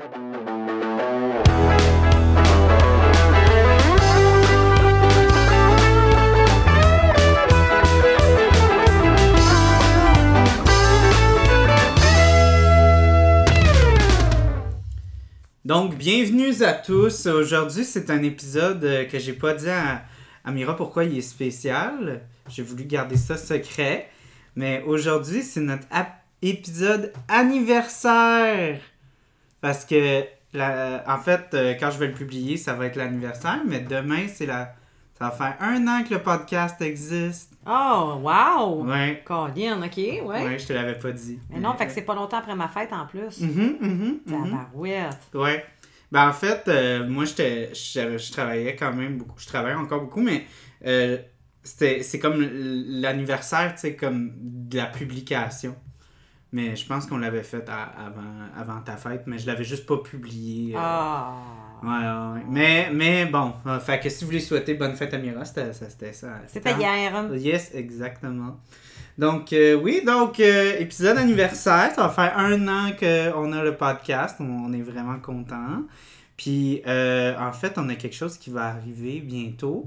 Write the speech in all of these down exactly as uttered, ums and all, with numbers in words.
Donc, bienvenue à tous. Aujourd'hui, c'est un épisode que j'ai pas dit à, à Mira pourquoi il est spécial. J'ai voulu garder ça secret. Mais aujourd'hui, c'est notre ap- épisode anniversaire. Parce que, la, en fait, quand je vais le publier, ça va être l'anniversaire. Mais demain, c'est la, ça va faire un an que le podcast existe. Oh, wow! Ouais. Colin, ok, ouais. Ouais, je te l'avais pas dit. Mais non, fait que c'est pas longtemps après ma fête en plus. Mhm, mhm, mhm. Tabarouette. Ouais. Ben en fait, euh, moi, j'étais, je, je travaillais quand même beaucoup. Je travaille encore beaucoup, mais euh, c'était, c'est comme l'anniversaire, tu sais, comme de la publication. Mais je pense qu'on l'avait fait à, avant, avant ta fête, mais je l'avais juste pas publié. Euh... Ah! Ouais, ouais, ouais. Mais, mais bon, euh, fait que si vous voulez souhaiter bonne fête à Mira, c'était ça. C'était, ça, c'était, c'était hier. Yes, exactement. Donc, euh, oui, donc, euh, épisode anniversaire, ça va faire un an qu'on a le podcast, on, on est vraiment contents. Puis, euh, en fait, on a quelque chose qui va arriver bientôt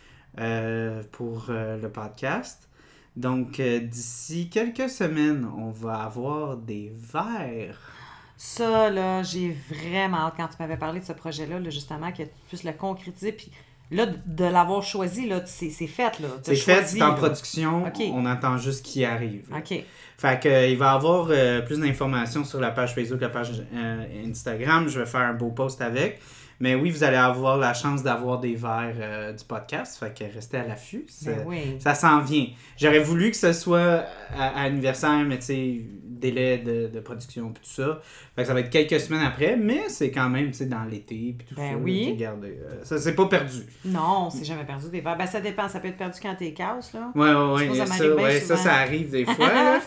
euh, pour euh, le podcast. Donc, euh, d'ici quelques semaines, on va avoir des verres. Ça, là, j'ai vraiment hâte, quand tu m'avais parlé de ce projet-là, là, justement, que tu puisses le concrétiser, puis là, de l'avoir choisi, là, c'est, c'est fait, là. C'est choisi, fait, c'est en là. production, okay. On attend juste qu'il arrive. OK. Fait que, euh, il va y avoir euh, plus d'informations sur la page Facebook, la page euh, Instagram. Je vais faire un beau post avec. Mais oui, vous allez avoir la chance d'avoir des verres euh, du podcast. Fait que restez à l'affût. Ben oui. Ça s'en vient. J'aurais voulu que ce soit à, à anniversaire, mais tu sais, délai de, de production et tout ça. Fait que ça va être quelques semaines après, mais c'est quand même, tu sais, dans l'été puis tout ben ça. oui. Regarde, euh, ça, c'est pas perdu. Non, c'est jamais perdu des verres. Ben ça dépend, ça peut être perdu quand t'es casse, là. Ouais, ouais, ouais. Ça, ça, ouais ça, ça arrive des fois, là.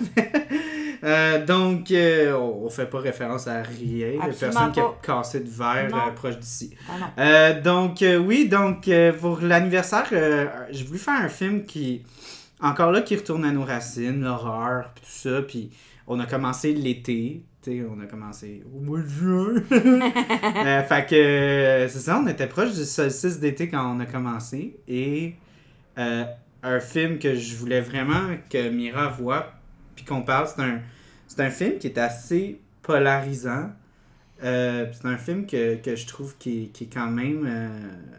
Euh, donc, euh, on, on fait pas référence à rien. Il y a personne qui a cassé de verre euh, proche d'ici. Ah non. Euh, donc, euh, oui, donc, euh, pour l'anniversaire, euh, j'ai voulu faire un film qui, encore là, qui retourne à nos racines, l'horreur, puis tout ça. Puis, on a commencé l'été. Tu sais, on a commencé au mois de juin. euh, fait que, euh, c'est ça, on était proche du solstice d'été quand on a commencé. Et euh, un film que je voulais vraiment que Mira voie, puis qu'on parle, c'est un, c'est un film qui est assez polarisant. Euh, c'est un film que, que je trouve qui est, qui est quand même euh,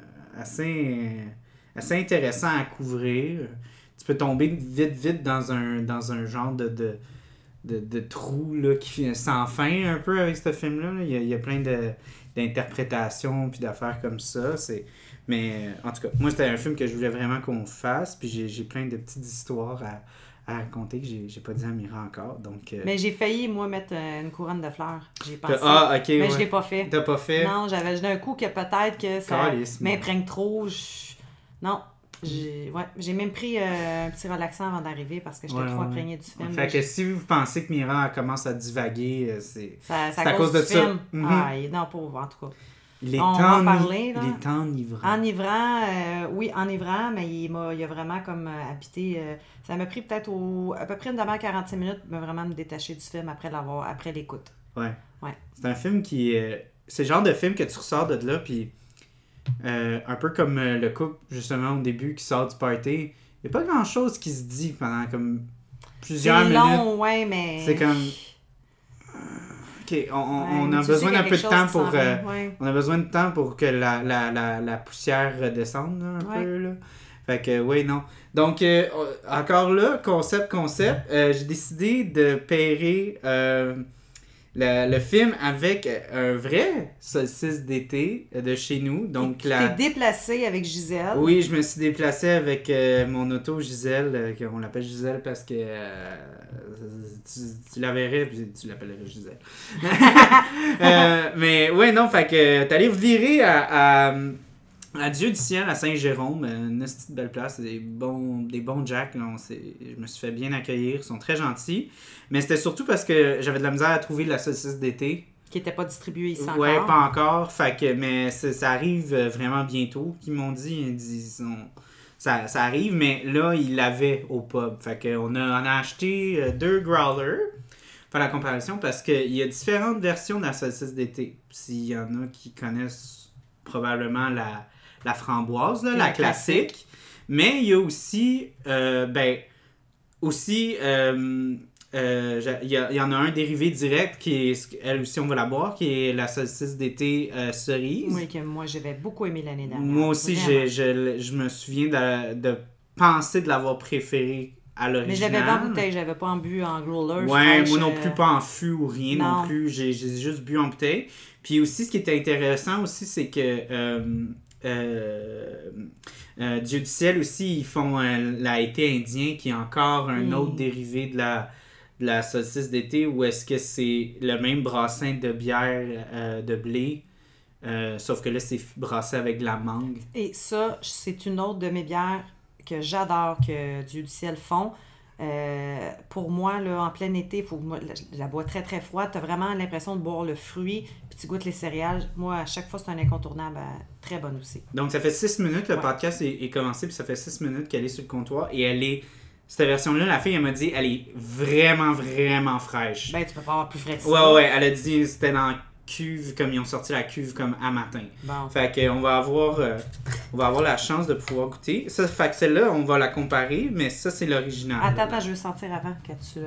assez, assez intéressant à couvrir. Tu peux tomber vite, vite dans un, dans un genre de, de, de, de trou là, qui, sans fin un peu avec ce film-là. Là. Il, y a, il y a plein de, d'interprétations puis d'affaires comme ça. C'est... Mais en tout cas, moi, c'était un film que je voulais vraiment qu'on fasse. Puis j'ai, j'ai plein de petites histoires à à raconter que j'ai, j'ai pas dit à Mira encore. Donc, euh... Mais j'ai failli, moi, mettre une couronne de fleurs. J'ai pensé. Ah, ok. Mais ouais. je l'ai pas fait. T'as pas fait? Non, j'avais d'un coup que peut-être que ça Calisme. m'imprègne trop. Je... Non. J'ai, ouais, j'ai même pris euh, un petit relaxant avant d'arriver parce que j'étais ouais, trop ouais. imprégnée du film. Fait là, que je... si vous pensez que Mira commence à divaguer, c'est, ça, c'est à cause, cause de ça. Mm-hmm. Ah, il est non, pauvre, en tout cas. Il est, on en... parler, il est enivrant. Enivrant, euh, oui, enivrant, mais il m'a, il a vraiment comme euh, habité. Euh, ça m'a pris peut-être au, à peu près une demi-heure quarante-cinq minutes de vraiment me détacher du film après l'avoir, après l'écoute. Ouais. ouais. C'est un film qui. Euh, c'est le genre de film que tu ressors de là, puis euh, un peu comme euh, le couple, justement, au début, qui sort du party. Il n'y a pas grand-chose qui se dit pendant comme plusieurs c'est minutes. C'est long, ouais, mais. C'est comme. OK, on, on, ouais, on a besoin d'un peu de temps pour euh, ouais. on a besoin de temps pour que la, la, la, la poussière redescende là, un ouais. peu là. Fait que oui, non. Donc euh, encore là, concept concept, euh, j'ai décidé de pairer euh, le, le film avec un vrai solstice d'été de chez nous. Donc tu la... t'es déplacé avec Gisèle. Oui, je me suis déplacé avec euh, mon auto Gisèle, euh, on l'appelle Gisèle parce que euh, tu, tu la verrais puis tu l'appellerais Gisèle. euh, mais ouais, non, fait que t'allais vous virer à, à, à Dieu du ciel, à Saint-Jérôme, une petite belle place, des bons, des bons jacks, là, on s'est, je me suis fait bien accueillir, ils sont très gentils. Mais c'était surtout parce que j'avais de la misère à trouver la saucisse d'été. Qui n'était pas distribuée ici encore. Ouais, pas encore. Fait que, mais ça, ça arrive vraiment bientôt, qu'ils m'ont dit. Ils disent, on, ça, ça arrive, mais là, ils l'avaient au pub. Fait qu'on a, on a acheté deux growlers faire la comparaison parce qu'il y a différentes versions de la saucisse d'été. S'il y en a qui connaissent probablement la, la framboise, là, la, la classique. classique. Mais il y a aussi, euh, ben, aussi, euh, euh, il y, a, il y en a un dérivé direct qui est, elle aussi on va la boire, qui est la saucisse d'été euh, cerise. Oui, que moi j'avais beaucoup aimé l'année dernière. Moi aussi, je, je, je me souviens de, de penser de l'avoir préférée à l'original. Mais je l'avais pas en bouteille, j'avais pas en bu en growler. Ouais, fraîche, moi non euh... plus, pas en fût ou rien non, non plus. J'ai, j'ai juste bu en bouteille. Puis aussi, ce qui était intéressant aussi, c'est que euh, euh, euh, Dieu du ciel aussi, ils font euh, la été indien, qui est encore un mm. autre dérivé de la, de la saucisse d'été, où est-ce que c'est le même brassin de bière euh, de blé, euh, sauf que là, c'est brassé avec de la mangue. Et ça, c'est une autre de mes bières que j'adore que Dieu du ciel font. Euh, pour moi, là, en plein été, faut, moi, je la bois très très froide. Tu as vraiment l'impression de boire le fruit, puis tu goûtes les céréales. Moi, à chaque fois, c'est un incontournable. Euh, très bonne aussi. Donc, ça fait six minutes, le ouais. podcast est, est commencé, puis ça fait six minutes qu'elle est sur le comptoir. Et elle est. Cette version-là, la fille, elle m'a dit, elle est vraiment, vraiment fraîche. Ben, tu peux pas avoir plus frais que ça. Ouais, ouais, elle a dit, c'était dans cuve, comme ils ont sorti la cuve comme à matin. Bon. Fait qu'on va avoir euh, on va avoir la chance de pouvoir goûter. Ça, fait que celle-là, on va la comparer, mais ça, c'est l'original. Attends, attends, je veux sentir avant que tu...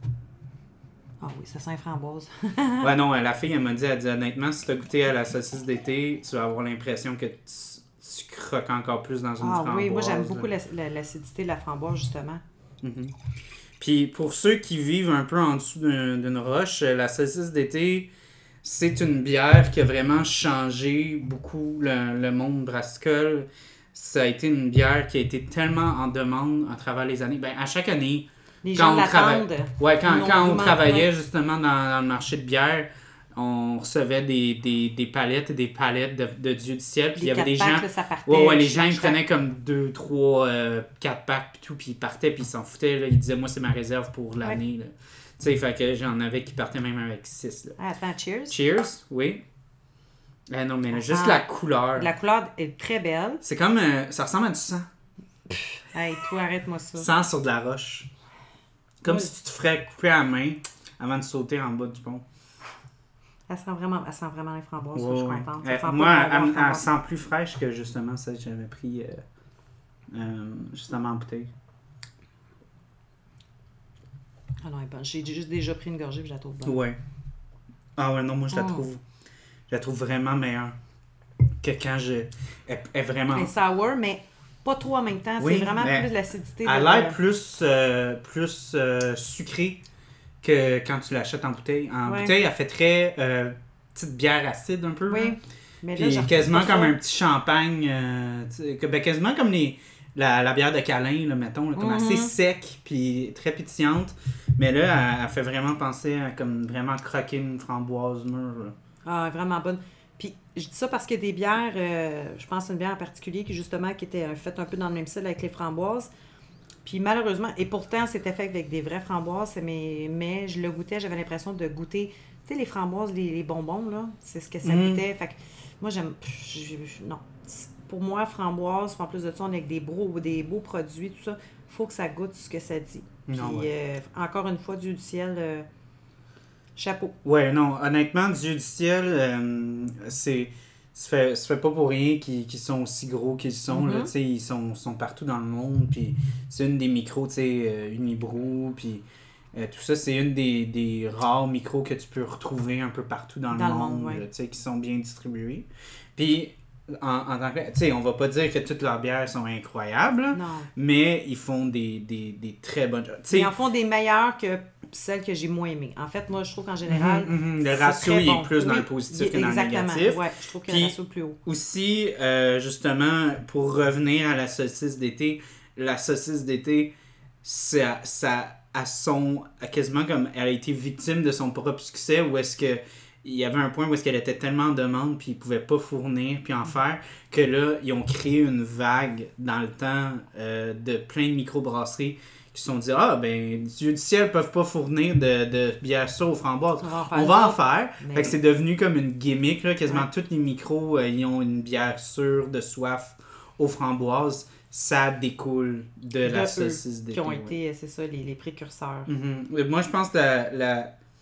Ah oui, ça sent framboise. Ouais, non, la fille, elle m'a dit, elle dit, honnêtement, si tu as goûté à la saucisse d'été, tu vas avoir l'impression que tu, tu croques encore plus dans une ah, framboise. Ah oui, moi, j'aime beaucoup la, la, l'acidité de la framboise, justement. Mm-hmm. Puis, pour ceux qui vivent un peu en dessous d'un, d'une roche, la saucisse d'été... C'est une bière qui a vraiment changé beaucoup le, le monde brassicole. Ça a été une bière qui a été tellement en demande à travers les années. Ben, à chaque année, les quand gens on, trava... ouais, quand, quand on travaillait ouais. justement dans, dans le marché de bière, on recevait des, des, des palettes et des palettes de, de Dieu du ciel. Puis il y avait des gens. Là, ça partait, ouais, ouais, les gens ils prenaient comme deux, trois, euh, quatre packs, puis tout, puis ils partaient, puis ils s'en foutaient. Là. Ils disaient, moi, c'est ma réserve pour l'année. Ouais. Là. Tu sais, fait que j'en avais qui partaient même avec six. Là. Ah, attends, cheers. Cheers, oui. Eh non, mais là, juste la couleur. La couleur est très belle. C'est comme... Euh, ça ressemble à du sang. Hey, toi, arrête-moi ça. Sang sur de la roche. Comme oui. Si tu te ferais couper à la main avant de sauter en bas du pont. Elle sent vraiment, elle sent vraiment les framboises, oh, je suis contente. Euh, sent moi, elle, elle sent plus fraîche que justement celle que j'avais pris euh, euh, justement en bouteille. Ah non, elle est bonne. J'ai juste déjà pris une gorgée et je la trouve bonne. Ouais. Ah ouais, non, moi je la oh. trouve je la trouve vraiment meilleure que quand je... Elle est vraiment... Elle est sour, mais pas trop en même temps. Oui, c'est vraiment plus de l'acidité. Elle a l'air de... plus, euh, plus euh, sucrée que quand tu l'achètes en bouteille. En ouais. bouteille, elle fait très euh, petite bière acide un peu. Oui. Hein? Mais puis là, quasiment comme ça. Un petit champagne. Euh, ben, quasiment comme les... La, la bière de câlin, là, mettons, là, comme mm-hmm. assez sec puis très pétillante. Mais là, elle, elle fait vraiment penser à comme vraiment croquer une framboise mûre. Là. Ah, vraiment bonne. Puis je dis ça parce qu'il y a des bières, euh, je pense à une bière en particulier qui justement qui était faite un peu dans le même style avec les framboises. Puis malheureusement, et pourtant c'était fait avec des vraies framboises, mais, mais je le goûtais, j'avais l'impression de goûter, tu sais, les framboises, les, les bonbons, là, c'est ce que ça mm. goûtait. Fait que moi, j'aime... Je, je, non. Pour moi, framboise, en plus de ça, on est avec des beaux, des beaux produits, tout ça. Il faut que ça goûte ce que ça dit. Puis, non, ouais. euh, encore une fois, Dieu du ciel, euh, chapeau. Ouais, non, honnêtement, Dieu du ciel, euh, c'est... Ça fait, ça fait pas pour rien qu'ils, qu'ils sont aussi gros qu'ils sont. Mm-hmm. Là, t'sais, ils sont, sont partout dans le monde. Puis c'est une des micros, tu sais, euh, Unibrew. Puis euh, tout ça, c'est une des, des rares micros que tu peux retrouver un peu partout dans, dans le monde. monde ouais. Tu sais, qui sont bien distribués. Puis... En, en tant que, tu sais, on va pas dire que toutes leurs bières sont incroyables, non. mais ils font des, des, des très bonnes... Ils en font des meilleures que celles que j'ai moins aimées. En fait, moi, je trouve qu'en général, mm-hmm, mm-hmm. le ratio il bon. est plus oui, dans le positif est, que dans le négatif. Ouais, je trouve que le ratio est plus haut. Aussi, euh, justement, pour revenir à la saucisse d'été, la saucisse d'été, ça, ça a son... quasiment comme elle a été victime de son propre succès, où est-ce que il y avait un point où est-ce qu'elle était tellement en demande puis ils pouvaient pas fournir puis en faire que là, ils ont créé une vague dans le temps euh, de plein de microbrasseries qui se sont dit « Ah, ben, Dieu du ciel peuvent pas fournir de, de bière sûre aux framboises. On va en faire. On va en faire. Mais... » Fait que c'est devenu comme une gimmick, là. Quasiment ouais. Tous les micros, euh, ils ont une bière sûre de soif aux framboises. Ça découle de, de la saucisse d'été. Qui ont été, ouais. c'est ça, les, les précurseurs. Mm-hmm. Moi, je pense que la... la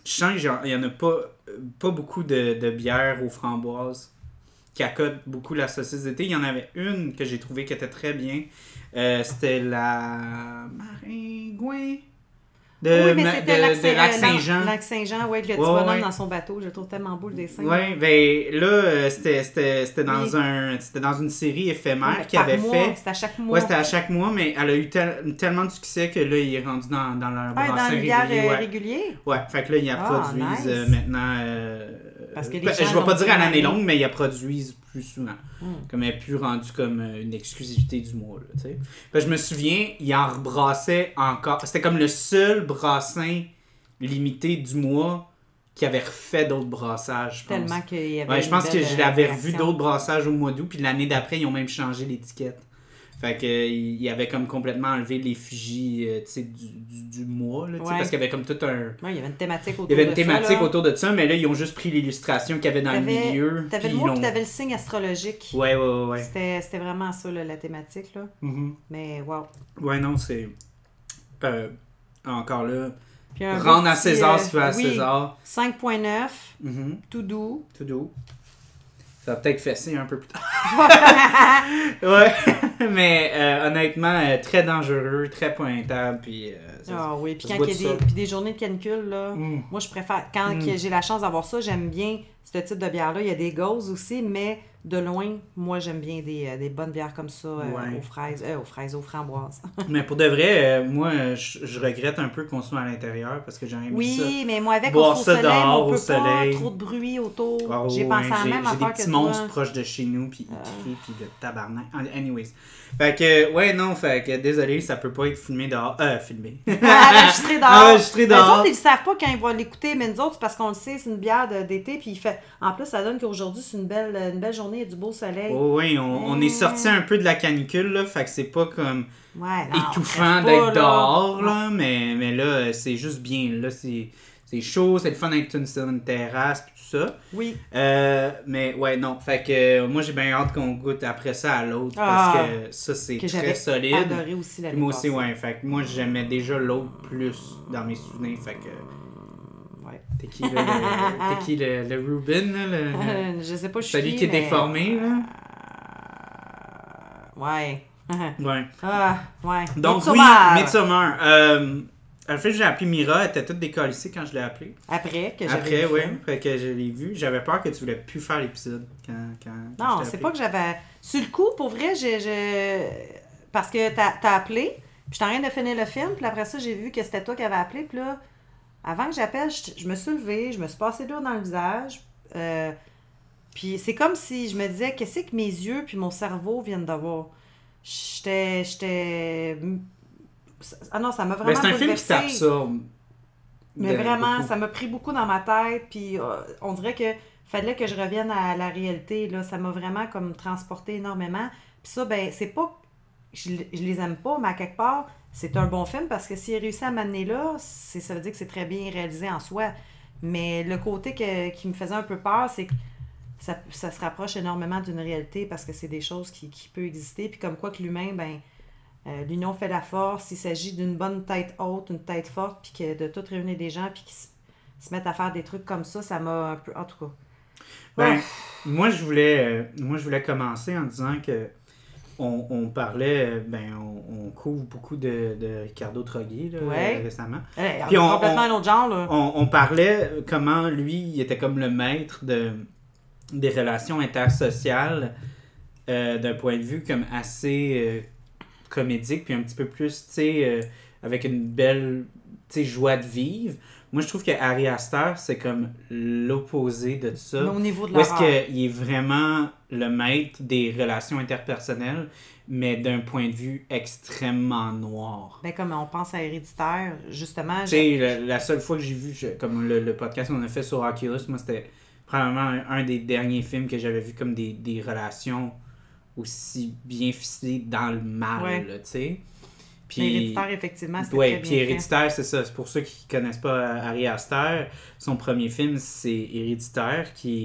je sens qu'il y en a pas, pas beaucoup de, de bières aux framboises qui accotent beaucoup la saucisse d'été. Il y en avait une que j'ai trouvée qui était très bien. Euh, c'était la Maringouin de, oui, mais ma, c'était de, Lac, de Lac Saint-Jean. Lac Saint-Jean, oui, le petit ouais, bonhomme ouais. dans son bateau. Je le trouve tellement beau le dessin. Oui, ben là, c'était, c'était, c'était, dans oui. un, c'était dans une série éphémère ouais, qui avait mois, fait... C'était à chaque mois. Ouais, c'était à chaque mois, mais elle a eu tel, tellement de succès que là, il est rendu dans, dans leur ah, brassin dans le bière régulier. Ouais. régulier? Ouais, fait que là, ils la ah, produisent nice. euh, maintenant... Euh, Parce que les ben, gens je vais pas dire à l'année aimé. longue, mais ils la produisent plus souvent. Mm. Comme elle est plus rendue comme une exclusivité du mois, là, tu sais. Ben, je me souviens, ils en rebrassaient encore. C'était comme le seul brassin limité du mois qui avait refait d'autres brassages, je pense. Tellement qu'il y avait Ouais, je pense que je l'avais revu réaction. d'autres brassages au mois d'août, puis l'année d'après, ils ont même changé l'étiquette. Fait que il y avait comme complètement enlevé l'effigie euh, tu sais, du, du, du mois, là, tu sais, Ouais. parce qu'il y avait comme tout un... Ouais, il y avait une thématique autour Il y avait une de thématique ça, là. autour de ça, mais là, ils ont juste pris l'illustration qu'il y avait dans T'avais, le milieu. T'avais le puis mois, ils puis l'ont- t'avais le signe astrologique. Ouais, ouais, ouais. ouais. C'était, c'était vraiment ça, là, la thématique, là. Mm-hmm. Mais, wow. Ouais, non, c'est... Euh, encore là, Puis un rendre beau à petit, César euh, ce qu'il faut à oui, César. cinq virgule neuf, Mm-hmm. tout doux. Tout doux. Ça va peut-être fesser un peu plus tard. Ouais, mais euh, honnêtement, euh, très dangereux, très pointable, puis... euh, ça- Ah oui, puis ça quand se il y boit a tout des, seul. puis des journées de canicule, là, Mm. moi je préfère, quand Mm. que j'ai la chance d'avoir ça, j'aime bien ce type de bière-là. Il y a des gauzes aussi, mais de loin, moi j'aime bien des, euh, des bonnes bières comme ça, euh, Ouais. aux fraises, euh, aux fraises, aux framboises. Mais pour de vrai, euh, moi, euh, je, je regrette un peu qu'on soit à l'intérieur, parce que j'aurais aimé ça. Oui, mais moi avec Boire au ça soleil, dehors, on au peut soleil. pas trop de bruit autour. Ah, j'ai ouais, pensé à la j'ai- même J'ai des affaire petits que monstres toi. proches de chez nous, puis ils crient, puis de tabarnak. Anyways. Fait que, ouais, non, fait que, désolé, ça peut pas être filmé dehors. Euh, filmé. Enregistré dehors. Enregistré dehors. Les autres, ils le savent pas quand ils vont l'écouter, mais nous autres, c'est parce qu'on le sait, c'est une bière de- d'été, puis il fait... En plus, ça donne qu'aujourd'hui, c'est une belle, une belle journée, il y a du beau soleil. Oh, oui, on, on est sorti un peu de la canicule, là, fait que c'est pas comme Ouais, non, étouffant reste d'être pas, là. dehors, Non. là, mais, mais là, euh, c'est juste bien, là, c'est, c'est chaud, c'est le fun d'être une, sur une terrasse, puis tout ça. Oui. Euh, mais ouais, non, fait que euh, moi, j'ai bien hâte qu'on goûte après ça à l'autre, Ah, parce que ça, c'est Que très j'avais solide. adoré aussi l'année Puis moi aussi, passée. ouais, fait que moi, j'aimais déjà l'autre plus dans mes souvenirs, fait que... Ouais. T'es qui, le, le- t'es qui, le, le Ruben, là, le, le- Euh, je sais pas, je suis celui qui est mais- déformé, là? Euh, Ouais. Ouais. Ah, ouais. Donc Midsommar. oui, Midsommar. Euh, en fait, j'ai appelé Mira, elle était toute décalissée quand je l'ai appelée. Après, que j'avais Après, le ouais, film. fait que je l'ai vu. J'avais peur que tu voulais plus faire l'épisode quand, quand, quand Non, je t'ai c'est appelé. pas que j'avais... Sur le coup, pour vrai, je... je... Parce que t'as, t'as appelé, puis j'étais en train de finir le film, puis après ça, j'ai vu que c'était toi qui avais appelé, puis là, avant que j'appelle, je, je me suis levée, je me suis passé l'eau dans le visage, euh, puis c'est comme si je me disais, qu'est-ce que mes yeux puis mon cerveau viennent de voir? J'étais... J'étais... Ah non, ça m'a vraiment Ben, c'est un film qui bouleversée. t'absorbe. Mais de- vraiment, beaucoup. ça m'a pris beaucoup dans ma tête, puis euh, on dirait que fallait que je revienne à la réalité, là. Ça m'a vraiment comme transporté énormément. Puis ça, ben, c'est pas... Je, je les aime pas, mais à quelque part, c'est un bon film, parce que s'il réussit à m'amener là, c'est, ça veut dire que c'est très bien réalisé en soi. Mais le côté que, qui me faisait un peu peur, c'est que ça, ça se rapproche énormément d'une réalité, parce que c'est des choses qui, qui peuvent exister, puis comme quoi que l'humain, ben... Euh, l'union fait la force, il s'agit d'une bonne tête haute, une tête forte, puis que de tout réunir des gens, puis qu'ils se, se mettent à faire des trucs comme ça, ça m'a un peu... En tout cas. Ben, Oh. moi, je voulais, euh, moi, je voulais commencer en disant que on, on parlait, euh, ben, on, on couvre beaucoup de, de Ricardo Troguet là, Ouais. euh, récemment. Hey, on Puis est on- complètement on- un autre genre, là. On, on parlait comment lui, il était comme le maître de, des relations intersociales euh, d'un point de vue comme assez euh, comédique, puis un petit peu plus, tu sais, euh, avec une belle, tu sais, joie de vivre. Moi, je trouve que Ari Aster, c'est comme l'opposé de ça. Mais au niveau de Où est-ce l'horreur. qu'il est vraiment le maître des relations interpersonnelles, mais d'un point de vue extrêmement noir. Ben, comme on pense à Héréditaire, justement... Tu je- sais, la, la seule fois que j'ai vu, je- comme le, le podcast qu'on a fait sur Oculus, moi, c'était probablement un, un des derniers films que j'avais vu comme des, des relations aussi bien ficelées dans le mal, Ouais. là, tu sais. Mais Héréditaire, effectivement, c'était Ouais, très puis bien fait. Héréditaire, c'est ça. C'est pour ceux qui connaissent pas Ari Aster, son premier film, c'est Héréditaire, qui,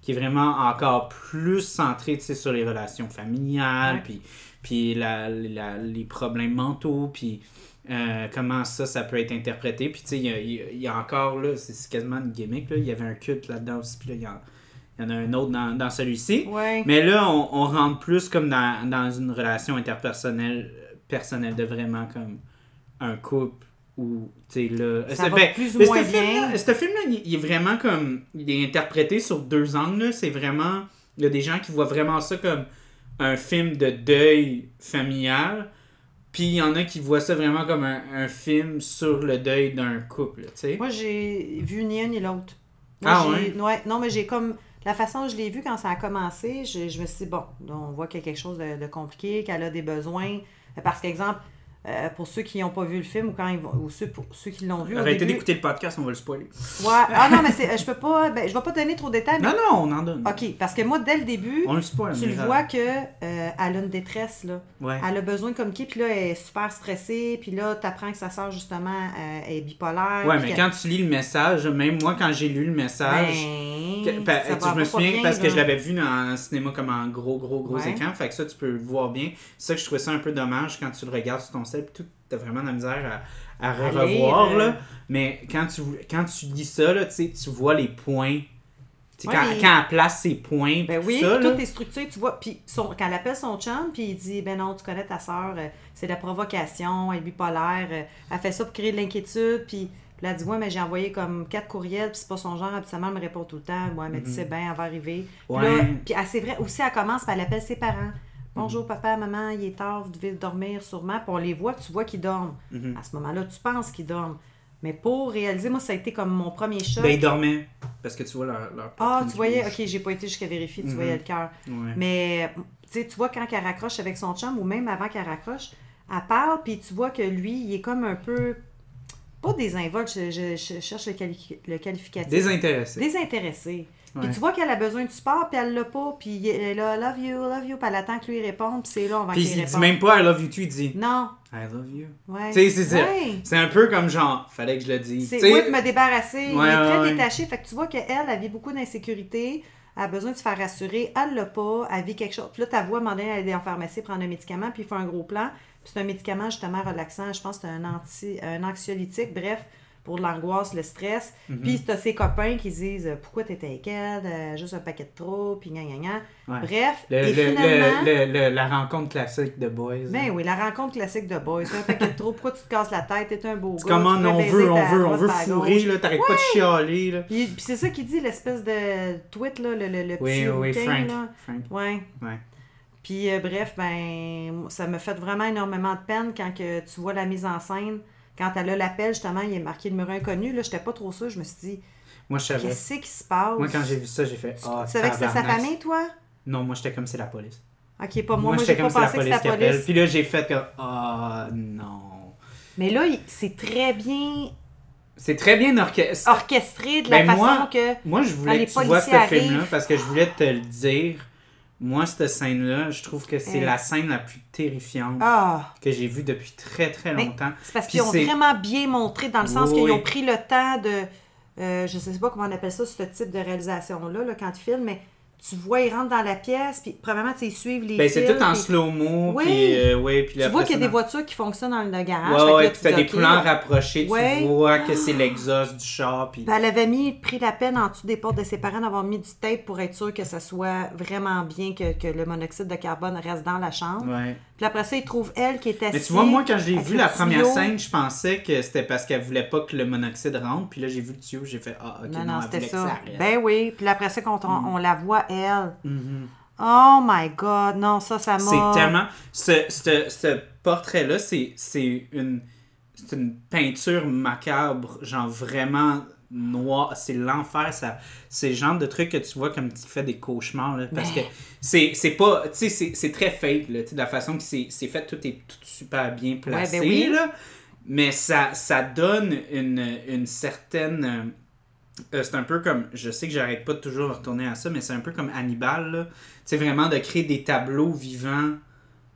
qui est vraiment encore plus centré, tu sais, sur les relations familiales, Ouais. puis, puis la, la- les problèmes mentaux, puis euh, comment ça, ça peut être interprété. Puis tu sais, il y a, il y a- il y a encore, là, c'est c'est quasiment une gimmick, là, il y avait un culte là-dedans aussi, puis là, il y en, il y en a un autre dans, dans celui-ci. Ouais. Mais là, on, on rentre plus comme dans, dans une relation interpersonnelle, personnelle, de vraiment comme un couple où, tu sais, là... Ça c'est- va ben, plus ou mais moins ce film-là- bien. Ce film-là, il, il est vraiment comme... Il est interprété sur deux angles, là. C'est vraiment... Il y a des gens qui voient vraiment ça comme un film de deuil familial, puis il y en a qui voient ça vraiment comme un, un film sur le deuil d'un couple, tu sais. Moi, j'ai vu ni un ni l'autre. Moi, Ah j'ai- ouais? Non, mais j'ai comme... La façon dont je l'ai vu quand ça a commencé, je, je me suis dit, bon, on voit qu'il y a quelque chose de, de compliqué, qu'elle a des besoins. Parce qu'exemple, euh, pour ceux qui n'ont pas vu le film ou quand ils vont, ou ceux, pour ceux qui l'ont vu au Arrêtez début... d'écouter le podcast, on va le spoiler. Ouais. Ah non, mais c'est, je peux pas... Ben, je vais pas donner trop de détails. Mais... Non, non, on en donne. OK, parce que moi, dès le début, On le spoil. tu mais le grave. vois que euh, elle a une détresse, là. Ouais. Elle a besoin de communiquer, puis là, elle est super stressée, puis là, t'apprends que sa sœur, justement, euh, est bipolaire. Ouais, puis mais qu'elle- quand tu lis le message, même moi, quand j'ai lu le message, Ben, que- pa- ça tu- va je me pas souviens bien, parce que là. je l'avais vu dans un cinéma comme en gros, gros, gros Ouais. écran. Fait que ça, tu peux le voir bien. C'est ça que je trouvais ça un peu dommage quand tu le regardes sur ton sel. Puis tout, t'as vraiment de la misère à, à À revoir. lire, euh. Là. Mais quand tu, quand tu lis ça, là, tu sais, tu vois les points. Tu sais, Ouais, quand, mais- quand elle place ses points. Ben puis oui, tout ça, puis là, toutes les structures, tu vois. Puis son, quand elle appelle son chum, puis il dit, ben non, tu connais ta sœur, euh, c'est de la provocation, elle est bipolaire, euh, elle fait ça pour créer de l'inquiétude, puis puis elle dit, ouais, mais j'ai envoyé comme quatre courriels, puis c'est pas son genre, habituellement, elle me répond tout le temps, ouais, mais tu sais bien, elle va arriver. Puis Ouais. là, puis elle, c'est vrai, aussi, elle commence, puis elle appelle ses parents. Bonjour, papa, maman, il est tard, vous devez dormir sûrement. Puis on les voit, tu vois qu'ils dorment. Mhm. À ce moment-là, tu penses qu'ils dorment. Mais pour réaliser, moi, ça a été comme mon premier choc. Ben, ils dormaient. Parce que tu vois leur. leur ah, poitrine tu voyais, rouge. ok, j'ai pas été jusqu'à vérifier, tu Mhm. voyais le cœur. Ouais. Mais, tu sais, tu vois, quand elle raccroche avec son chum, ou même avant qu'elle raccroche, elle parle, puis tu vois que lui, il est comme un peu... Pas désinvolte, je, je- je cherche le, quali- le qualificatif. Désintéressés. Désintéressé. Ouais. Puis tu vois qu'elle a besoin de support, puis elle l'a pas, puis elle est là, love you, love you, puis elle attend que lui réponde, puis c'est là, on va Puis qu'il il dit réponde. même pas I love you too, il dit Non, I love you. ouais. Tu sais, c'est ça. Ouais. C'est un peu comme genre, fallait que je le dise. C'est Tu sais, moi de me débarrasser. il Ouais, est très ouais, ouais. détaché. Fait que tu vois qu'elle, elle vit beaucoup d'insécurité. Elle a besoin de se faire rassurer. Elle l'a pas. Elle vit quelque chose. Puis là, ta voix, à un moment donné, elle est en pharmacie prendre un médicament, puis il fait un gros plan. Puis c'est un médicament justement relaxant. Je pense que c'est un anti, un anxiolytique. Bref, pour de l'angoisse, le stress. Mhm. Puis t'as ses copains qui disent euh, pourquoi t'étais avec elle, Euh, juste un paquet de trop, puis gna gna gna. Ouais. Bref, Le- et le- finalement. le- le- la rencontre classique de Boys. Ben oui, la rencontre classique de boys. Un paquet de trop, pourquoi tu te casses la tête, t'es un beau gars. C'est comme tu on, pourrais on baiser veut, on ta veut, on droite veut par fourrer, gauche. là, t'arrêtes pas de chialer, là. Puis, puis c'est ça qu'il dit, l'espèce de tweet, là, le, le, le Oui, petit oui, rouquin, Frank. là. Frank. Ouais. Ouais. Puis euh, bref, ben ça me fait vraiment énormément de peine quand que tu vois la mise en scène. Quand elle a l'appel, justement, il est marqué numéro inconnu. Là, j'étais pas trop sûre. Je me suis dit, Moi, je savais. qu'est-ce qui se passe? Moi, quand j'ai vu ça, j'ai fait. Tu, Ah, tu savais que c'était sa tabarnak. famille, toi? Non, moi, j'étais comme c'est la police. Ok, pas moi. Moi, Moi, j'étais j'ai pas comme c'est la pensé que police c'était qui la appelle. police. Puis là, j'ai fait comme. Ah, non. Mais là, il- c'est très bien C'est très bien orchestré. orchestré de la Ben, façon moi- que... Moi, je Quand voulais les que tu vois ce policiers film-là arrivent. parce que je voulais te le dire. Moi, cette scène-là, je trouve que c'est Hein. la scène la plus terrifiante Ah! que j'ai vue depuis très, très Mais longtemps. C'est parce Puis qu'ils ont c'est- vraiment bien montré dans le sens Oui, qu'ils ont oui. pris le temps de... euh, je sais pas comment on appelle ça, ce type de réalisation-là, là, quand ils filment, mais tu vois, ils rentrent dans la pièce, puis premièrement, tu sais, ils suivent les Ben, c'est fils, tout en puis slow-mo. Oui. Puis, euh, ouais, puis Tu là, vois après qu'il y a ça, des voitures qui fonctionnent dans le garage. Ouais, fait que ouais, là, puis tu t'as dis, des OK, plans là. rapprochés, Ouais. tu vois que c'est l'exhaust du char, puis... Puis elle avait mis, pris la peine en dessous des portes de ses parents d'avoir mis du tape pour être sûr que ça soit vraiment bien, que, que le monoxyde de carbone reste dans la chambre. Ouais. Puis après ça, ils trouvent elle qui est assise. Mais tu vois, moi, quand j'ai avec vu le la première tuyau. scène, je pensais que c'était parce qu'elle voulait pas que le monoxyde rentre, puis là, j'ai vu le tuyau, j'ai fait « Ah, ok, Non, non, non, elle c'était voulait que ça. ça arrête. Ben oui. Puis après ça, quand on, on la voit, elle. Mhm. Oh my God. Non, ça, ça m'a... C'est tellement... Ce, ce, ce portrait-là, c'est, c'est, une, c'est une peinture macabre, genre vraiment noire. C'est l'enfer. Ça, c'est le genre de truc que tu vois comme tu fais des cauchemars. Là, parce Mais- que c'est, c'est pas... Tu sais, c'est, c'est très fake. Là, tu sais, de la façon que c'est, c'est fait, tout est tout super bien placé. ben oui. Là, mais ça, ça donne une, une certaine... euh, c'est un peu comme... Je sais que j'arrête pas de toujours retourner à ça, mais c'est un peu comme Hannibal, là. Tu sais, vraiment de créer des tableaux vivants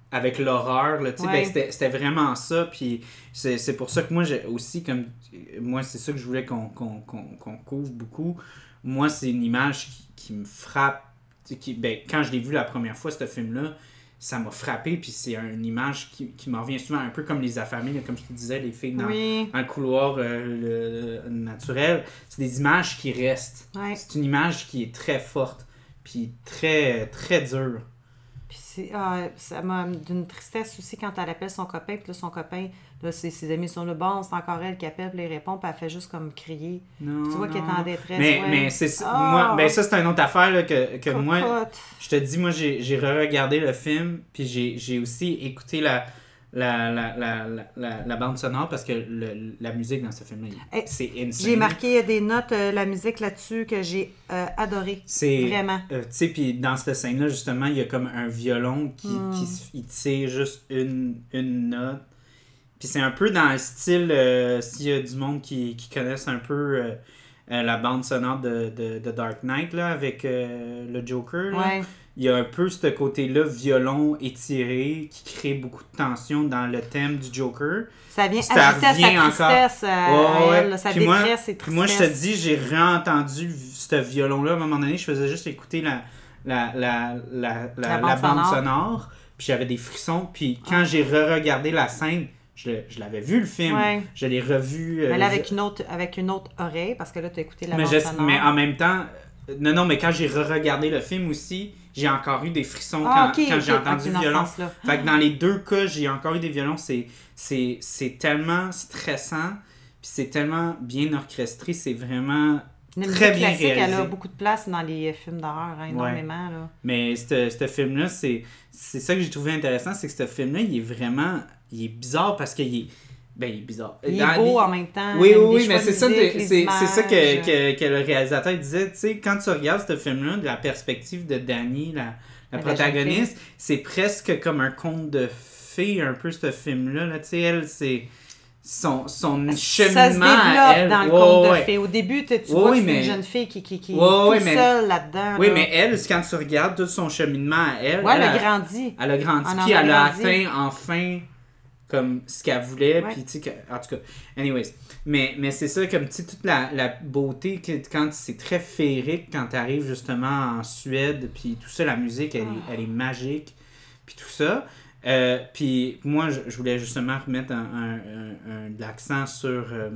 avec l'horreur, là, tu sais, Ouais. ben, c'était, c'était vraiment ça, puis c'est, c'est pour ça que moi, j'ai aussi, comme, moi, c'est ça que je voulais qu'on, qu'on, qu'on, qu'on couvre beaucoup. Moi, c'est une image qui, qui me frappe, tu sais, qui, ben, quand je l'ai vu la première fois, ce film-là, ça m'a frappé, puis c'est une image qui, qui m'en revient souvent, un peu comme les affamés, là, comme je te disais, les filles dans, Oui. dans le couloir euh, le, naturel. C'est des images qui restent. Ouais. C'est une image qui est très forte, puis très, très dure. Puis c'est, ah, ça m'a d'une tristesse aussi quand elle appelle son copain, puis là, son copain, là, ses, ses amis sont là, bon, c'est encore elle qui appelle, puis elle répond, puis elle fait juste comme crier. Non, Puis tu vois non. qu'elle est en détresse. Mais, ouais. mais c'est ça, Oh, moi, ben ça, c'est une autre affaire là, que, que cocotte. moi, je te dis, moi, j'ai, j'ai re-regardé le film, puis j'ai, j'ai aussi écouté la, la, la, la, la, la, la bande sonore, parce que le, la musique dans ce film-là, Hey, c'est insane. J'ai marqué des notes, euh, la musique là-dessus, que j'ai euh, adoré. C'est, Vraiment. euh, tu sais, puis dans cette scène-là, justement, il y a comme un violon qui, Mm. qui se- il tire juste une, une note. Puis c'est un peu dans le style, euh, s'il y a du monde qui, qui connaissent un peu euh, euh, la bande sonore de, de, de Dark Knight, là, avec euh, le Joker, là. Ouais. Il y a un peu ce côté-là, violon étiré, qui crée beaucoup de tension dans le thème du Joker. Ça vient Ça ajouter à sa revient encore. tristesse à, Ouais, à elle, ouais. sa Puis moi- détresse et Puis moi, je te tristesse. dis, j'ai réentendu ce violon-là. À un moment donné, je faisais juste écouter la, la, la, la, la, La la bande bande sonore. sonore. Puis j'avais des frissons. Puis quand Ah. j'ai re-regardé la scène, je, le- je l'avais vu le film. Ouais. Je l'ai revu. euh, Mais là, je- avec une autre, avec une autre oreille, parce que là, tu as écouté la mais, bande je- sonore. mais en même temps, euh, non, non, mais quand j'ai re-regardé le film aussi, j'ai encore eu des frissons Ah, quand, ok, quand ok, j'ai entendu ok, le dans ce violon. sens-là. Fait que dans les deux cas, j'ai encore eu des violons. C'est, c'est, c'est tellement stressant. Puis c'est tellement bien orchestré. C'est vraiment La musique très bien classique, elle a réalisé. beaucoup de place dans les films d'horreur, hein, énormément. Là. Mais ce ce film-là, c'est, c'est ça que j'ai trouvé intéressant. C'est que ce film-là, il est vraiment... Il est bizarre parce qu'il est... Ben, il est bizarre. Il Dans est beau les- en même temps. Oui, il aime oui, les oui, mais choix c'est de ça, musique, que- les c'est, c'est ça que, images. que, que le réalisateur disait. Tu sais, quand tu regardes ce film-là, de la perspective de Dani, la, la La jeune protagoniste, c'est presque comme un conte de fées, un peu, ce film-là. Là. Tu sais, elle, c'est son, son Ça se cheminement développe à elle. dans le Ouais, conte de ouais. fées. Au début, tu tu Ouais, vois oui, que c'est mais- une jeune fille qui, qui, qui Ouais, est ouais, toute mais- seule là-dedans. Oui, là. mais elle, quand tu regardes tout son cheminement à elle, Ouais, elle, elle a a- grandi. elle a grandi, On en puis a elle a grandi. atteint enfin comme ce qu'elle voulait, Ouais. puis tu sais, que- en tout cas, anyways. Mais, mais c'est ça, comme tu sais, toute la, la beauté, que, quand c'est très féerique, quand tu arrives justement en Suède, puis tout ça, la musique, elle, est, elle est magique, puis tout ça. Euh, puis moi, je, je voulais justement remettre un, un, un- un- de l'accent sur euh,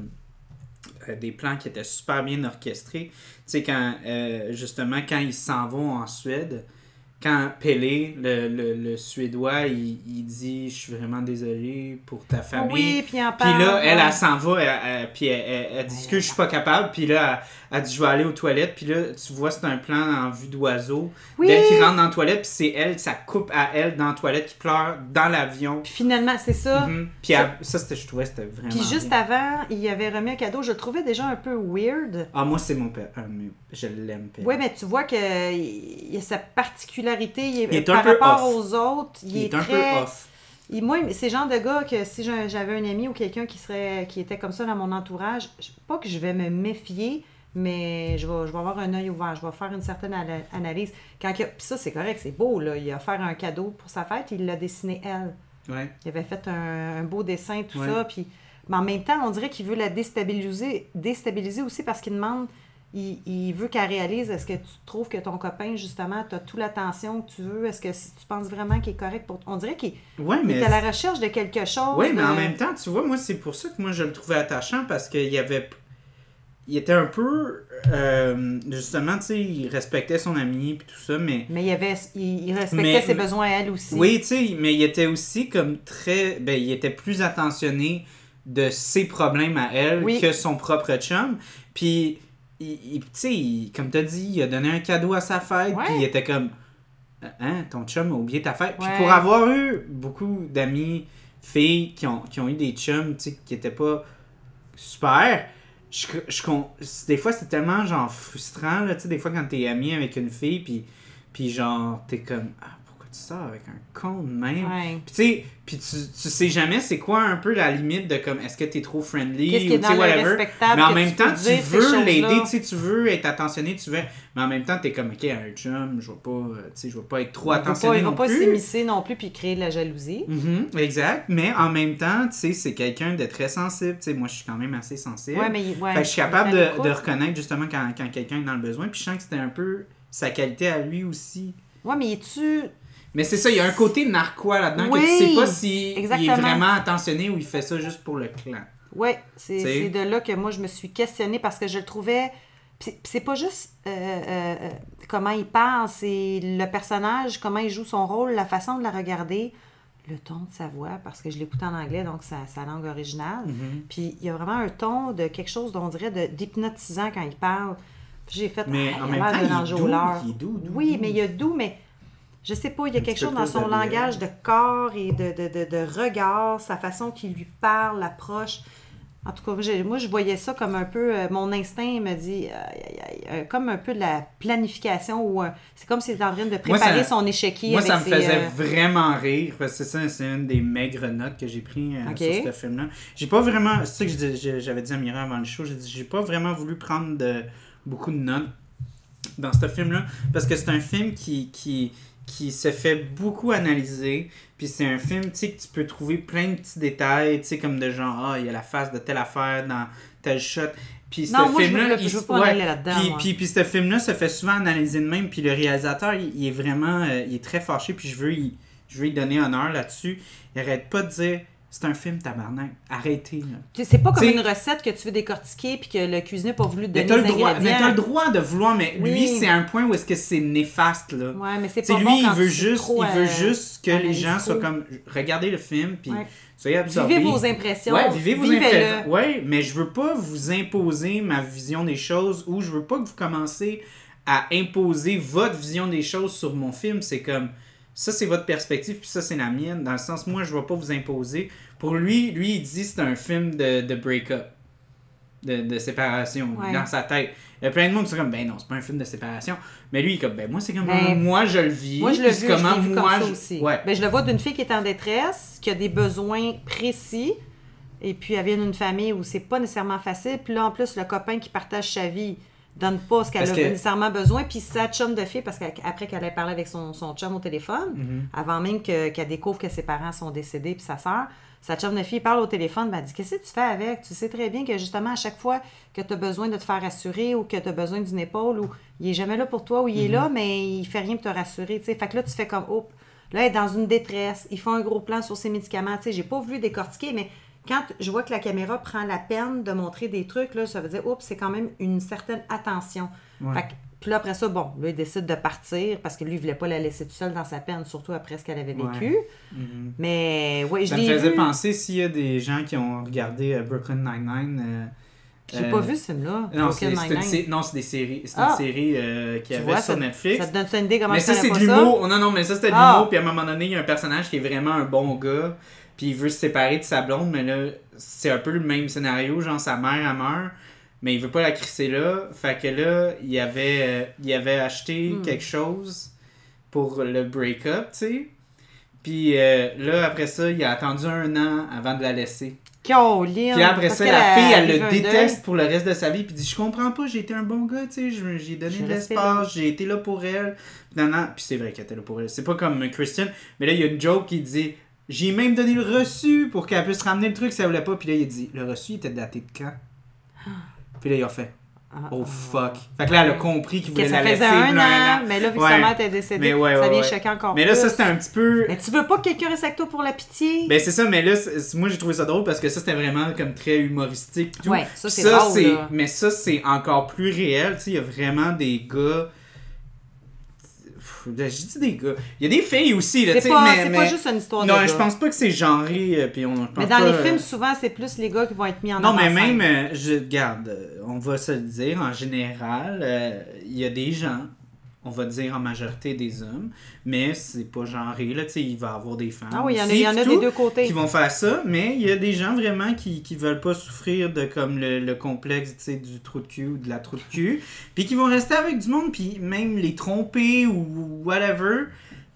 euh, des plans qui étaient super bien orchestrés. Tu sais, quand, euh, justement, quand ils s'en vont en Suède, quand Pelé, le, le, le Suédois, il, il dit « Je suis vraiment désolé pour ta famille ». Oui, puis en Puis parle. là, elle, ouais. elle s'en va, elle, elle- puis elle, elle, elle dit que je suis pas capable. Puis là, elle, elle dit je vais aller aux toilettes. Puis là, tu vois, c'est un plan en vue d'oiseau. Oui. D'elle qui rentre dans la toilette, puis c'est elle, ça coupe à elle dans la toilette qui pleure dans l'avion. Puis finalement, c'est ça. Mhm. Puis Ça- elle- ça, c'était, je trouvais c'était vraiment. Puis juste bien. avant, il avait remis un cadeau. Je le trouvais déjà un peu weird. Ah, moi, c'est mon père. Ah, mais je l'aime, Pelé. Oui, mais tu vois qu'il y a sa particularité. Il est, Il est par un peu rapport off. aux autres, il, Il est est, un très... peu off. Il- moi, c'est le genre de gars que si j'ai- j'avais un ami ou quelqu'un qui serait qui était comme ça dans mon entourage, je- pas que je vais me méfier, mais je vais, je vais avoir un œil ouvert. Je vais faire une certaine ala- analyse. Quand il a- Puis ça, c'est correct, c'est beau. Là. Il a offert un cadeau pour sa fête, il l'a dessiné elle. Ouais. Il avait fait un, un beau dessin, tout Ouais. ça. Puis... Mais en même temps, on dirait qu'il veut la déstabiliser, déstabiliser aussi parce qu'il demande, il, il veut qu'elle réalise, est-ce que tu trouves que ton copain, justement, tu as toute l'attention que tu veux? Est-ce que si tu penses vraiment qu'il est correct pour... On dirait qu'il Ouais, il mais. est à la recherche de quelque chose. Oui, mais de- en même temps, tu vois, moi, c'est pour ça que moi, je le trouvais attachant parce qu'il y avait. Il était un peu. euh, justement, tu sais, il respectait son ami puis tout ça, mais. Mais il, avait, il, il respectait Mais- ses besoins à elle aussi. Oui, tu sais, mais il était aussi comme très. Ben, il était plus attentionné de ses problèmes à elle Oui. que son propre chum. Puis, il, il- tu sais, il- comme tu as dit, il a donné un cadeau à sa fête, Ouais. puis il était comme. Hein, ton chum a oublié ta fête. Puis Ouais. pour avoir eu beaucoup d'amis filles qui ont, qui ont eu des chums, tu sais, qui étaient pas super. Je, je, con- des fois, c'est tellement genre frustrant, là, tu sais, des fois quand t'es ami avec une fille, puis, puis genre, t'es comme, ah, pourquoi tu sors avec un con de même. Ouais. Puis tu sais, puis tu, tu sais jamais c'est quoi un peu la limite de comme est-ce que t'es trop friendly Qu'est-ce qui ou est tu sais dans le whatever. respectable Mais en que même tu temps, peux tu dire ces veux choses-là. l'aider, tu sais, tu veux être attentionné, tu veux. Mais en même temps, t'es comme ok, un chum, je vais pas, euh, tu sais, je vais pas être trop Il va pas, attentionné il va non pas plus. s'immiscer non plus puis créer de la jalousie. Mhm, exact. Mais en même temps, tu sais, c'est quelqu'un de très sensible. Tu sais, moi, je suis quand même assez sensible. Ouais, mais il- ouais, fait que je suis il capable est à de, l'écoute. de reconnaître justement quand, quand quelqu'un est dans le besoin. Puis je sens que c'était un peu sa qualité à lui aussi. Ouais, mais es-tu... Mais c'est ça, il y a un côté narquois là-dedans Oui, que tu sais pas si il est exactement. vraiment attentionné ou il fait ça juste pour le clan. Ouais, c'est, T'sais. c'est de là que moi, je me suis questionnée parce que je le trouvais... Puis c'est, c'est pas juste euh, euh, euh, comment il parle, c'est le personnage, comment il joue son rôle, la façon de la regarder, le ton de sa voix, parce que je l'écoute en anglais, donc sa, sa langue originale. Mm-hmm. Puis il y a vraiment un ton de quelque chose dont on dirait de, d'hypnotisant quand il parle. Puis j'ai fait... Mais ah, en il a même l'air temps, d'un il est enjôleur. doux, il est doux, doux, Oui, doux. mais il est doux, mais je sais pas, il y a Un quelque petit chose peu dans plus son de bière. langage de corps et de, de, de, de regard, sa façon qu'il lui parle, l'approche. En tout cas, j'ai- moi, je voyais ça comme un peu... euh, mon instinct me dit... aïe, aïe, aïe, euh, comme un peu de la planification ou... euh, c'est comme s'il était en train de préparer ça- son échiquier Moi, avec ça me ses, faisait euh, vraiment rire, parce que c'est ça, c'est une des maigres notes que j'ai pris euh, Ok. sur ce film-là. J'ai pas vraiment, c'est ça que je dis- je- j'avais dit à Mira avant le show, j'ai dit, j'ai pas vraiment voulu prendre de, beaucoup de notes dans ce film-là, parce que c'est un film qui, qui, qui se fait beaucoup analyser, puis c'est un film, tu sais, que tu peux trouver plein de petits détails, tu sais, comme de genre, ah, il y a la face de telle affaire dans tel shot. Puis Non, ce moi, je film-là, veux- je il veux s- pas en aller là-dedans, Puis, moi. puis, puis ce film-là se fait souvent analyser de même, puis le réalisateur, il, il est vraiment, euh, il est très fâché, puis je veux, y, je veux lui donner honneur là-dessus. Il arrête pas de dire, c'est un film tabarnak, arrêtez, là. Tu sais, c'est pas comme T'sais- une recette que tu veux décortiquer puis que le cuisinier n'a pas voulu te Mais donner t'as le les droit, mais ingrédients. t'as le droit de vouloir, mais Oui. lui, c'est un point où est-ce que c'est néfaste, là. Ouais, mais c'est Tu sais, pas lui, bon il quand veut tu juste, trop, il veut euh, juste que les analyses gens trop. soient comme, regardez le film, puis Ouais. soyez absorbés. Vivez vos impressions. Ouais, vivez vos Vivez-le. impressions. Ouais, mais je veux pas vous imposer ma vision des choses ou je veux pas que vous commencez à imposer votre vision des choses sur mon film. C'est comme, ça c'est votre perspective puis ça c'est la mienne. Dans le sens, moi je vais pas vous imposer. Pour lui, lui il dit c'est un film de, de break-up, de, de séparation Ouais. dans sa tête. Il y a plein de monde qui sont comme, ben non, c'est pas un film de séparation. Mais lui, il est comme, ben moi c'est comme, Ben, moi je le vis. Moi, je le puis vis, c'est je comment l'ai vu moi comme ça je- aussi. Ouais. Ben, je le vois d'une fille qui est en détresse, qui a des besoins précis, et puis elle vient d'une famille où c'est pas nécessairement facile. Puis là, en plus, le copain qui partage sa vie donne pas ce qu'elle Parce a que- nécessairement besoin. Puis sa chum de fille, parce qu'après qu'elle ait parlé avec son, son chum au téléphone, Mhm. avant même que- qu'elle découvre que ses parents sont décédés, puis sa sœur, sa chum de fille parle au téléphone, ben, elle dit « Qu'est-ce que tu fais avec? Tu sais très bien que justement, à chaque fois que tu as besoin de te faire rassurer ou que tu as besoin d'une épaule, ou il est jamais là pour toi, ou il est là, mais il fait rien pour te rassurer. » Tu sais, fait que là, tu fais comme « Oh, là, elle est dans une détresse. Ils font un gros plan sur ses médicaments. » Tu sais, j'ai pas voulu décortiquer, mais quand je vois que la caméra prend la peine de montrer des trucs, là, ça veut dire « Oups, c'est quand même une certaine attention. Ouais. Fait que, puis là, après ça, bon, là, il décide de partir parce que lui, il voulait pas la laisser toute seule dans sa peine, surtout après ce qu'elle avait vécu. Ouais. Mhm. Mais, oui, je Ça me l'ai faisait vu. penser s'il y a des gens qui ont regardé euh, Brooklyn Nine-Nine. euh, J'ai euh, pas vu ce film-là. Non, Brooklyn c'est, c'est une, Nine-Nine. sé- non, c'est des séries. C'est Ah! une série euh, qu'il y Tu avait vois, sur ça- Netflix. Ça te donne une idée comment Mais je ça, connais c'est pas de ça? l'humour. Non, non, mais ça, c'était de Ah! l'humour. Puis à un moment donné, il y a un personnage qui est vraiment un bon gars. Puis il veut se séparer de sa blonde. Mais là, c'est un peu le même scénario. Genre, sa mère, elle meurt. Mais il veut pas la crisser là. Fait que là, il avait, euh, il avait acheté Hmm. quelque chose pour le break-up, tu sais. Puis euh, là, après ça, il a attendu un an avant de la laisser. Caroline, Puis après parce ça, qu'elle la a- fille, elle vit le un déteste deuil. pour le reste de sa vie. Puis dit, je comprends pas, j'ai été un bon gars, tu sais, je- j'ai donné Je de suis restée l'espace, j'ai été là pour elle. Puis, non, non. Puis c'est vrai qu'elle était là pour elle. C'est pas comme Christian, mais là, il y a une joke qui dit, j'ai même donné le reçu pour qu'elle puisse ramener le truc si elle voulait pas. Puis là, il a dit, le reçu il était daté de quand? Puis là, il a fait, Ah, oh ah, fuck. Fait que là, elle a compris qu'il Que voulait ça la laisser. faisait un puis là, an, mais là, vu que Ouais. sa mère était décédée, Mais ouais, ça ouais, vient ouais. choquer encore Mais là, plus. ça, c'était un petit peu... Mais tu veux pas que quelqu'un reste avec toi pour la pitié? Ben c'est ça, mais là, c'est- moi j'ai trouvé ça drôle parce que ça c'était vraiment comme très humoristique. pis Tout. Ouais, ça, Pis c'est drôle, là. Mais ça c'est encore plus réel, tu sais, il y a vraiment des gars. Pff, J'ai dit des gars. Il y a des filles aussi, là, tu C'est sais, pas, mais. c'est mais... pas juste une histoire Non, de je gars. pense pas que c'est genré, euh, puis on. je pense Mais dans pas, les euh, films, souvent, c'est plus les gars qui vont être mis en Non, mais avant-scène. même, euh, je garde, euh, on va se le dire, en général, euh, il y a des gens, on va dire en majorité des hommes, mais c'est pas genré, là, tu sais, il va y avoir des femmes. Ah oui, il y en a, aussi, il y en pis a tout, des deux côtés. qui vont faire ça, mais il y a des gens vraiment qui, qui veulent pas souffrir de comme le, le complexe, tu sais, du trou de cul ou de la trou de cul, puis qui vont rester avec du monde, puis même les tromper ou whatever.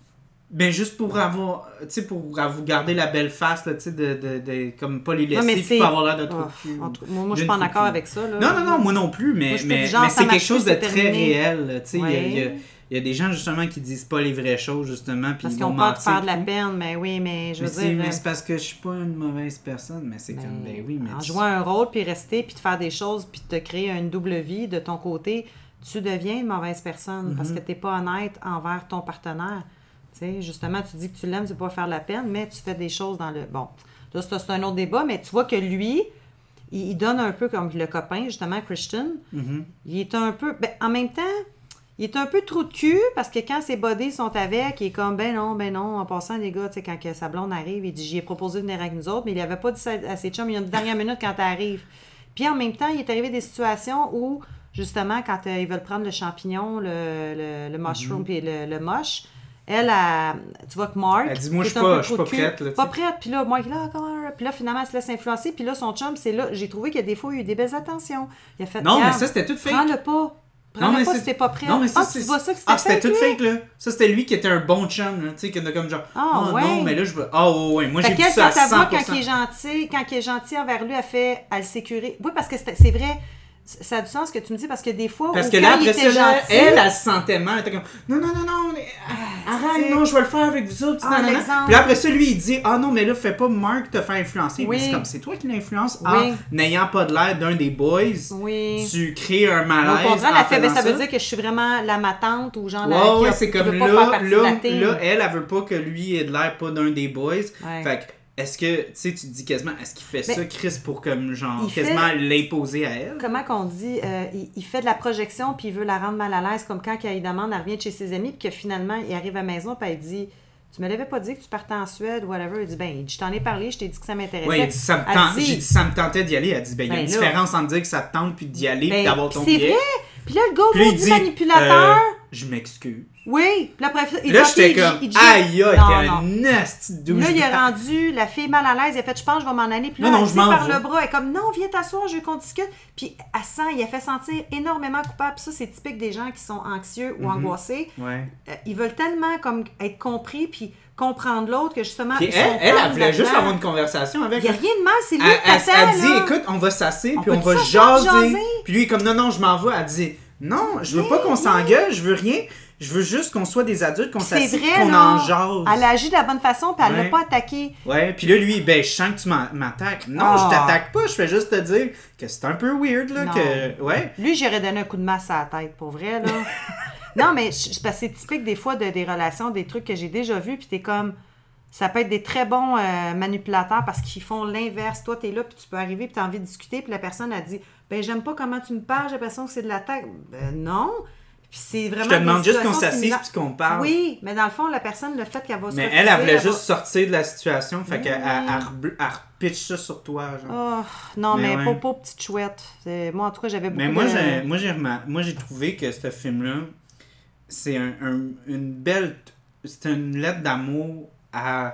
Ben, juste pour avoir, tu sais, pour vous garder la belle face, là, tu sais, de, de, de, comme pas les Non, mais laisser, c'est- puis pas avoir l'air de trop Oh, cul. en tout cas, moi, moi, je suis pas en accord avec ça. Là. Non, non, non, moi non plus, mais, Moi, je peux mais, dire, genre, mais ça c'est quelque marche chose de plus, c'est très terminé. réel, là, tu sais, il y a- il y, a, Ouais. il y a des gens, justement, qui disent pas les vraies choses, justement, puis Parce ils qu'ils vont ont peur de mentir faire de la et tout. peine, mais oui, mais je Mais veux c'est, dire... mais euh, c'est parce que je suis pas une mauvaise personne, mais c'est comme, ben oui, mais... en tu- jouant un rôle, puis rester, puis de faire des choses, puis de te créer une double vie de ton côté, tu deviens une mauvaise personne parce que tu n'es pas honnête envers ton partenaire. Tu sais, justement, tu dis que tu l'aimes, tu ne pas faire de la peine, mais tu fais des choses dans le... Bon, là, c'est, c'est un autre débat, mais tu vois que lui, il, il donne un peu comme le copain, justement, Christian. Mhm. Il est un peu... Ben, en même temps, il est un peu trou de cul parce que quand ses buddies sont avec, il est comme, ben non, ben non, en passant, les gars, tu sais, quand que sa blonde arrive, il dit, j'y ai proposé de venir avec nous autres, mais il avait pas dit ça à ses chums, il y a une dernière minute quand t'arrives. Puis en même temps, il est arrivé des situations où, justement, quand euh, ils veulent prendre le champignon, le, le, le mushroom, puis le, le moche, elle, a, tu vois que Mark... Elle dit, moi, je qui suis est un pas, peu je suis trou pas de cul, prête, là, tu Pas sais. prête, puis là, Mark, là, comment... Puis là, finalement, elle se laisse influencer, puis là, son chum, c'est là, j'ai trouvé que des fois, il y a eu des belles attentions. Il a fait, Non, mais regarde, ça, c'était tout fake. prends-le pas. Prends-le pas si t'es pas prêt. Non, mais ça, ah, c'est... tu vois ça que c'était Ah, c'était fake, tout lui? fake, là. Ça, c'était lui qui était un bon chum, là. Tu sais, qui était comme genre... Ah, oh, ouais. non, mais là, je veux... Ah, oh, ouais, moi, Fait j'ai vu qu'elle, ça à quand elle cent voit pour cent. quand il est gentil, quand il est gentil envers lui, elle fait, elle le sécurise. Oui, parce que c'est, c'est vrai, ça a du sens ce que tu me dis, parce que des fois, Parce où que quand là, il après était ça, là, gentil, elle, elle se sentait mal. Elle était comme, non, non, non, non, mais, arrête, c'est- non, je vais le faire avec vous autres. Ah, non, non, non. l'exemple. Puis là, après ça, lui, il dit, ah non, mais là, fais pas Mark te faire influencer. Oui. Mais c'est comme, c'est toi qui l'influence Oui. en n'ayant pas de l'air d'un des boys. Oui. Tu crées un Au malaise. contraire, en elle fait, ben, faisant ça veut dire que je suis vraiment la matante ou genre Ouais, la qui ouais, a- c'est qui comme veut pas faire là, partie de la là, team. là, elle, elle veut pas que lui ait de l'air pas d'un des boys. Ouais. Fait que, est-ce que, tu sais, tu te dis quasiment, est-ce qu'il fait Mais ça, Chris, pour comme, genre, il quasiment fait- l'imposer à elle? Comment qu'on dit, euh, il, il fait de la projection puis il veut la rendre mal à l'aise, comme quand il demande, elle revient de chez ses amis puis que finalement, il arrive à la maison puis elle dit, tu me l'avais pas dit que tu partais en Suède ou whatever. Il dit, ben, il dit, je t'en ai parlé, je t'ai dit que ça m'intéressait. Ouais, il dit, ça me Elle tente- dit- j'ai dit, ça me tentait d'y aller. Elle dit, ben, il y a Ben une là. différence entre dire que ça te tente puis d'y aller Ben, puis d'avoir ton c'est billet. vrai. Puis là, le gars, Puis là, il maudit dit, manipulateur. euh, je m'excuse. Oui. Puis là, après, il Là, dit, j'étais ok, il- comme, il dit- aïe, aïe, Non, t'es non. un nasty douche. Là, il a rendu la fille mal à l'aise. Il a fait, je pense, que je vais m'en aller. Puis là, Non, non, elle je tire m'en par vais. le bras. Elle est comme, non, viens t'asseoir, je veux qu'on discute. Puis elle sent, il a fait sentir énormément coupable. Puis ça, c'est typique des gens qui sont anxieux ou Mhm. angoissés. Ouais. Euh, ils veulent tellement comme être compris puis comprendre l'autre que justement. Puis ils elle, sont elle, elle calmes voulait juste là-dedans. avoir une conversation avec Il n'y a elle. rien de mal, c'est lui Elle, qui elle, t'attend, elle dit, là. écoute, on va s'asseoir On puis on peut-tu va s'asseoir, jaser. jaser? Puis lui, il est comme, non, non, je m'en vais. Elle dit, non, je veux pas qu'on s'engueule, je veux rien. Je veux juste qu'on soit des adultes, qu'on C'est s'assied vrai, puis qu'on là. en jase. Elle a agi de la bonne façon puis elle Ouais. l'a pas attaqué. Ouais, puis là, lui, ben, je sens que tu m'en- m'attaques. Non, Ah. je t'attaque pas, je fais juste te dire que c'est un peu weird, là, Non. que... Ouais. Lui, j'aurais donné un coup de masse à la tête, pour vrai, là. Non, mais je- je- parce que c'est typique des fois de, des relations, des trucs que j'ai déjà vus, puis t'es comme... Ça peut être des très bons euh, manipulateurs parce qu'ils font l'inverse. Toi, t'es là, puis tu peux arriver, puis t'as envie de discuter, puis la personne a dit « Ben, j'aime pas comment tu me parles, j'ai l'impression que c'est de l'attaque. » Ben non. Puis c'est vraiment Je te demande des juste qu'on situations s'assise similaires. puis qu'on parle. Oui, mais dans le fond, la personne, le fait qu'elle va se Mais refuser, elle, elle voulait va- juste sortir de la situation, fait Oui. qu'elle elle, elle rebl- elle repitche ça sur toi, genre. Oh, non, Mais mais, ouais. pas, pas petite chouette. C'est- Moi, en tout cas, j'avais beaucoup Mais moi, de... j'ai, moi, j'ai, remar- moi, j'ai trouvé que ce film-là, c'est un, un- une belle... C'est une lettre d'amour à...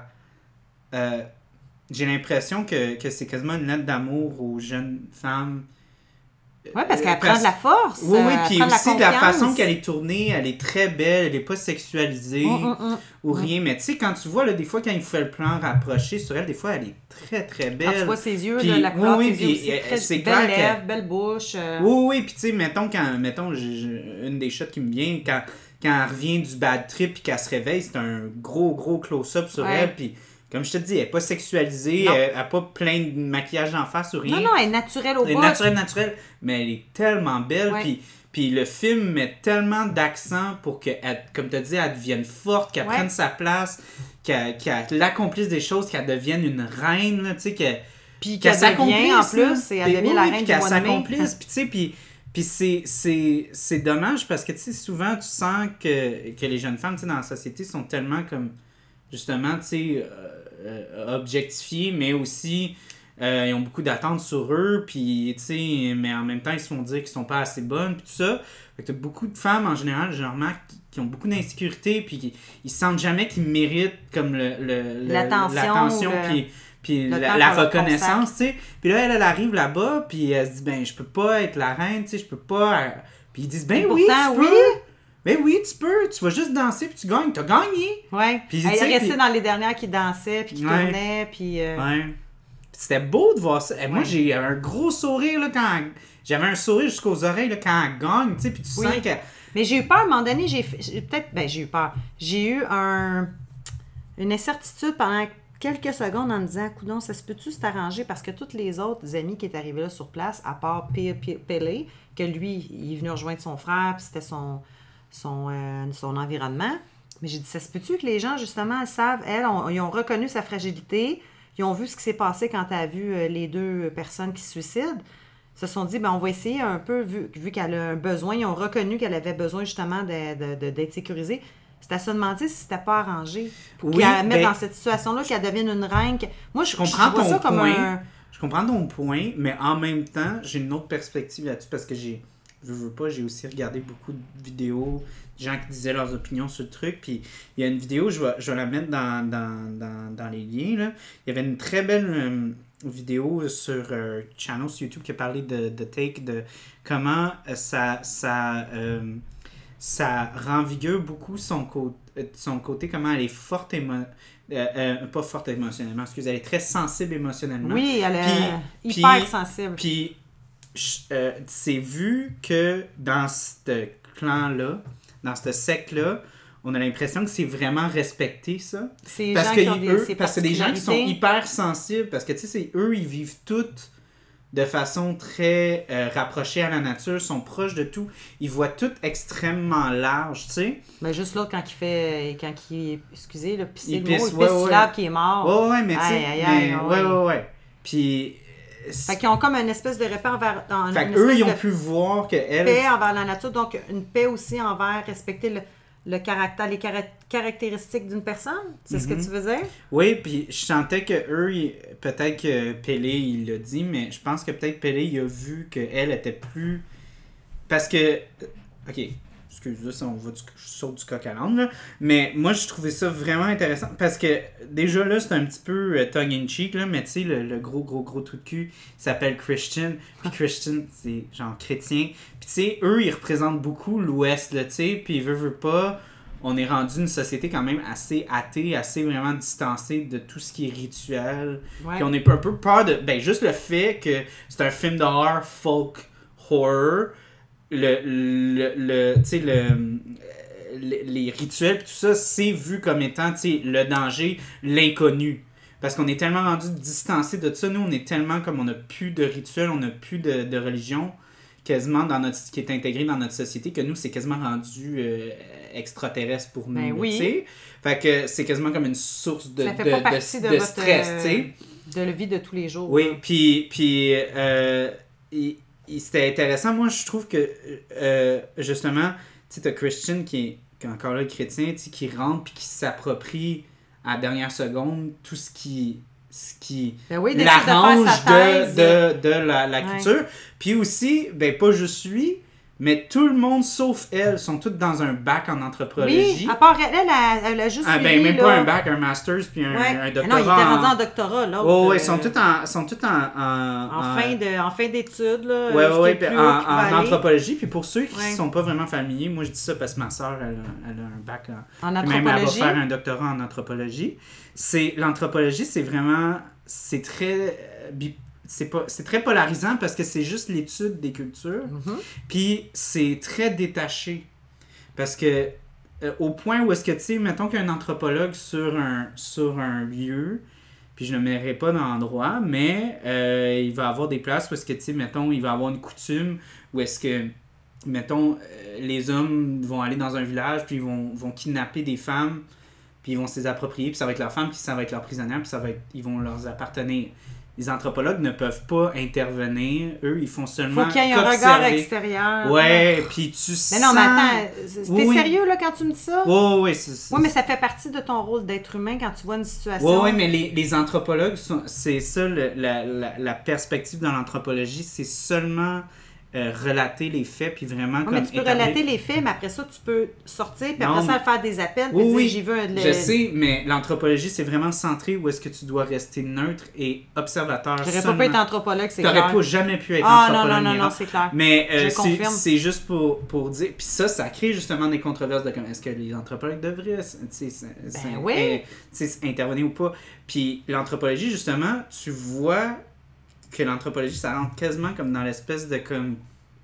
euh, j'ai l'impression que, que c'est quasiment une lettre d'amour aux jeunes femmes. Oui, parce qu'elle Euh, prend de la force. Oui, oui, euh, puis prend de la aussi de la confiance. façon qu'elle est tournée, elle est très belle, elle est pas sexualisée Hum, hum, hum. ou rien. Mais tu sais, quand tu vois, là, des fois, quand il fait le plan rapproché sur elle, des fois, elle est très, très belle. Quand tu vois ses yeux, Puis, là, la couleur oui, de ses oui, yeux puis, aussi, euh, très c'est belle clair lèvres, que- belle bouche. euh. Oui, oui, puis tu sais, mettons, quand, mettons j'ai, j'ai- une des shots qui me vient, quand, quand elle revient du bad trip puis qu'elle se réveille, c'est un gros, gros close-up sur Ouais. elle. Puis, comme je te dis, elle n'est pas sexualisée, Non. elle n'a pas plein de maquillage en face ou rien. Non, non, elle est naturelle au Elle est bout. naturelle, naturelle, mais elle est tellement belle. Ouais. Puis, puis le film met tellement d'accent pour que, elle, comme tu as dit, elle devienne forte, qu'elle Ouais. prenne sa place, qu'elle, qu'elle accomplisse des choses, qu'elle devienne une reine, là, tu sais, que, Puis qu'elle qu'elle devient en s'accomplisse, plus, là. et elle Puis, devient oui, la oui, reine puis du qu'elle mois de mai. s'accomplisse, puis tu sais, puis... Puis c'est, c'est, c'est dommage parce que, tu sais, souvent, tu sens que, que les jeunes femmes, tu sais, dans la société, sont tellement comme, justement, tu sais, euh, euh, objectifiées, mais aussi, euh, ils ont beaucoup d'attentes sur eux, puis, tu sais, mais en même temps, ils se font dire qu'ils sont pas assez bonnes, puis tout ça. Fait que t'as beaucoup de femmes, en général, je remarque, qui, qui ont beaucoup d'insécurité, puis qui, ils sentent jamais qu'ils méritent, comme, le, le, le- L'attention, l'attention, le- puis... Puis le la, temps la qu'on leur reconnaissance, tu sais. Puis là, elle, elle arrive là-bas, puis elle se dit, ben, je peux pas être la reine, tu sais, je peux pas... Puis ils disent, ben Et oui, pourtant, tu oui. peux. Mais oui, tu peux, tu vas juste danser puis tu gagnes, t'as gagné! Ouais. Puis, Elle tu sais, est restée puis- dans les dernières qui dansaient, puis qui Ouais. tournaient, puis... euh, Ouais. Puis c'était beau de voir ça. Et moi, Ouais. j'ai un gros sourire là, quand. elle- J'avais un sourire jusqu'aux oreilles là, quand elle gagne, tu sais, puis tu Oui. sens que. Mais j'ai eu peur, à un moment donné, j'ai fait- j'ai peut-être... Ben, j'ai eu peur. J'ai eu un... une incertitude pendant quelques secondes en me disant, coudonc, ça se peut-tu s'arranger? Parce que tous les autres amis qui étaient arrivés là sur place, à part P- P- Pele, que lui, il est venu rejoindre son frère, puis c'était son, son, euh, son environnement. Mais j'ai dit, ça se peut-tu que les gens, justement, elles savent, elles, ont- ils ont reconnu sa fragilité, ils ont vu ce qui s'est passé quand tu as vu euh, les deux personnes qui se suicident. Ils se sont dit, ben, on va essayer un peu, vu, vu qu'elle a un besoin, ils ont reconnu qu'elle avait besoin justement de, de- de- d'être sécurisée. C'était à se demander si c'était pas arrangé. Pour Oui, qu'elle mette ben- dans cette situation-là, qu'elle devienne une reine. que- Moi, je, Je comprends je vois ton ça comme point. un... Je comprends ton point, mais en même temps, j'ai une autre perspective là-dessus parce que j'ai, je veux pas, j'ai aussi regardé beaucoup de vidéos, de gens qui disaient leurs opinions sur le truc. Puis il y a une vidéo, je vais, je vais la mettre dans, dans, dans, dans les liens. Là. Il y avait une très belle euh, vidéo sur euh, channel sur YouTube qui a parlé de, de Take, de comment euh, ça, ça, euh, ça renvigueur beaucoup son, cô- euh, son côté, comment elle est forte émo- euh, euh, pas forte émotionnellement, excusez, elle est très sensible émotionnellement. Oui, elle est Puis- hyper puis- sensible. Puis, je- euh, c'est vu que dans ce clan-là, dans ce secte-là, on a l'impression que c'est vraiment respecté, ça. C'est Parce gens que, qui ont des, eux, ces parce que c'est des gens qui sont particularités. hyper sensibles. Parce que, tu sais, c'est- eux, ils vivent toutes de façon très euh, rapprochée à la nature, sont proches de tout. Ils voient tout extrêmement large, tu sais. Mais juste l'autre, quand il fait... Quand il... Excusez, le pisser Il le mot, pisse, il ouais, pisse ouais. syllabe qui est mort. Ouais, ouais, mais tu sais, Aïe, aïe, mais- aïe, ouais, ouais. ouais, ouais. Puis, euh, Fait qu'ils ont comme une espèce de repère envers... dans- fait une qu'eux, espèce ils ont de pu voir que elle, paix envers la nature, donc une paix aussi envers respecter le, le caractère, les cara- caractéristiques d'une personne. C'est ce que Mhm. tu veux dire? oui, puis je sentais que eux, ils- peut-être que Pelé, il l'a dit, mais je pense que peut-être Pelé, il a vu qu'elle était plus... Parce que... Ok, excuse-moi, ça, on va du, je saute du coq à l'âne, là. Mais moi, je trouvais ça vraiment intéressant. Parce que, déjà, là, c'est un petit peu euh, tongue-in-cheek, là, mais tu sais, le, le gros, gros, gros trou de cul, il s'appelle Christian. Puis Christian, c'est genre chrétien. Puis tu sais, eux, ils représentent beaucoup l'Ouest, là, tu sais. Puis, veut, veut pas... On est rendu une société quand même assez athée, assez vraiment distancée de tout ce qui est rituel. Ouais. Puis on est un peu peur de... Ben, juste le fait que c'est un film d'horreur folk horror, le... le, le tu sais, le... euh, Les, les rituels pis tout ça, c'est vu comme étant, tu sais, le danger, l'inconnu. Parce qu'on est tellement rendu distancé de ça. Nous, on est tellement comme on n'a plus de rituels, on n'a plus de, de religion quasiment dans notre qui est intégré dans notre société, que nous, c'est quasiment rendu euh, extraterrestre pour nous. Ben là, oui. tu sais. Fait que c'est quasiment comme une source de, Ça fait de, pas de- partie de, de votre, stress, euh, tu sais. de la vie de tous les jours. Oui, là. puis, puis euh, il- il- c'était intéressant. Moi, je trouve que, euh, justement, tu sais, t'as Christian qui est, qui est encore là, le chrétien, tu sais, qui rentre puis qui s'approprie à la dernière seconde tout ce qui, ce qui Ben oui, décide de faire l'arrange sa thèse. de, de, de la, la Ouais. culture. Puis aussi, ben pas juste lui, mais tout le monde sauf elle sont tous dans un bac en anthropologie. Oui, à part elle, elle a, elle a juste Ah, ben suivi, même là. pas un bac, un master's puis un, Ouais. un Ah doctorat. non, il était en- rendu en doctorat, là. Ouais, ouais, ils sont tous en, sont tous en, en, En fin de, en fin d'études, là. Ouais, euh, ce ouais, ouais, qui est puis le en, plus haut qu'il en va aller. anthropologie. Puis pour ceux qui Ouais. ne sont pas vraiment familiers, moi je dis ça parce que ma soeur, elle a, elle a un bac en. En Puis même elle va anthropologie. faire un doctorat en anthropologie. C'est, l'anthropologie, c'est vraiment. C'est très. euh, bi- C'est, pas, c'est très polarisant parce que c'est juste l'étude des cultures. Mhm. Puis c'est très détaché. Parce que, euh, au point où est-ce que, tu sais, mettons qu'il y a un anthropologue sur un, sur un lieu, puis je ne mets pas dans l'endroit, mais euh, il va avoir des places où est-ce que, tu sais, mettons, il va avoir une coutume où est-ce que, mettons, euh, les hommes vont aller dans un village, puis ils vont, vont kidnapper des femmes, puis ils vont se les approprier, puis ça va être leur femme, puis ça va être leur prisonnière, puis ça va être, ils vont leur appartenir. Les anthropologues ne peuvent pas intervenir. Eux, ils font seulement Faut qu'il y ait un regard qu'observer. extérieur. Ouais, puis tu Mais sens... non, mais attends, c'est- Oui, t'es oui. sérieux, là, quand tu me dis ça? Ouais, ouais, c'est... c'est- Oui, mais ça fait partie de ton rôle d'être humain quand tu vois une situation. Ouais, ouais, mais les, les anthropologues, sont- c'est ça, le- la, la, la perspective dans l'anthropologie, c'est seulement euh, relater les faits, puis vraiment ouais, comme... mais tu peux établir... relater les faits, mais après ça, tu peux sortir, puis Non, après ça, mais... faire des appels, puis oui, dire, oui, j'ai vu un... je sais, mais l'anthropologie, c'est vraiment centré où est-ce que tu dois rester neutre et observateur J'aurais seulement. pas pu être anthropologue, c'est T'aurais clair. pas jamais pu être ah, anthropologue. non, non, non, miracle. non, c'est clair. Mais euh, Je c'est, confirme. c'est juste pour, pour dire... Puis ça, ça crée justement des controverses de comme est-ce que les anthropologues devraient tu sais, ben oui. intervenir ou pas. Puis l'anthropologie, justement, tu vois que l'anthropologie, ça rentre quasiment comme dans l'espèce de comme...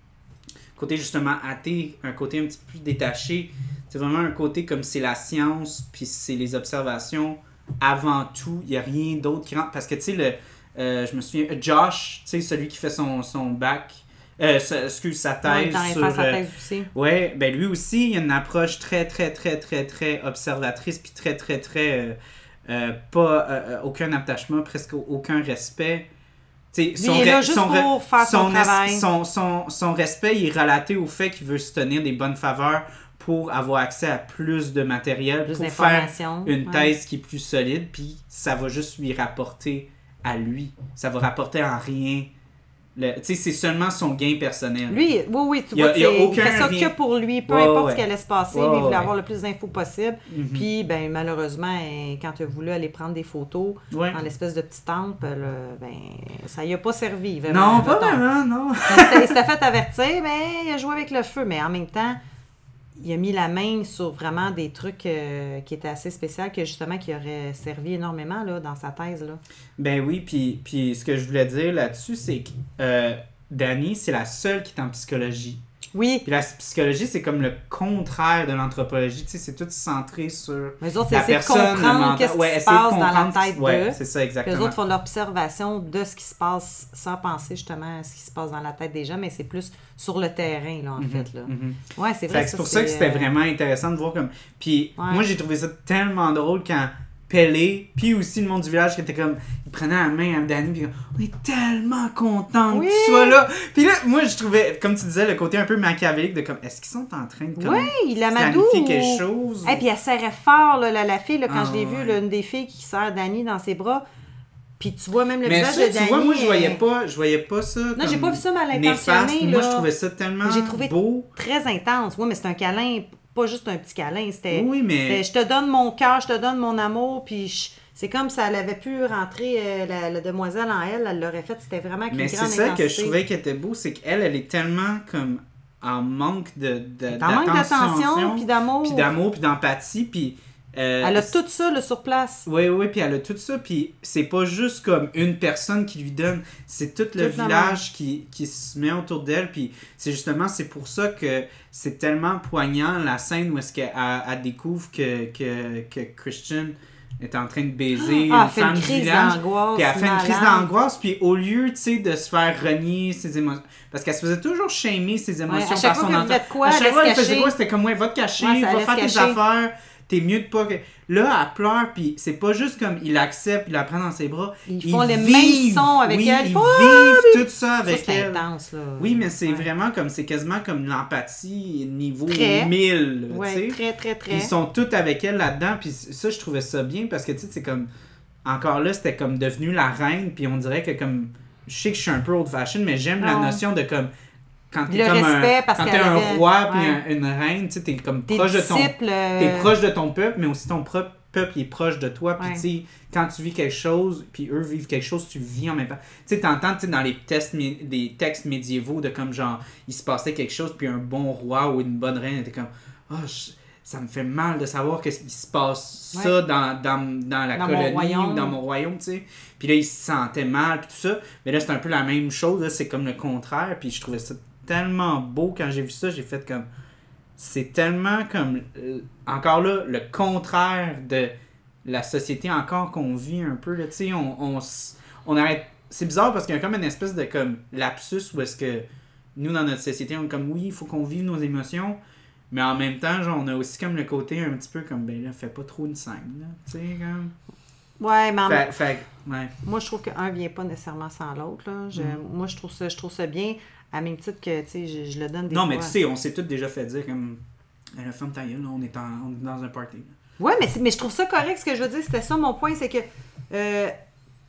côté justement athée, un côté un petit peu détaché. C'est vraiment un côté comme c'est la science, puis c'est les observations avant tout. Il n'y a rien d'autre qui rentre. Parce que, tu sais, le, euh, je me souviens, Josh, tu sais, celui qui fait son, son bac, euh, sa, excuse, sa thèse ouais, sur... sa thèse aussi. Ouais, ben lui aussi, il y a une approche très, très, très, très, très observatrice, puis très, très, très... Euh, euh, pas... Euh, aucun attachement, presque aucun respect. T'sais, son, il est là juste son, pour faire son, son travail. Son, son, son respect il est relaté au fait qu'il veut se tenir des bonnes faveurs pour avoir accès à plus de matériel, plus pour faire une ouais. thèse qui est plus solide, puis ça va juste lui rapporter à lui. Ça va rapporter en rien. Le, c'est seulement son gain personnel. Lui, oui, oui, tu il vois, y a, il, y a aucun il fait ça rien. que pour lui, peu ouais, importe ouais. ce qui allait se passer, ouais, lui, il voulait ouais. avoir le plus d'infos possible. Mm-hmm. Puis, ben, malheureusement, quand il a voulu aller prendre des photos ouais. dans l'espèce de petit temple, là, ben, ça y a pas servi. Vraiment, non, pas vraiment, non. Il s'était fait avertir, mais il a joué avec le feu. Mais en même temps, il a mis la main sur vraiment des trucs euh, qui étaient assez spéciaux, que justement, qui auraient servi énormément là, dans sa thèse. Là. Ben oui, puis, puis ce que je voulais dire là-dessus, c'est que euh, Dani, c'est la seule qui est en psychologie. Oui. Puis la psychologie, c'est comme le contraire de l'anthropologie. Tu sais, c'est tout centré sur mais autres, la c'est personne. de comprendre qu'est-ce ouais, qui se passe dans la tête d'eux. Ouais, c'est ça, exactement. Puis les autres font de l'observation de ce qui se passe sans penser justement à ce qui se passe dans la tête des gens, mais c'est plus sur le terrain, là, en mm-hmm, fait. Là. Mm-hmm. Ouais, c'est vrai. C'est pour ça que c'était euh... vraiment intéressant de voir comme... Puis ouais. moi, j'ai trouvé ça tellement drôle quand Pelé, puis aussi le monde du village qui était comme... Il prenait la main à Dani, puis on est tellement contents oui. que tu sois là. Puis là, moi, je trouvais, comme tu disais, le côté un peu machiavélique de comme, est-ce qu'ils sont en train de comme, oui, il a planifier quelque chose? Et puis elle serrait fort, là, la, la fille, là, quand ah, je l'ai vue, ouais. là, une des filles qui serre Dani dans ses bras. Puis tu vois même le mais visage ça, de Dani. tu vois, moi, je voyais euh... pas, je voyais pas ça. Non, j'ai pas vu ça mal intentionné. Moi, je trouvais ça tellement j'ai trouvé beau. Très intense. Oui, mais c'est un câlin, pas juste un petit câlin. C'était, oui, mais... c'était je te donne mon cœur, je te donne mon amour, puis je... c'est comme si elle avait pu rentrer euh, la, la demoiselle en elle, elle l'aurait fait. C'était vraiment avec mais une grande c'est ça intensité. que je trouvais qui était beau, c'est qu'elle, elle est tellement comme en manque de, de en manque d'attention, puis d'amour. Puis d'amour, puis d'empathie, puis... Euh, elle a tout ça là, sur place. Oui, oui, puis elle a tout ça, puis c'est pas juste comme une personne qui lui donne, c'est tout le tout village qui, qui se met autour d'elle, puis c'est justement, c'est pour ça que c'est tellement poignant la scène où est-ce qu'elle elle découvre que, que, que Christian est en train de baiser ah, une femme une du village, puis elle fait une crise malade. d'angoisse, puis au lieu, tu sais, de se faire renier ses émotions, parce qu'elle se faisait toujours shamer ses émotions ouais, à par son enfant. À chaque fois, elle faisait quoi? C'était comme, ouais, va te cacher, ouais, va faire cacher. tes affaires. T'es mieux de pas que... Là, elle pleure, puis c'est pas juste comme il l'accepte, il la prend dans ses bras. Ils, ils font les vivent, mêmes sons avec oui, elle. Ils oh, vivent tout ça avec ça, c'est elle. intense, là. Oui, mais c'est ouais. vraiment comme... C'est quasiment comme l'empathie niveau très, mille. Ouais, tu sais. très, très, très. Ils sont tous avec elle là-dedans, puis ça, je trouvais ça bien, parce que, tu sais, c'est comme... Encore là, c'était comme devenu la reine, puis on dirait que comme... Je sais que je suis un peu old-fashioned, mais j'aime non. la notion de comme... Quand t'es comme un, quand t'es un avait... roi puis ouais. un, une reine, tu sais, t'es comme T'es proche disciple, de ton, t'es proche de ton peuple, mais aussi ton propre peuple est proche de toi. Puis ouais. tu sais, quand tu vis quelque chose, puis eux vivent quelque chose, tu vis en même temps. Tu sais, t'entends, tu sais, dans les tests, des textes médiévaux de comme genre, il se passait quelque chose, puis un bon roi ou une bonne reine était comme, oh, je, ça me fait mal de savoir qu'il se passe ouais. ça dans, dans, dans la dans colonie ou dans mon royaume, tu sais. Puis là, il se sentait mal, puis tout ça. Mais là, c'est un peu la même chose, là, c'est comme le contraire, puis je trouvais ça tellement beau quand j'ai vu ça, j'ai fait comme c'est tellement comme euh, encore là le contraire de la société encore qu'on vit un peu là, tu sais, on, on, on arrête, c'est bizarre parce qu'il y a comme une espèce de comme lapsus où est-ce que nous dans notre société on est comme oui il faut qu'on vive nos émotions, mais en même temps genre on a aussi comme le côté un petit peu comme ben là fais pas trop une scène là, tu sais comme ouais mais fait, fait, ouais. moi je trouve qu'un vient pas nécessairement sans l'autre là. Je, mm. moi je trouve ça je trouve ça bien. À même titre que, tu sais, je, je le donne des Non, fois. mais tu sais, on s'est tous déjà fait dire comme la femme ta gueule, on est, en, on est dans un party. Oui, mais, mais je trouve ça correct. Ce que je veux dire, c'était ça mon point, c'est que euh,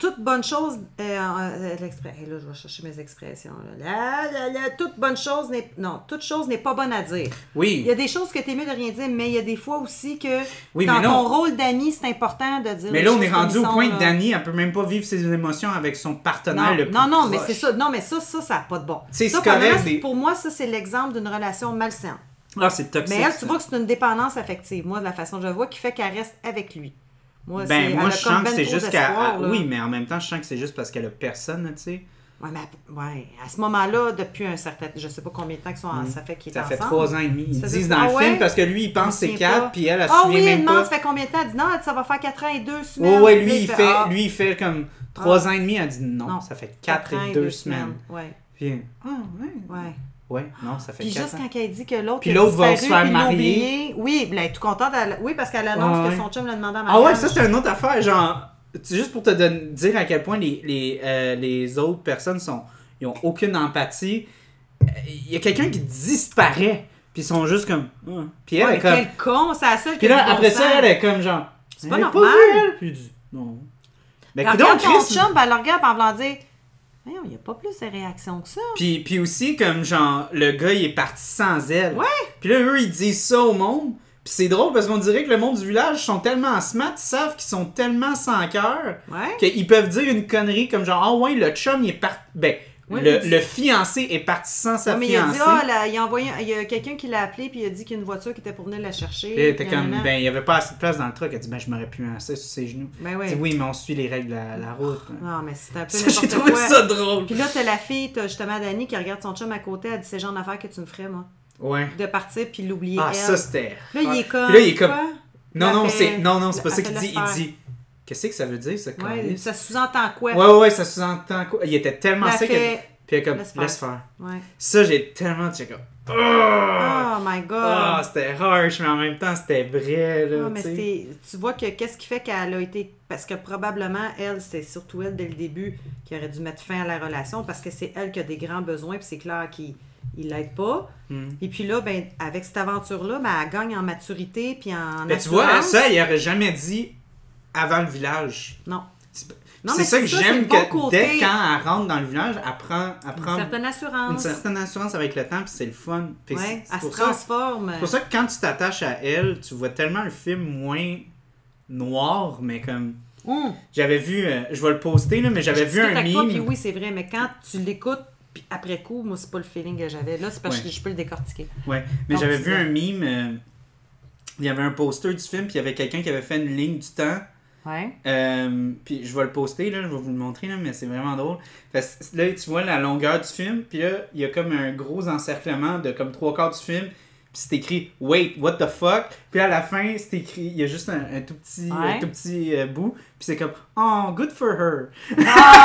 toute bonne chose, euh, euh, l'exprès- hey, là, je vais chercher mes expressions. Là. La, la, la, toute bonne chose n'est, non, toute chose n'est pas bonne à dire. Oui. Il y a des choses que t'es mieux de rien dire, mais il y a des fois aussi que oui, dans mais ton non. rôle d'ami, c'est important de dire. Mais les là, on choses est rendu comme au ils point sont, que là. Dani, elle peut même pas vivre ses émotions avec son partenaire Non, le plus non, non, mais proche. c'est ça. Non, mais ça, ça, ça n'a pas de bon. C'est Ça, correct, premièrement, des- pour moi, ça, c'est l'exemple d'une relation malsaine. Ah, c'est toxique. Mais elle, ça. tu vois que c'est une dépendance affective, moi, de la façon que je le vois, qui fait qu'elle reste avec lui. Moi, Ben, c'est, moi, elle a je comme sens que ben c'est trop juste qu'elle. d'espoir, elle- là. Oui, mais en même temps, je sens que c'est juste parce qu'elle a personne, tu sais. Ouais, mais ouais, à ce moment-là, depuis un certain... Je sais pas combien de temps qu'ils sont en... ça fait qu'ils Ça sont fait ensemble. trois ans et demi. Ils Ça disent fait- dans Ah le ouais? film parce que lui, il pense Je me c'est souviens quatre, pas. puis elle, elle se Ah souvient oui, il même demande pas. ça fait combien de temps? Elle dit non, ça va faire quatre ans et deux semaines. Oh, ouais, Puis lui, là, il fait, ah, lui, il fait comme trois ans et demi. Elle dit non, non, ça fait quatre quatre ans et deux semaines. Ouais, Puis, ah, ouais. ouais. Ouais, non, ça fait Puis quatre juste ans. quand elle dit que l'autre Puis a l'autre va disparu, se faire puis ils l'ont marier. oublié. Oui, elle est tout contente. Elle... Oui, parce qu'elle annonce Ouais, que ouais. son chum l'a demandé en Ah mariage. ouais, ça, c'est une autre affaire. Genre, c'est juste pour te don- dire à quel point les, les, euh, les autres personnes sont, ils ont aucune empathie. Il y a quelqu'un qui disparaît, puis ils sont juste comme. Ah. Puis elle Ouais, est mais comme. quel con, c'est la seule qui Puis a là, du bon après sens. ça, elle est comme genre. C'est pas Elle a normal. vu, elle. Puis il dit non. Ben, Elle coudonc, regarde ton Chris. chum, puis elle le regarde, puis en voulant dire voyons, il n'y a pas plus de réactions que ça. Puis, puis aussi, comme genre, le gars, il est parti sans elle. Ouais. Puis là, eux, ils disent ça au monde. Puis c'est drôle parce qu'on dirait que le monde du village sont tellement smart, ils savent qu'ils sont tellement sans cœur Ouais. qu'ils peuvent dire une connerie comme genre, ah ouais, le chum, il est parti. Ben, Oui, le, mais il dit- le fiancé est parti sans sa Ouais, mais il a fiancée. dit, ah, là, il a envoyé, il y a quelqu'un qui l'a appelé, puis il a dit qu'il y a une voiture qui était pour venir la chercher. Puis elle était puis comme, nanana. ben, il y avait pas assez de place dans le truck. Elle dit, ben, je m'aurais pu asseoir sur ses genoux. Ben Elle oui. dit, oui, mais on suit les règles de la, la route. Non, mais c'est un peu Ça, j'ai n'importe trouvé quoi. ça drôle. Puis là, t'as la fille, t'as justement Dani qui regarde son chum à côté, elle dit c'est le genre d'affaire que tu me ferais, moi. Ouais. De partir puis l'oublier. Ah, elle. ça, c'était. Là, il est comme. Puis là, il est comme. quoi? Non, Elle non, fait- c'est non, non, c'est pas elle ça fait qu'il dit. laisse Il faire. dit. Qu'est-ce que ça veut dire, ça? Ouais, câlisse? ça sous-entend quoi? Ouais, ouais, ouais, ça sous-entend quoi? Il était tellement Elle sec. fait- Puis elle est comme, laisse laisse faire. faire. Ouais. Ça, j'ai tellement dit, comme. Oh! Oh my god. Ah, c'était harsh, mais en même temps, c'était vrai, là. Ah, mais tu sais. c'est, tu vois que qu'est-ce qui fait qu'elle a été. Parce que probablement, elle, c'est surtout elle dès le début qui aurait dû mettre fin à la relation parce que c'est elle qui a des grands besoins, puis c'est clair qu'il il l'aide pas. Hmm. Et puis là, ben, avec cette aventure-là, ben, elle gagne en maturité puis en. Ben, tu vois, assurance. ça, il aurait jamais dit avant le village. Non. C'est Non, c'est mais ça c'est que ça, c'est j'aime, le bon que côté. dès quand elle rentre dans le village, elle prend, elle Une prend certaine assurance. une certaine assurance avec le temps, puis c'est le fun. Puis c'est- Ouais, c'est elle se pour ça- transforme. C'est pour ça que quand tu t'attaches à elle, tu vois tellement le film moins noir, mais comme... Hum. J'avais vu, euh, je vais le poster, là, mais j'avais Je vu discute un avec toi, meme. puis oui, c'est vrai, mais quand tu l'écoutes, puis après coup, moi, c'est pas le feeling que j'avais. Là, c'est parce Ouais. que je peux le décortiquer. Ouais, mais Donc, j'avais tu vu vois. un meme, euh, il y avait un poster du film, puis il y avait quelqu'un qui avait fait une ligne du temps. Ouais. Euh, puis je vais le poster, là, je vais vous le montrer, là, mais c'est vraiment drôle. Parce que là, tu vois la longueur du film, puis là, il y a comme un gros encerclement de comme trois quarts du film, puis c'est écrit « Wait, what the fuck? » Puis à la fin, c'est écrit, il y a juste un, un tout petit, Ouais. un tout petit euh, bout, puis c'est comme « Oh, good for her! Oh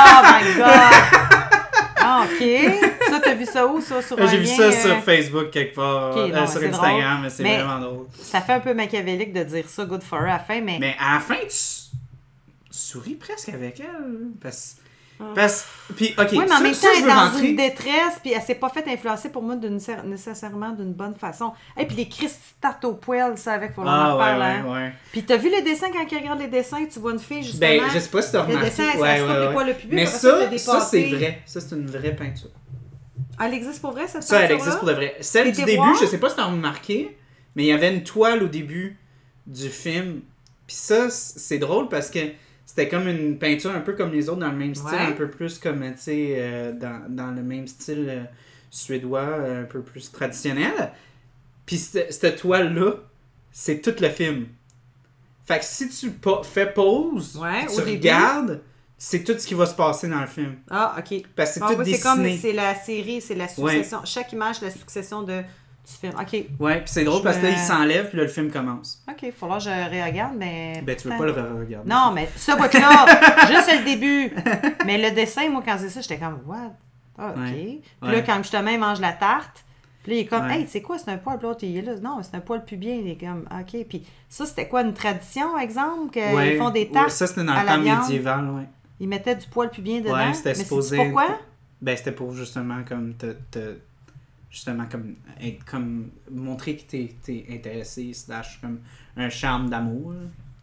my god! Ah, ok. Ça, t'as vu ça où, ça? Sur un J'ai vu lien, ça euh, sur Facebook quelque part, Ok, euh, non, mais sur c'est Instagram, drôle. mais c'est Mais- vraiment drôle. Ça fait un peu machiavélique de dire ça, good for her, à la fin, mais... Mais à la fin, tu, tu souris presque avec elle. Parce Ah. parce puis ok, oui, mais en ça, même ça, temps, je elle veux est dans rentrer. une détresse, puis elle s'est pas fait influencer pour moi d'une cer- nécessairement d'une bonne façon. Et puis les Christy tartes au poêle, ça, avec, faut Ah en ouais, reparler. ouais, hein. ouais. Puis t'as vu les dessins, quand il regarde les dessins, tu vois une fille, justement... Ben, je sais pas si t'as le remarqué. dessin, elle, ouais, elle se coupe ouais, les ouais. poils pubis, Mais après ça, elle ça, a ça dépassé. c'est vrai. Ça, c'est une vraie peinture. Elle existe pour vrai, cette Ça, elle peinture-là? existe pour de vrai. Celle Et du tes début, voir? je sais pas si t'as remarqué, mais il y avait une toile au début du film. Puis ça, c'est drôle parce que c'était comme une peinture un peu comme les autres, dans le même style, Ouais. un peu plus comme, tu sais, euh, dans, dans le même style euh, suédois, euh, un peu plus traditionnel. Puis cette, cette toile-là, c'est tout le film. Fait que si tu pa- fais pause, Ouais, puis au tu début. regardes, c'est tout ce qui va se passer dans le film. Ah, OK. Parce que c'est Ah, tout oui, c'est comme, dessiné. c'est la série, c'est la succession. Chaque image, c'est la succession de, du film. OK. Ouais, puis c'est drôle Je parce que là, me- il s'enlève, puis là, le film commence. OK, il faudra que je regarde, mais... Ben, tu veux peut-être- pas le regarder. Non, mais ce bout-là, juste le début. Mais le dessin, moi, quand c'est ça, j'étais comme, what? Ah, OK. Ouais. Puis Ouais. là, quand justement, il mange la tarte, puis là, il est comme, Ouais. hey, c'est quoi, c'est un poil? Puis l'autre, il est là. Non, c'est un poil pubien. Il est comme, OK. Puis ça, c'était quoi, une tradition, exemple, qu'ils Ouais, font des ouais, tartes? ça, c'était dans à le la temps viande. médiéval, ouais. Ils mettaient du poil pubien dedans. Ouais, c'était mais supposé. c'est pourquoi? Ben, c'était pour justement comme te, te justement comme être comme montrer que t'es, t'es intéressé slash comme un charme d'amour. là.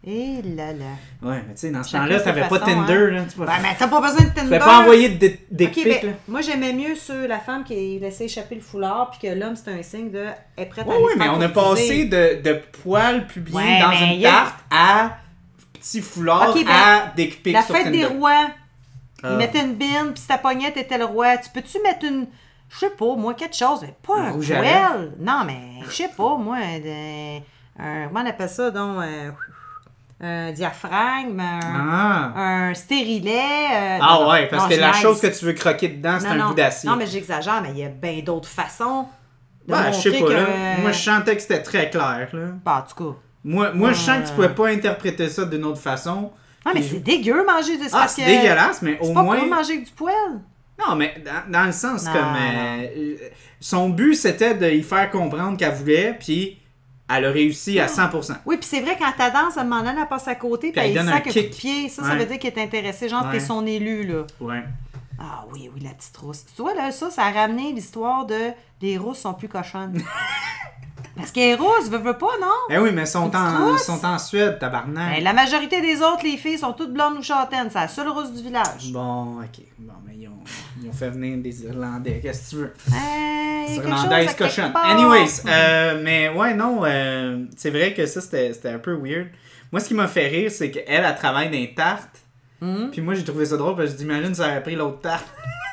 Et là là. Ouais, mais tu sais, dans ce Chacun temps-là, ses t'avais pas façons, Tinder, hein. là. Tu peux Ben, mais t'as pas besoin de tu Tinder. fais pas envoyer de des des Ok, pics, ben, là. moi, j'aimais mieux ceux, la femme qui laissait échapper le foulard, puis que l'homme, c'était un signe de. Elle est prête à Ouais, aller ouais, se mais faire on a courtiser. passé de, de poils publiés Ouais, dans mais une y a- tarte à petit foulard Ok, ben, à des pics La sur fête Tinder. des rois. Ah. Ils mettaient une bine, puis si ta poignette était le roi. Tu peux-tu mettre une. Je sais pas, moi, quelque chose, mais pas Un un rouge à poêle. Non, mais je sais pas, moi, de- un. Comment on appelle ça, donc? euh, Un diaphragme, un, Ah. un stérilet. euh, Ah non, ouais, non, parce non, que je la niaise. chose que tu veux croquer dedans, c'est Non, un non. bout d'acier. Non, mais j'exagère, mais il y a bien d'autres façons de Ouais, je sais montrer pas, que... là. Moi, je sentais que c'était très clair, là. Bah, en tout cas. Moi, moi je sens que tu Euh. pouvais pas interpréter ça d'une autre façon. Ah, mais Puis- c'est dégueu manger du... Ah, parce c'est que dégueulasse, mais au C'est pas moins... cool manger avec du poêle. Non, mais dans, dans le sens Non, comme... non. euh, euh, son but, c'était de y faire comprendre qu'elle voulait, puis elle a réussi à cent pour cent. Oui, puis c'est vrai, quand ta danse, à un moment donné, elle passe à côté, puis Puis elle elle donne sent un que coup kick. de pied. Ça, ça Ouais. veut dire qu'elle est intéressée. Genre, Ouais. t'es son élu, là. Ouais. Ah oui, oui, la petite rousse. Tu vois, là, ça, ça a ramené l'histoire de les rousses sont plus cochonnes. Parce qu'elles rousses, veux, veux pas, non? Eh oui, mais elles sont Une en, petite rousse? sont en Suède, tabarnak. Ben, la majorité des autres, les filles, sont toutes blondes ou châtaines. C'est la seule rousse du village. Bon, ok. Bon, mais ils ont, ils ont fait venir des Irlandais. Qu'est-ce que tu veux? Hey, il y a quelque chose Irlandaise à quelque cochonne. part. Anyways, euh, mais ouais, non, euh, c'est vrai que ça, c'était c'était un peu weird. Moi, ce qui m'a fait rire, c'est qu'elle, elle travaille dans les tartes. Hum. Puis moi, j'ai trouvé ça drôle parce que je dis, imagine, ça aurait pris l'autre tarte.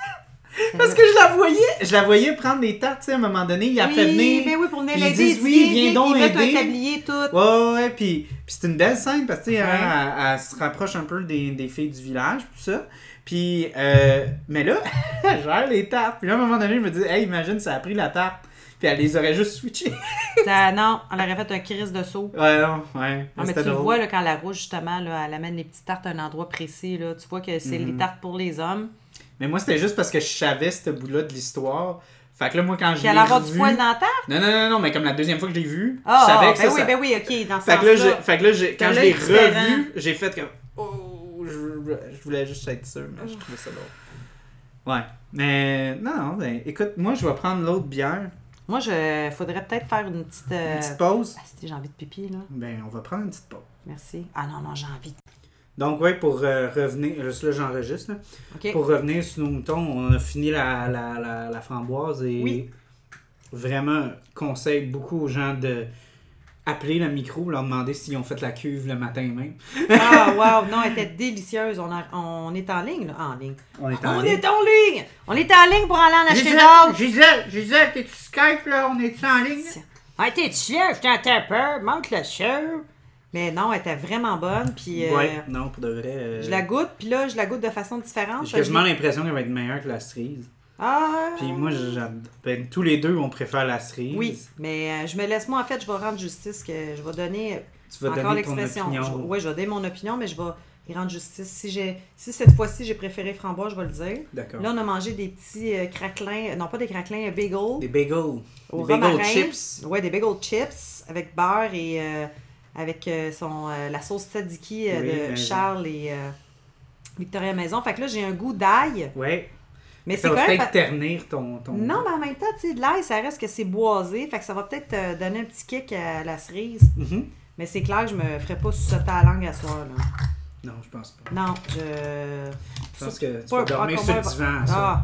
Parce que je la voyais, je la voyais prendre des tartes, tu sais, à un moment donné, il a Oui, fait venir. ben oui, pour venir puis l'aider. ils disent, il oui, dit, viens donc ils mettent un aider. tablier tout. Ouais, ouais, ouais, puis, puis c'est une belle scène parce que, tu sais, Ouais. elle, elle- elle se rapproche un peu des, des filles du village, tout ça. Puis, euh, mais là, elle gère les tartes. Puis là, à un moment donné, je me dis, hey, imagine, ça a pris la tarte. Puis elle les aurait juste switchées. Ça, non, elle aurait fait un crise de saut. Ouais, non, ouais. Non, mais c'était tu le drôle. vois, là, quand la rouge, justement, là, elle amène les petites tartes à un endroit précis. Là. Tu vois que c'est Mhm. les tartes pour les hommes. Mais moi, c'était juste parce que je savais ce bout-là de l'histoire. Fait que là, moi, quand je Puis l'ai elle a avoir du revu... poil dans la tarte. Non, non, non, non, mais comme la deuxième fois que je l'ai vu, Ah, je savais ah, que ben ça... oui, ça... ben oui, ok, dans ce Fait que là, j'ai, sens-là. fait que là j'ai, quand T'as je l'ai l'œil différent. revu, j'ai fait comme... Oh, je, je voulais juste être sûr, mais je trouvais ça drôle. Ouais. Mais non, non, ben, écoute, moi, je vais prendre l'autre bière. Moi, je faudrait peut-être faire une petite... euh, Une petite pause. Ah, si, j'ai envie de pipi, là. Ben, on va prendre une petite pause. Merci. Ah non, non, j'ai envie. Donc, ouais, pour euh, revenir... Là, là, j'enregistre, là. OK. Pour revenir sur nos moutons, on a fini la, la, la, la framboise et Oui. vraiment conseille beaucoup aux gens de appeler le micro, leur demander s'ils ont fait la cuve le matin même. Ah, wow, non, elle était délicieuse. On, a- on est en ligne, là. En ligne. On est On est en ligne! On est en ligne pour aller en acheter d'autres. Gisèle, Gisèle, t'es-tu Skype là? On est-tu en ligne? Ah, t'es fière, je t'entends peur, manque le cheveu. Mais non, elle était vraiment bonne, puis euh, Ouais, non, pour de vrai. euh, je la goûte, puis là, je la goûte de façon différente. J'ai quasiment l'impression qu'elle va être meilleure que la cerise. Ah! Puis moi, j'ad- ben, tous les deux, on préfère la cerise. Oui, mais euh, je me laisse, moi, en fait, je vais rendre justice, que je vais donner Tu vas encore donner ton l'expression. opinion. Oui, je vais donner mon opinion, mais je vais y rendre justice. Si, j'ai, si cette fois-ci, j'ai préféré framboise, je vais le dire. D'accord. Là, on a mangé des petits euh, craquelins, non pas des craquelins, euh, bagels. Des bagels. Au Des bagels romarin. chips. Ouais, des bagel chips avec beurre et euh, avec euh, son, euh, la sauce tzatziki euh, Oui, de maison. Charles et euh, Victoria Maison. Fait que là, j'ai un goût d'ail. Ouais. Mais c'est Ça quand va même... peut-être ternir ton, ton... Non, mais en même temps, tu sais, de l'ail, ça reste que c'est boisé. Fait que ça va peut-être euh, donner un petit kick à la cerise. Mhm. Mais c'est clair, je me ferais pas sauter à la langue à soir, là. Non, je pense pas. Non, je... Je pense que tu Pas- vas dormir encore sur le moins- divan, ça. Ah,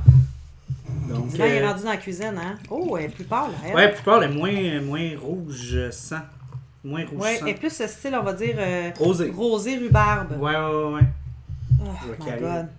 Donc, le divan il est euh, rendu dans la cuisine, hein? Oh, elle est plus pâle, elle. ouais, la plupart, elle est moins, moins rouge sang. Moins rouge Ouais, sang. et plus ce style, on va dire, euh, Rosé. rosé rhubarbe. Ouais, ouais, ouais, ouais. Oh Je vais my caler. god.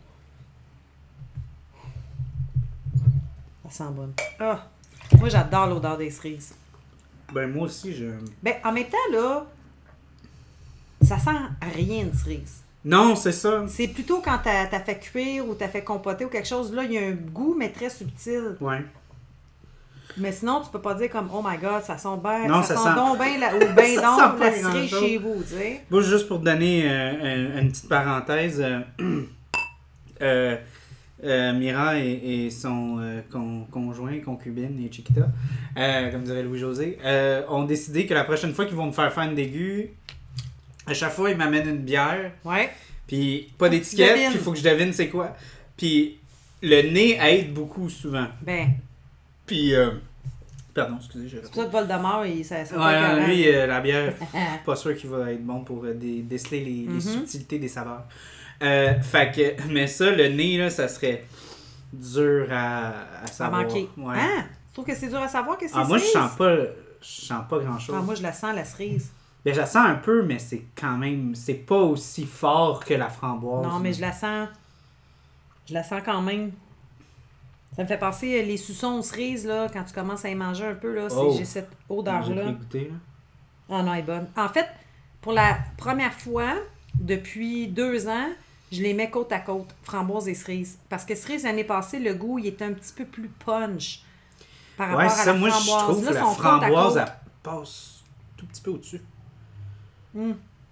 Ça sent bon. Ah, moi, j'adore l'odeur des cerises. Ben, moi aussi, je... Ben, en même temps, là, ça sent rien de cerise. Non, c'est ça. C'est plutôt quand t'as, t'as fait cuire ou t'as fait compoter ou quelque chose, là, il y a un goût, mais très subtil. Ouais. Mais sinon, tu peux pas dire comme, oh my god, ça sent bien, Non, ça, ça sent sent- donc bien, la, ou bien Ça donc sent pas la cerise grand-chose. chez vous, tu sais. Bon, juste pour te donner euh, un- une petite parenthèse, euh, euh, euh, Mira et, et son euh, con- conjoint, concubine et Chiquita, euh, comme dirait Louis-José, euh, ont décidé que la prochaine fois qu'ils vont me faire faire une dégu, à chaque fois, ils m'amènent une bière, Ouais. puis pas Faut que tu d'étiquette, devines. puis il faut que je devine c'est quoi. Puis le nez aide beaucoup souvent. Ben, Puis, euh, Pardon, excusez, j'ai C'est pour ça que Voldemort, il, ça, ça Ouais, fait ouais, que- lui, euh, la bière, pas sûr qu'il va être bon pour euh, dé- déceler les, les Mhm. subtilités des saveurs. Euh, fait que, mais ça, le nez, là, ça serait dur à, à À savoir. manquer. Ouais. Hein? Tu trouves que c'est dur à savoir que c'est Ah, moi, je cerise? sens pas, je sens pas grand-chose. Ah, moi, je la sens, la cerise. Ben, je la sens un peu, mais c'est quand même, c'est pas aussi fort que la framboise. Non, mais je la sens. Je la sens quand même. Ça me fait penser euh, les suçons aux cerises, là, quand tu commences à y manger un peu, là. c'est- Oh. J'ai cette J'ai odeur-là. pris goûter, là. Ah non, elle est bonne. En fait, pour la première fois, depuis deux ans, je les mets côte à côte, framboise et cerise. Parce que cerise, l'année passée, le goût, il était un petit peu plus punch par rapport Ouais, à ça, la moi, je framboise. trouve Là, que la sont côte à framboise, côte. elle passe tout petit peu au-dessus. Hum.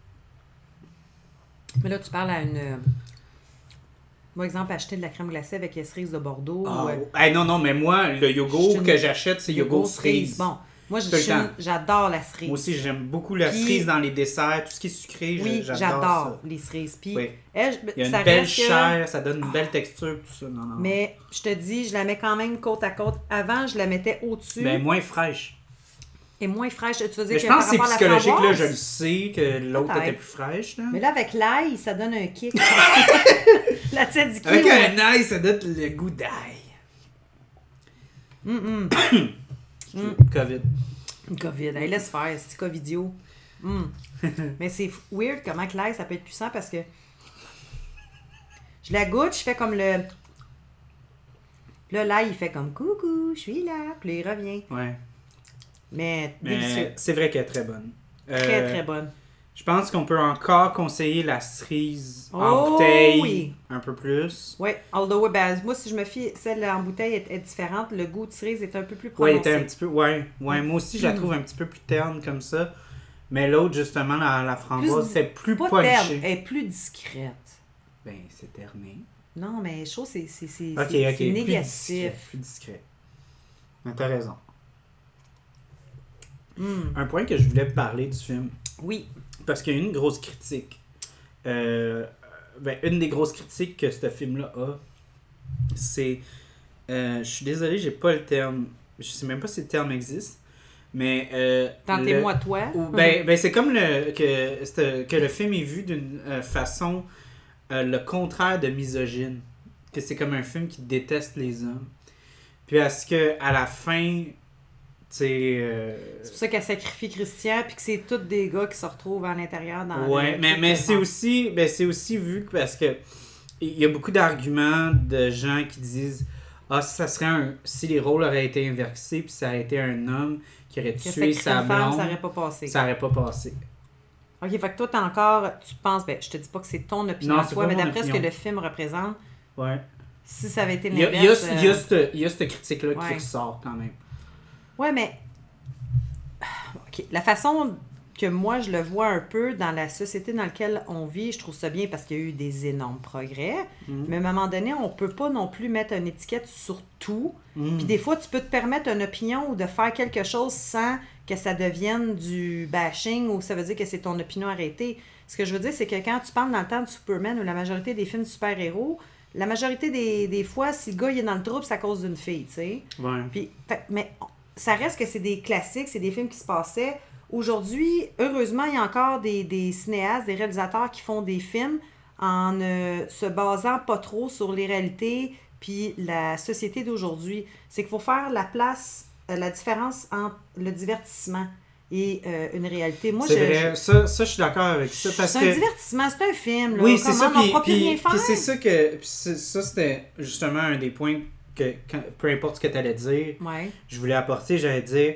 Mais là, tu parles à une... euh, Par exemple, acheter de la crème glacée avec les cerises de Bordeaux. Ah, ou, euh, hey, non, non, mais moi, le Je suis yogourt une- que j'achète, c'est yogourt cerise. Bon, moi, je Tout le suis- temps. j'adore la cerise. Moi aussi, j'aime beaucoup la Puis- cerise dans les desserts, tout ce qui est sucré, Oui, j'adore, j'adore ça. les cerises. Puis, Oui. elle, je- Il y a ça une belle reste que- chair, ça donne une belle texture, tout ça. Non, non. Mais je te dis, je la mets quand même côte à côte. Avant, je la mettais au-dessus Ben, moins fraîche. et moins fraîche. Tu veux dire Mais je que pense par que c'est rapport à la psychologique, là, framboise? je le sais, que l'autre Peut-être. était plus fraîche. Là. Mais là, avec l'ail, ça donne un kick. la tzatziki. Avec ouais. un ail, ça donne le goût d'ail. Hum, hum. COVID. COVID. Hey, laisse faire, c'est Covidio. Hum. Mais c'est weird comment que l'ail, ça peut être puissant parce que je la goûte, je fais comme le... Là, l'ail, il fait comme « Coucou, je suis là ». Puis là, il revient. Ouais. Mais, délicieux. Mais c'est vrai qu'elle est très bonne. Très, Euh, très bonne. Je pense qu'on peut encore conseiller la cerise en Oh, bouteille oui. un peu plus. Oui, although, ben, moi, si je me fie, celle en bouteille est, est différente. Le goût de cerise est un peu plus Ouais, prononcé. elle était un petit peu. Ouais, ouais, moi aussi, je la Mm. trouve un petit peu plus terne comme ça. Mais l'autre, justement, la, la framboise, Plus- c'est plus Pas punché. terne, elle est plus discrète. Ben, c'est terné. Non, mais je trouve que c'est, c'est, c'est, Ok, c'est- ok. c'est Plus négatif. discret. Plus discret. Mais t'as raison. Mm. Un point que je voulais parler du film, Oui. parce qu'il y a une grosse critique. Euh, ben, une des grosses critiques que ce film-là a, c'est. Euh, je suis désolé, j'ai pas le terme. Je sais même pas si le terme existe. Mais. Euh, Tentez-moi le- toi. ou- ben, ben, c'est comme le, que, c'est- que le film est vu d'une euh, façon euh, le contraire de misogyne. Que c'est comme un film qui déteste les hommes. Puis est-ce que à la fin, tu sais. euh, C'est pour ça qu'elle sacrifie Christian, puis que c'est tous des gars qui se retrouvent à l'intérieur dans Ouais, le mais, truc mais de c'est vente. aussi, ben c'est aussi vu que parce que il y a beaucoup d'arguments de gens qui disent ah ça serait un si les rôles auraient été inversés puis ça aurait été un homme qui aurait Que tué sacrifier sa une femme, blonde, ça n'aurait pas passé. ça aurait pas passé. Ok, fait que toi, t'as encore, tu penses, ben, je te dis pas que c'est ton opinion Non, à c'est toi, pas mais mon d'après ce que opinion. le film représente, Ouais. si ça avait été Il y a, l'inverse... il y a, il y a euh, cette, il y a cette critique là qui Ouais. ressort quand même. Ouais, mais... Ok, la façon que moi, je le vois un peu dans la société dans laquelle on vit, je trouve ça bien parce qu'il y a eu des énormes progrès, Mhm. mais à un moment donné, on peut pas non plus mettre une étiquette sur tout. Mhm. Puis des fois, tu peux te permettre une opinion ou de faire quelque chose sans que ça devienne du bashing ou ça veut dire que c'est ton opinion arrêtée. Ce que je veux dire, c'est que quand tu parles dans le temps de Superman ou la majorité des films de super-héros, la majorité des, des fois, si le gars il est dans le trouble, c'est à cause d'une fille, tu sais. Ouais. Puis, fait- mais ça reste que c'est des classiques, c'est des films qui se passaient. Aujourd'hui, heureusement, il y a encore des, des cinéastes, des réalisateurs qui font des films en ne se basant pas trop sur les réalités puis la société d'aujourd'hui. C'est qu'il faut faire la place, euh, la différence entre le divertissement et euh, une réalité. Moi, C'est je, vrai, ça, ça je suis d'accord avec ça parce c'est que un divertissement, c'est un film. Là. oui, c'est Comment ça. on Puis, ne pourra plus puis- rien faire. puis c'est ça que. Puis c'est- ça, c'était justement un des points que, quand- peu importe ce que tu allais dire, Ouais. je voulais apporter, j'allais dire.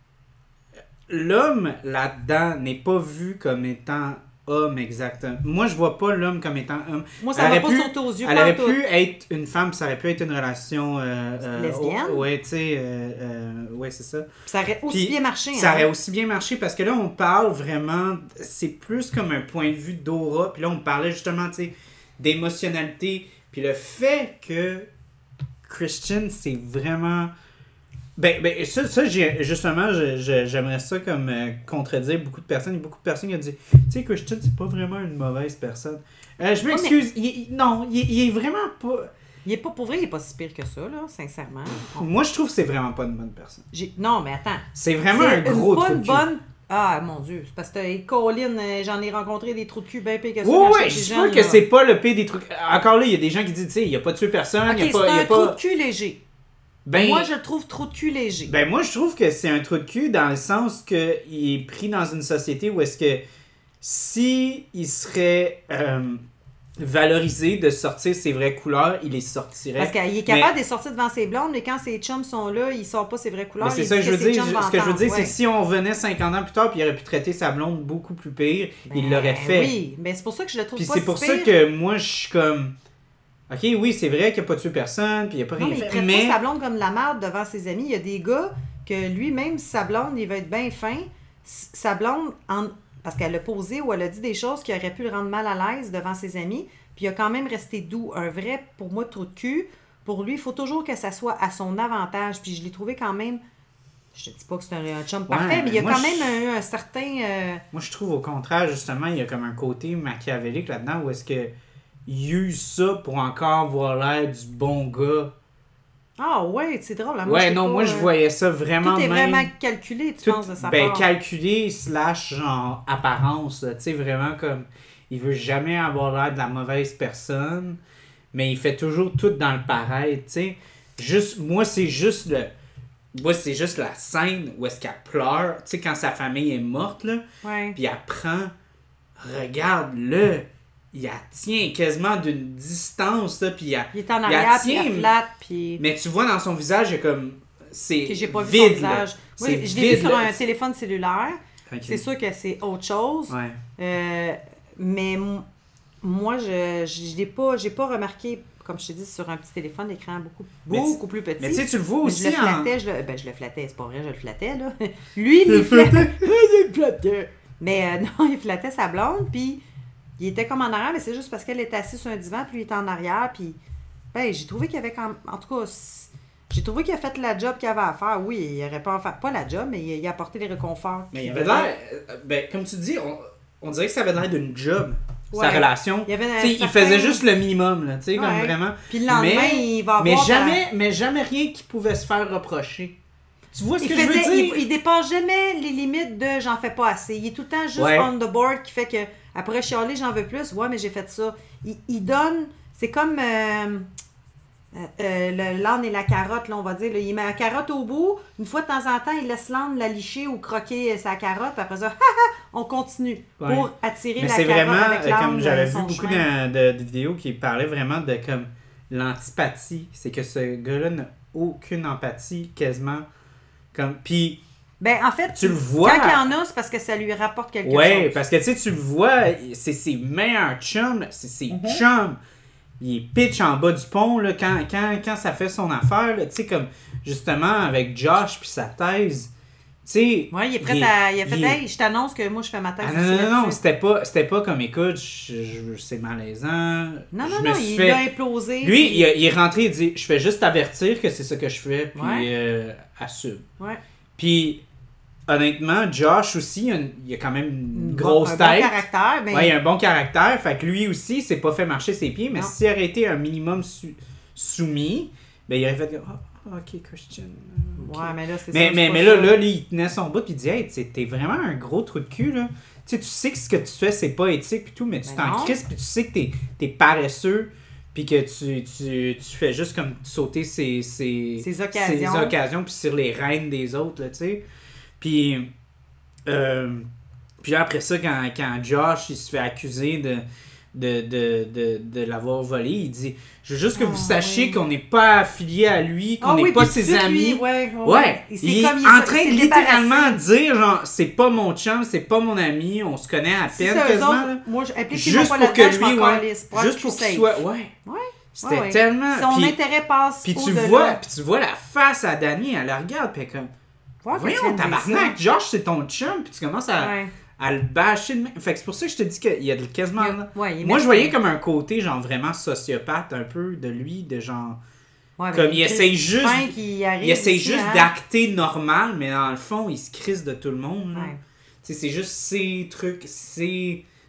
L'homme là-dedans n'est pas vu comme étant homme exactement. Moi, je vois pas l'homme comme étant homme. Moi, Elle ça va aurait pas pu- sauter aux yeux. Elle pas en aurait tout. pu être une femme, ça aurait pu être une relation. Euh, euh, Lesbienne? oh, ouais, tu sais. Euh, euh, ouais, c'est ça. Ça aurait aussi Puis, bien marché. Ça hein. aurait aussi bien marché parce que là, on parle vraiment. C'est plus comme un point de vue d'aura. Puis là, on parlait justement, tu sais, d'émotionnalité. Puis le fait que Christian, c'est vraiment. Ben, ben ça, ça j'ai, justement, je- je- j'aimerais ça comme euh, contredire beaucoup de personnes. Il y a beaucoup de personnes qui ont dit, tu sais, Christian, c'est pas vraiment une mauvaise personne. Euh, je m'excuse, il, il- non, il, il est vraiment pas. Il est pas, pour vrai, il est pas si pire que ça, là, sincèrement. On... Moi, je trouve que c'est vraiment pas une bonne personne. J'ai... Non, mais attends. C'est vraiment c'est un gros trou de cul. bonne... Ah, mon Dieu. C'est parce que Colin, j'en ai rencontré des trous de cul bien pires que ça. Oui, oui, je dis pas que là. C'est pas le pire des trucs. Encore là, il y a des gens qui disent, tu sais, il a pas tué personne. Okay, y a pas, c'est y a un pas... trou de cul léger. Ben, moi, je le trouve trou de cul léger. Ben, moi, je trouve que c'est un trou de cul dans le sens qu'il est pris dans une société où est-ce que si il serait euh, valorisé de sortir ses vraies couleurs, il les sortirait. Parce qu'il est capable mais... de sortir devant ses blondes, mais quand ses chums sont là, il sort pas ses vraies couleurs. Mais c'est ça que je veux dire. Je, ce que je veux dire, ouais. c'est que si on revenait cinquante ans plus tard puis il aurait pu traiter sa blonde beaucoup plus pire, ben, il l'aurait fait. Oui, mais c'est pour ça que je le trouve puis pas c'est pour si ça pire. que moi, je suis comme... OK, oui, c'est vrai qu'il n'a pas tué personne, puis il n'a pas rien non, mais fait. il traite mais pas sa blonde comme de la merde devant ses amis. Il y a des gars que lui, même si sa blonde, il va être bien fin, sa blonde, en... parce qu'elle a posé ou elle a dit des choses qui auraient pu le rendre mal à l'aise devant ses amis, puis il a quand même resté doux. Un vrai, pour moi, trou de cul. Pour lui, il faut toujours que ça soit à son avantage. Puis je l'ai trouvé quand même... Je te dis pas que c'est un, un chum ouais, parfait, mais il y a quand je... même un, un certain... Euh... Moi, je trouve au contraire, justement, il y a comme un côté machiavélique là-dedans où est-ce que il use ça pour encore avoir l'air du bon gars. Ah ouais, c'est drôle. Moi, ouais, non, pas, moi, je voyais ça vraiment tout est même... vraiment calculé, tu tout, penses, de sa ben, part. calculé slash genre apparence, tu sais, vraiment comme... Il veut jamais avoir l'air de la mauvaise personne, mais il fait toujours tout dans le pareil, tu sais. Juste, moi, c'est juste le... Moi, c'est juste la scène où est-ce qu'elle pleure, tu sais, quand sa famille est morte, là. Ouais. Puis elle prend... Regarde-le! Il la tient quasiment d'une distance, là, puis elle... Il est en arrière, puis il flatte, puis... Mais tu vois dans son visage, il y a comme... C'est que j'ai pas vide, vu son visage. Moi, je l'ai vu sur un téléphone cellulaire. Okay. C'est sûr que c'est autre chose. Ouais. Euh, mais m- moi, je je l'ai pas, j'ai pas remarqué, comme je t'ai dit, sur un petit téléphone, l'écran beaucoup, beaucoup plus petit. Mais tu sais, tu le vois aussi. Je le flattais, en... je le, ben, je le flattais, c'est pas vrai, je le flattais, là. Lui, il flattait. Il le flattait. Mais euh, non, il flattait sa blonde, puis il était comme en arrière, mais c'est juste parce qu'elle était assise sur un divan, puis lui, il était en arrière, puis ben, j'ai trouvé qu'il y avait quand en tout cas, j'ai trouvé qu'il a fait la job qu'il avait à faire. Oui, il aurait pas à faire, pas la job, mais il a apporté les réconforts. Mais il avait l'air, ben, comme tu dis, on, on dirait que ça avait l'air d'une job. Ouais. Sa relation. Il, certain... il faisait juste le minimum, là, tu sais, ouais. comme vraiment. Puis le lendemain, mais, il va avoir... Mais jamais, ta... mais jamais rien qui pouvait se faire reprocher. Tu vois ce il que faisait, je veux dire? Il, il dépasse jamais les limites de « j'en fais pas assez ». Il est tout le temps juste ouais. on the board qui fait que après chialer, j'en veux plus. Ouais, mais j'ai fait ça. Il, il donne... C'est comme... Euh, euh, le, l'âne et la carotte, là, on va dire. Là, il met la carotte au bout. Une fois de temps en temps, il laisse l'âne la licher ou croquer sa carotte. Puis après ça, on continue ouais. pour attirer mais la c'est carotte vraiment, avec l'âne. Comme j'avais vu son beaucoup chemin. de, de, de vidéos qui parlaient vraiment de comme l'antipathie. C'est que ce gars-là n'a aucune empathie, quasiment. Comme, puis... Ben, en fait, tu le vois. Quand il y en a, c'est parce que ça lui rapporte quelque ouais, chose. Ouais, parce que tu sais, tu le vois, c'est ses meilleurs chums, c'est ses mm-hmm. chums. Il est pitch en bas du pont là, quand, quand, quand ça fait son affaire. Tu sais, comme justement avec Josh puis sa thèse. Tu sais. Ouais, il est prêt il, à. Il a fait, il, hey, je t'annonce que moi je fais ma thèse. Ah, non, non, non, non, c'était pas, c'était pas comme écoute, je, je, c'est malaisant. Non, non, je non, il fait... a implosé. Lui, puis... il, il est rentré et dit je fais juste t'avertir que c'est ça que je fais, puis ouais. euh, assume. Ouais. Puis. Honnêtement, Josh aussi, il a, il a quand même une grosse bon, tête. Un bon caractère. Mais... Ouais, il a un bon caractère. Fait que lui aussi, il s'est pas fait marcher ses pieds. Mais s'il aurait été un minimum su- soumis, ben il aurait fait oh, ok, Christian. Okay. Ouais, mais là, c'est mais, ça. Mais, c'est mais là, là, là, il tenait son bout. Puis il dit hey, t'es vraiment un gros trou de cul. Là. Tu sais, tu sais que ce que tu fais, c'est pas éthique. Puis tout, mais tu ben t'en crises. Puis tu sais que t'es, t'es paresseux. Puis que tu, tu, tu fais juste comme sauter ces, ces, ces occasions. Ces occasions. Puis sur les rênes des autres. Là, tu sais. Puis. Euh, puis après ça, quand, quand Josh il se fait accuser de, de, de, de, de l'avoir volé, il dit je veux juste que oh, vous sachiez oui. qu'on n'est pas affilié à lui, qu'on n'est oh, oui, pas ses amis. Lui, ouais, ouais, ouais. Il, il est comme en train de littéralement dire genre c'est pas mon chum, c'est pas mon ami, on se connaît à peine ça, quasiment. Autres, là. Moi, juste pour que lui, ouais, pour juste pour qu'il soit. Ouais. ouais. C'était ouais, ouais. tellement. Son puis, intérêt passe. Puis tu vois, puis tu vois la face à Dani, elle la regarde, puis comme. Ouais, voyons, tabarnak, Josh, c'est ton chum, puis tu commences à, ouais. à le bâcher de même. Fait que c'est pour ça que je te dis qu'il y a quasiment... Il a, ouais, il Moi, je voyais comme un côté, genre, vraiment sociopathe, un peu, de lui, de genre... Ouais, comme il essaye juste... Il, arrive il essaye ici, juste hein? d'acter normal, mais dans le fond, il se crisse de tout le monde. Ouais. C'est juste ses trucs, ses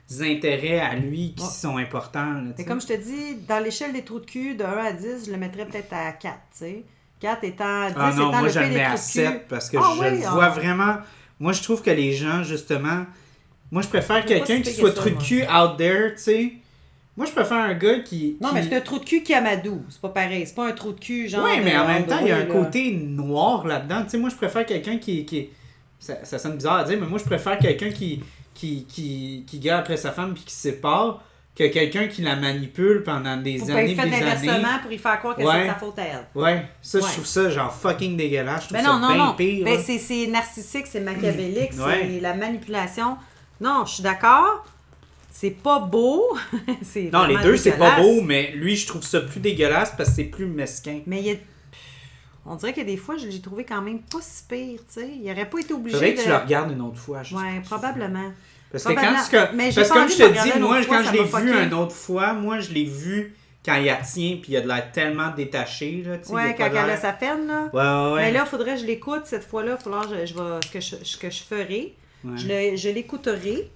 intérêts à lui qui Ouais. sont importants. Là, Mais comme je te dis, dans l'échelle des trous de cul, de un à dix, je le mettrais peut-être à quatre, tu sais. quatre étant, dix ah non, étant moi le je le pire des mets à trous de cul. sept parce que Ah je oui, le ah. vois vraiment. Moi, je trouve que les gens, justement. Moi, je préfère Je quelqu'un vois pas qui si soit pire que trou ça, de cul out there, tu sais. Moi, je préfère un gars qui. Non, qui... mais c'est un trou de cul qui Amadou. C'est pas pareil. C'est pas un trou de cul genre. Oui, mais en euh, même all temps, the il y a way, un là. côté noir là-dedans. Tu sais, moi, je préfère quelqu'un qui. qui... Ça, ça sonne bizarre à dire, mais moi, je préfère quelqu'un qui, qui, qui, qui garde après sa femme puis qui se sépare que quelqu'un qui la manipule pendant des Pour années qu'il fait des années. l'inversement pour y faire croire que Ouais. c'est de sa faute à elle. Ouais, ça, Ouais. je trouve ça genre fucking dégueulasse. Je trouve Ben ça non, non, bien non. pire. Ben, là. c'est, c'est narcissique, c'est machiavélique, Ouais. c'est la manipulation. Non, je suis d'accord. C'est pas beau. c'est Non, les vraiment deux, c'est pas dégueulasse. beau, mais lui, je trouve ça plus dégueulasse parce que c'est plus mesquin. Mais il y a... On dirait que des fois, je l'ai trouvé quand même pas si pire, tu sais. Il aurait pas été obligé Faudrait de... que tu le regardes une autre fois. juste Ouais, pour ça. probablement. Parce que quand Probablement. tu... Mais j'ai Parce que pas comme envie je de le te regarder dis, une moi, autre fois, quand ça je l'ai m'a vu fucké. une autre fois, moi, je l'ai vu quand il la tient puis il a de l'air tellement détaché. Là, tu sais, il Ouais, a quand pas elle a l'air- sa peine, là. Ouais, ouais, ouais. Mais là, il faudrait que je l'écoute cette fois-là. Il faudra que je, je vais, ce que je, ce que je ferai, Ouais. je, le- je l'écouterai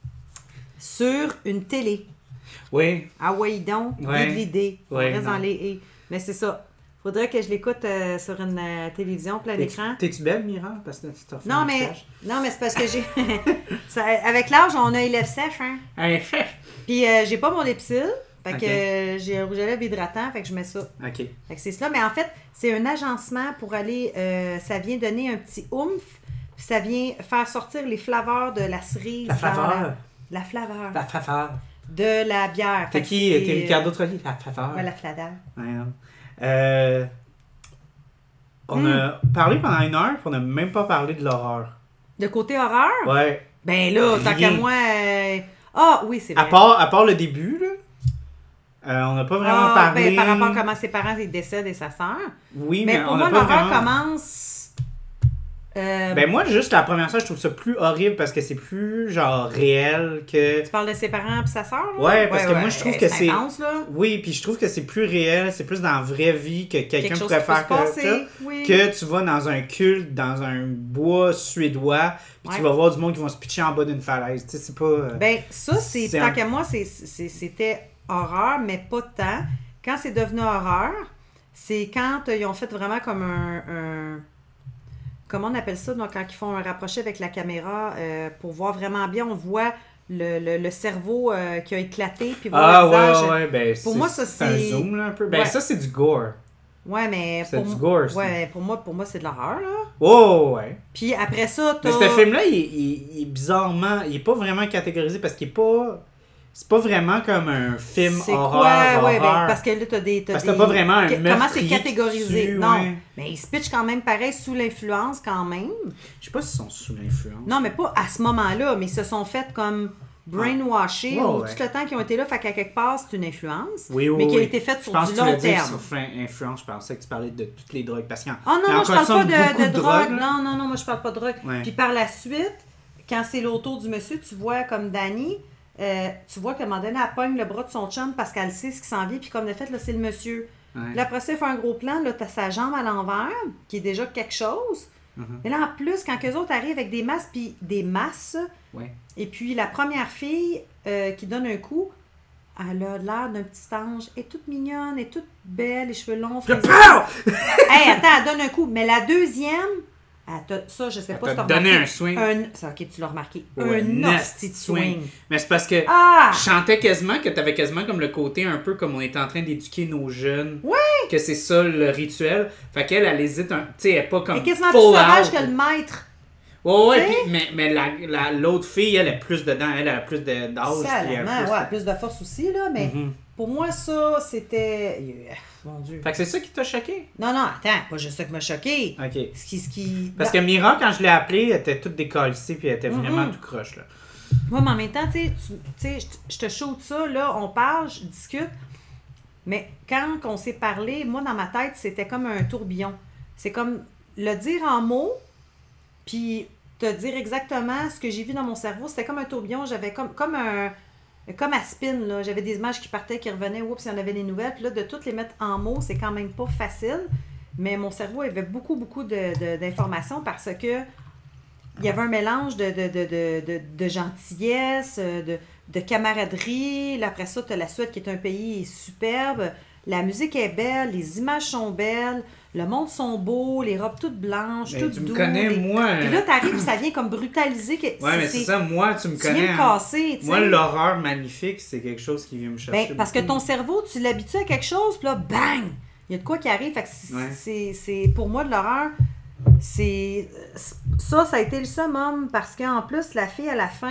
sur une télé. Oui, Ah ouais, donc, Ouais. de l'idée. On Ouais, reste non. dans les et. Mais c'est ça. Faudrait que je l'écoute euh, sur une euh, télévision, plein T'es-tu- écran. T'es-tu belle, Mira? Parce que tu t'as fait Non, un mais, maquillage. non, mais c'est parce que j'ai. Ça- avec l'âge, on a les lèvres sèches, hein. Hey, Puis euh, j'ai pas mon lipsil. Fait Ok. que euh, j'ai un rouge à lèvres hydratant, fait que je mets ça. OK. Fait que c'est cela. Mais en fait, c'est un agencement pour aller. euh, ça vient donner un petit oomph. Puis ça vient faire sortir les flaveurs de la cerise. La dans faveur. La, la flaveur. La faveur. De la bière. T'es Fait que qui? c'est- T'es Ricardo Trogli? La faveur. Ouais, la flaveur. Ouais, non. Euh... On Hmm. a parlé pendant une heure, puis on n'a même pas parlé de l'horreur. De côté horreur? Ouais. Ben là, tant Rien. qu'à moi. euh, Ah oui, c'est vrai. À part, à part le début, là, euh, on n'a pas vraiment Ah, parlé... ben, par rapport à comment ses parents ils décèdent et sa sœur. Oui, Mais mais, pour on moi, n'a pas l'horreur vraiment... commence. euh, Ben moi, juste la première fois, je trouve ça plus horrible parce que c'est plus, genre, réel que... Tu parles de ses parents et sa sœur? là? Ouais, parce que moi, je trouve euh, que c'est- intense, là. Oui, puis je trouve que c'est plus réel, c'est plus dans la vraie vie que quelqu'un Quelque chose pourrait qui peut faire se comme passer, ça. oui. Que tu vas dans un culte, dans un bois suédois, puis tu Ouais. vas voir du monde qui vont se pitcher en bas d'une falaise. Tu sais, c'est pas... euh, Ben, ça, c'est, C'est tant un- qu'à moi, c'est, c'est- c'était horreur, mais pas tant. Quand c'est devenu horreur, c'est quand euh, ils ont fait vraiment comme un, un- comment on appelle ça, donc, quand ils font un rapproché avec la caméra euh, pour voir vraiment bien, on voit le, le, le cerveau euh, qui a éclaté, puis voir Ah le visage. ouais, ouais, ben Pour c'est- moi, ça, c'est un c'est- zoom, là, un peu. Ben Ouais. ça, c'est du gore. Ouais, mais C'est pour, du m- gore, ça. ouais, pour moi, pour moi, c'est de l'horreur, là. Oh, ouais. Puis après ça, t'as... Mais ce film-là, il, est- il est- il est bizarrement... Il est pas vraiment catégorisé parce qu'il est pas... C'est pas vraiment comme un film C'est horreur, quoi? Ouais, horreur. ben, parce que là, t'as des. T'as Parce que des... t'as pas vraiment un que- Comment c'est meurtrier catégorisé? qui tue, non. ouais. Mais ils se pitchent quand même pareil sous l'influence, quand même. Je sais pas s'ils sont sous l'influence. Non, mais pas à ce moment-là, mais ils se sont fait comme brainwashés Ouais, ou ouais. tout le temps qu'ils ont été là, fait qu'à quelque part, c'est une influence. Oui, oui, mais qui a oui. été faite Je sur pense du que tu voulais long dire terme. sur fin- influence, je pensais que tu parlais de toutes les drogues. Parce qu'il y en, Oh non, il y en non, je parle pas consomme de, beaucoup de drogue. là. Non, non, non, moi je parle pas de drogue. Ouais. Puis par la suite, quand c'est l'auto du monsieur, tu vois comme Danny, euh, tu vois qu'à un moment donné, elle pogne le bras de son chum parce qu'elle sait ce qui s'en vient. Puis comme de fait, là, c'est le monsieur. Ouais. Puis après ça, il fait un gros plan, là, t'as sa jambe à l'envers, qui est déjà quelque chose. Mhm. Mais là, en plus, quand eux autres arrivent avec des masses, puis des masses, Ouais. et puis la première fille euh, qui donne un coup, elle a l'air d'un petit ange, elle est toute mignonne, elle est toute belle, les cheveux longs, Je frisés. pow! Hey, attends, elle donne un coup. Mais la deuxième, elle t'a- ça, je sais Elle pas t'a si t'as donné remarqué. un swing. Un, ça, ok, tu l'as remarqué. Ouais, un nasty hostie de swing. Mais c'est parce que Ah! je sentais quasiment que t'avais quasiment comme le côté un peu comme on est en train d'éduquer nos jeunes. Ouais! Que c'est ça le rituel. Fait qu'elle, elle hésite un. Tu sais, elle est pas comme. Elle est quasiment full plus sauvage out. que le maître. Ouais, ouais, Tu sais? puis- mais, mais la, la- l'autre fille, elle a plus dedans. Elle a plus de- d'âge. puis elle a Salement, plus- ouais, plus de force aussi, là, mais Mhm. pour moi, ça, c'était... euh, Mon Dieu. Fait que c'est ça qui t'a choqué? Non, non, attends, pas juste ça qui m'a choqué. Ok. Ce qui... Ce qui... Parce que Mira, quand je l'ai appelée, elle était toute décalissée puis elle était Mhm. vraiment tout croche, là. Ouais, mais en même temps, tu sais, tu sais, je te- je te shoot ça, là, on parle, je discute, mais quand on s'est parlé, moi, dans ma tête, c'était comme un tourbillon. C'est comme le dire en mots, puis te dire exactement ce que j'ai vu dans mon cerveau. C'était comme un tourbillon, j'avais comme, comme un... Comme à spin, là. J'avais des images qui partaient, qui revenaient, oups, il y en avait des nouvelles. Puis là, de toutes les mettre en mots, c'est quand même pas facile. Mais mon cerveau avait beaucoup, beaucoup de, de- d'informations parce que il y avait un mélange de, de, de, de, de, de gentillesse, de, de camaraderie. Là, après ça, tu as la Suède qui est un pays superbe. La musique est belle, les images sont belles, le monde sont beaux, les robes toutes blanches, Mais toutes tu douces. me connais, les... moi. Puis là, t'arrives et ça vient comme brutaliser. Que Ouais, mais c'est ça, moi, tu me tu connais. viens me casser, tu sais. Moi, l'horreur magnifique, c'est quelque chose qui vient me chercher. Ben, parce que beaucoup. ton cerveau, tu l'habitues à quelque chose, puis là, bang! Il y a de quoi qui arrive. Fait que c'est, Ouais. c'est, c'est, pour moi, de l'horreur, c'est... Ça, ça a été le summum, parce qu'en plus, la fille, à la fin,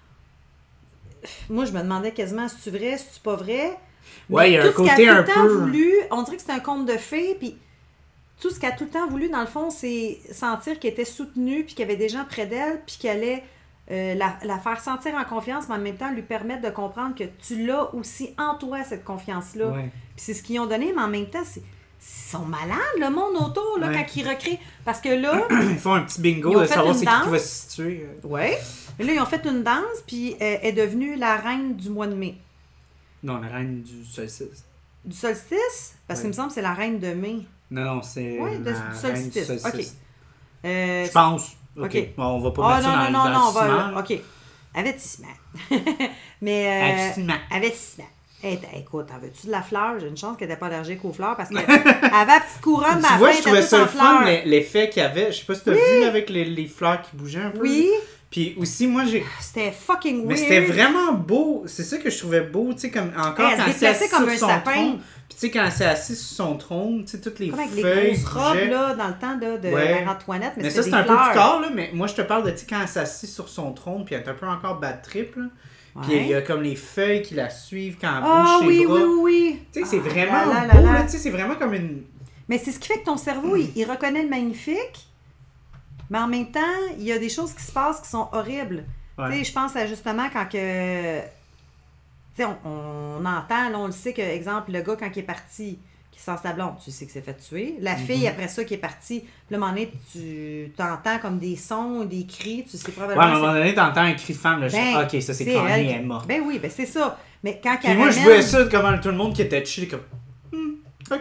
moi, je me demandais quasiment si c'est vrai, si c'est pas vrai. Ouais, il y a un tout ce qu'elle côté a un tout le temps peu... voulu, on dirait que c'est un conte de fées, puis tout ce qu'elle a tout le temps voulu, dans le fond, c'est sentir qu'elle était soutenue, puis qu'il y avait des gens près d'elle, puis qu'elle allait euh, la, la faire sentir en confiance, mais en même temps lui permettre de comprendre que tu l'as aussi en toi, cette confiance-là. Ouais. Puis c'est ce qu'ils ont donné, mais en même temps, c'est, ils sont malades, le monde autour, là, Ouais. quand ils recréent. Parce que là... Ils font un petit bingo Ils ont de fait savoir une c'est qui qui danse. va se situer. Ouais. Mais là, ils ont fait une danse, puis elle est devenue la reine du mois de mai. Non, la reine du solstice. Du solstice? Parce Ouais. qu'il me semble que c'est la reine de mai. Non, non, c'est Oui, la du reine solstice. du solstice. OK. Euh, Je pense. OK. OK. Bon, on va pas Ah mettre non, ça non, dans non, non, on va... l'avertissement. OK. Avertissement. Mais... Euh, Avertissement. avertissement. Hey, t'as- écoute, en veux-tu de la fleur? J'ai une chance qu'elle n'était pas allergique aux fleurs parce qu'elle avait la petite couronne, mais Tu à vois, la je fin, trouvais elle était ça toute le en fun, fleurs. l'e- l'effet qu'il y avait. Je sais pas si t'as vu avec les, les fleurs qui bougeaient un peu. Oui. Puis aussi, moi, j'ai... C'était fucking weird. Mais c'était vraiment beau. C'est ça que je trouvais beau, tu sais, comme encore Elle se quand elle s'est déplaçait assise comme sur un son sapin. trône. Puis tu sais, quand elle s'est assise sur son trône, tu sais, toutes les Comme avec les feuilles grosses robes, bougeaient. là, dans le temps de, de Ouais. Marie-Antoinette, mais, Mais c'était ça, c'est des un peu fleurs. plus tard, là. Mais moi, je te parle de, tu sais, quand elle s'est assise sur son trône, puis elle est un peu encore bad trip, là. Puis il y a comme les feuilles qui la suivent quand elle Ah bouge oui, ses bras. oui, oui, oui. Tu sais, c'est Ah, vraiment là, là, beau, là, là. là. Tu sais, c'est vraiment comme une... Mais c'est ce qui fait que ton cerveau, il, il reconnaît le magnifique, mais en même temps, il y a des choses qui se passent qui sont horribles. Ouais. Tu sais, je pense à justement quand que... Tu sais, on, on entend, là, on le sait que, exemple, le gars, quand il est parti, qui sent sa blonde, tu sais que c'est fait tuer. La Mm-hmm. fille, après ça, qui est partie, puis là, à un moment donné, tu t'entends comme des sons, des cris, tu sais Ouais, probablement... à un moment c'est- donné, t'entends un cri de femme, là. Je Ben, dis, OK, ça, c'est c'est Connie, elle elle qui- est morte. Ben oui, ben c'est ça. Mais quand Puis elle moi, je ramène- voyais ça comment tout le monde qui était chill, comme... Hmm, OK.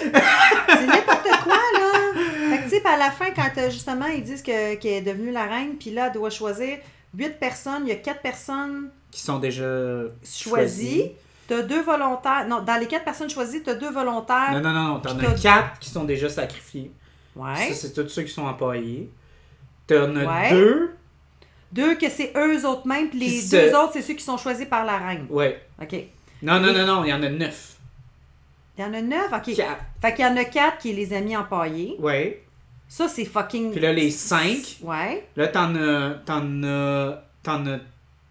C'est n'importe quoi, là. Fait que, tu sais, puis à la fin, quand euh, justement, ils disent que, qu'elle est devenue la reine, puis là, elle doit choisir huit personnes. Il y a quatre personnes Qui sont déjà choisies. Tu as deux volontaires. Non, dans les quatre personnes choisies, tu as deux volontaires. Non, non, non, non. T'en Puis as t'as- quatre qui sont déjà sacrifiés. Ouais. Ça, c'est tous ceux qui sont empaillés. T'en as Ouais. deux. Deux que c'est eux autres mêmes, puis les Qui deux se- autres, c'est ceux qui sont choisis par la reine. Ouais. OK. Non, non, Et- non, non, il y en a neuf. Il y en a neuf? OK. Quatre. Fait qu'il y en a quatre qui est les amis empaillés. Ouais. Ça, c'est fucking... Puis là, les cinq. Ouais. Là, t'en as. T'en as. T'en as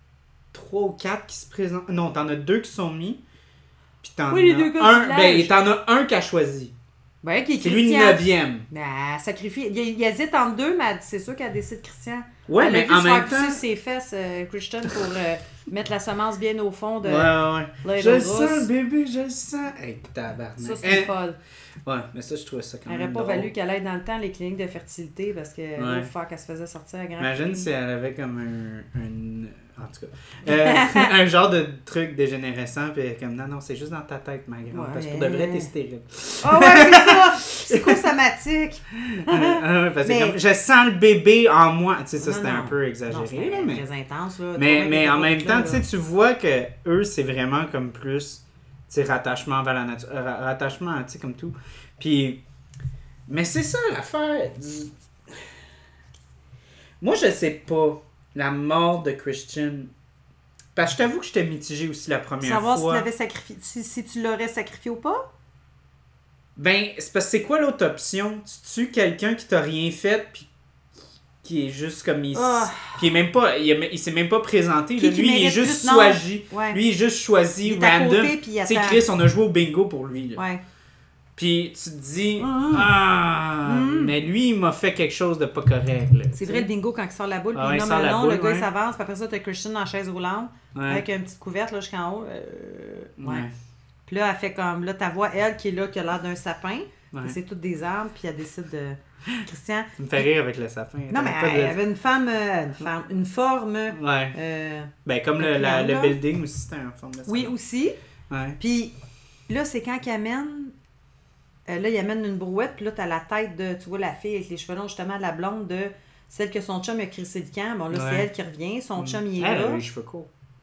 trois ou quatre qui se présentent. Non, t'en as deux qui sont mis. Puis t'en Oui, les as deux gars du un. village. Ben, t'en as un qui a choisi. Ben, qui est C'est lui le Christian. neuvième. Ben, elle sacrifie. Il, il hésite entre deux, mais c'est sûr qu'elle décide Christian. Ouais, Elle a mais vu en se faire même pousser temps. ses fesses, euh, Christian, pour euh, mettre la semence bien au fond de Ouais, ouais, ouais. Little Je le Rousse. sens, bébé, je le sens. Hey, tabarnak. Ça, c'est Eh, folle. Ouais, mais ça, je trouvais ça quand Elle même. n'aurait pas drôle. valu qu'elle aille dans le temps les cliniques de fertilité parce que Ouais. il faut faire qu'elle se faisait sortir à grand Imagine prix. si elle avait comme un. un en tout cas. Euh, un genre de truc dégénérescent, puis elle est comme non, non, c'est juste dans ta tête, ma grande. Parce que pour de vrai, t'es stérile. Ah ouais, c'est ça! Psychosomatique! Ah ouais, parce que Mais- comme, je sens le bébé en moi. Tu sais, ça Non, c'était non. un peu Non, exagéré. c'était là, mais très intense. Là. mais, Toi-même, mais t'étais en pas même là, temps, là. tu sais, tu vois que eux, c'est vraiment comme plus, tu sais, rattachement vers la nature. euh, ra- rattachement, tu sais, comme tout. Puis. Mais c'est ça l'affaire. du- Moi, je sais pas. La mort de Christian. Parce que je t'avoue que j'étais mitigé aussi la première Savoir si tu, fois. l'avais sacrifié, si, si tu l'aurais sacrifié ou pas? Ben, c'est parce que c'est quoi l'autre option? Tu tues quelqu'un qui t'a rien fait, puis qui est juste comme il. Ah. Puis il est même pas. Il, est- il s'est même pas présenté. Qui- là. qui Lui, il est mérite juste plus- non. choisi. Ouais. Lui, il est juste choisi Il est à random. côté, puis il Tu sais, attend. Chris, on a joué au bingo pour lui. là. Ouais. Puis tu te dis, Mhm. ah, Mhm. mais lui, il m'a fait quelque chose de pas correct. là, C'est tu sais. vrai, le bingo, quand il sort la boule, puis Ah ouais, il il nomme sort le la nom, boule, le gars, ouais. il s'avance, puis après ça, t'as Christian en chaise roulante, Ouais. avec une petite couverte, là, jusqu'en haut. euh, ouais. Ouais. Puis là, elle fait comme, là, ta voix, elle, qui est là, qui a l'air d'un sapin, Ouais. c'est toutes des arbres, puis elle décide de... Christian... Ça me fait rire avec le sapin. Non, mais T'arrêtes pas elle de- avait une femme, euh, une, femme une forme... Ouais. euh, Ben, comme le, la- Triangle, le là. building aussi, c'était un forme de oui, sapin. aussi. Ouais. Puis là, c'est quand qu'il amène... euh, là, il amène une brouette, puis là, t'as la tête de, tu vois, la fille avec les cheveux longs, justement, de la blonde de celle que son chum a crissé le camp. Bon, là, c'est Ouais. elle qui revient. Son Mm. chum, il est Elle là. a les cheveux courts.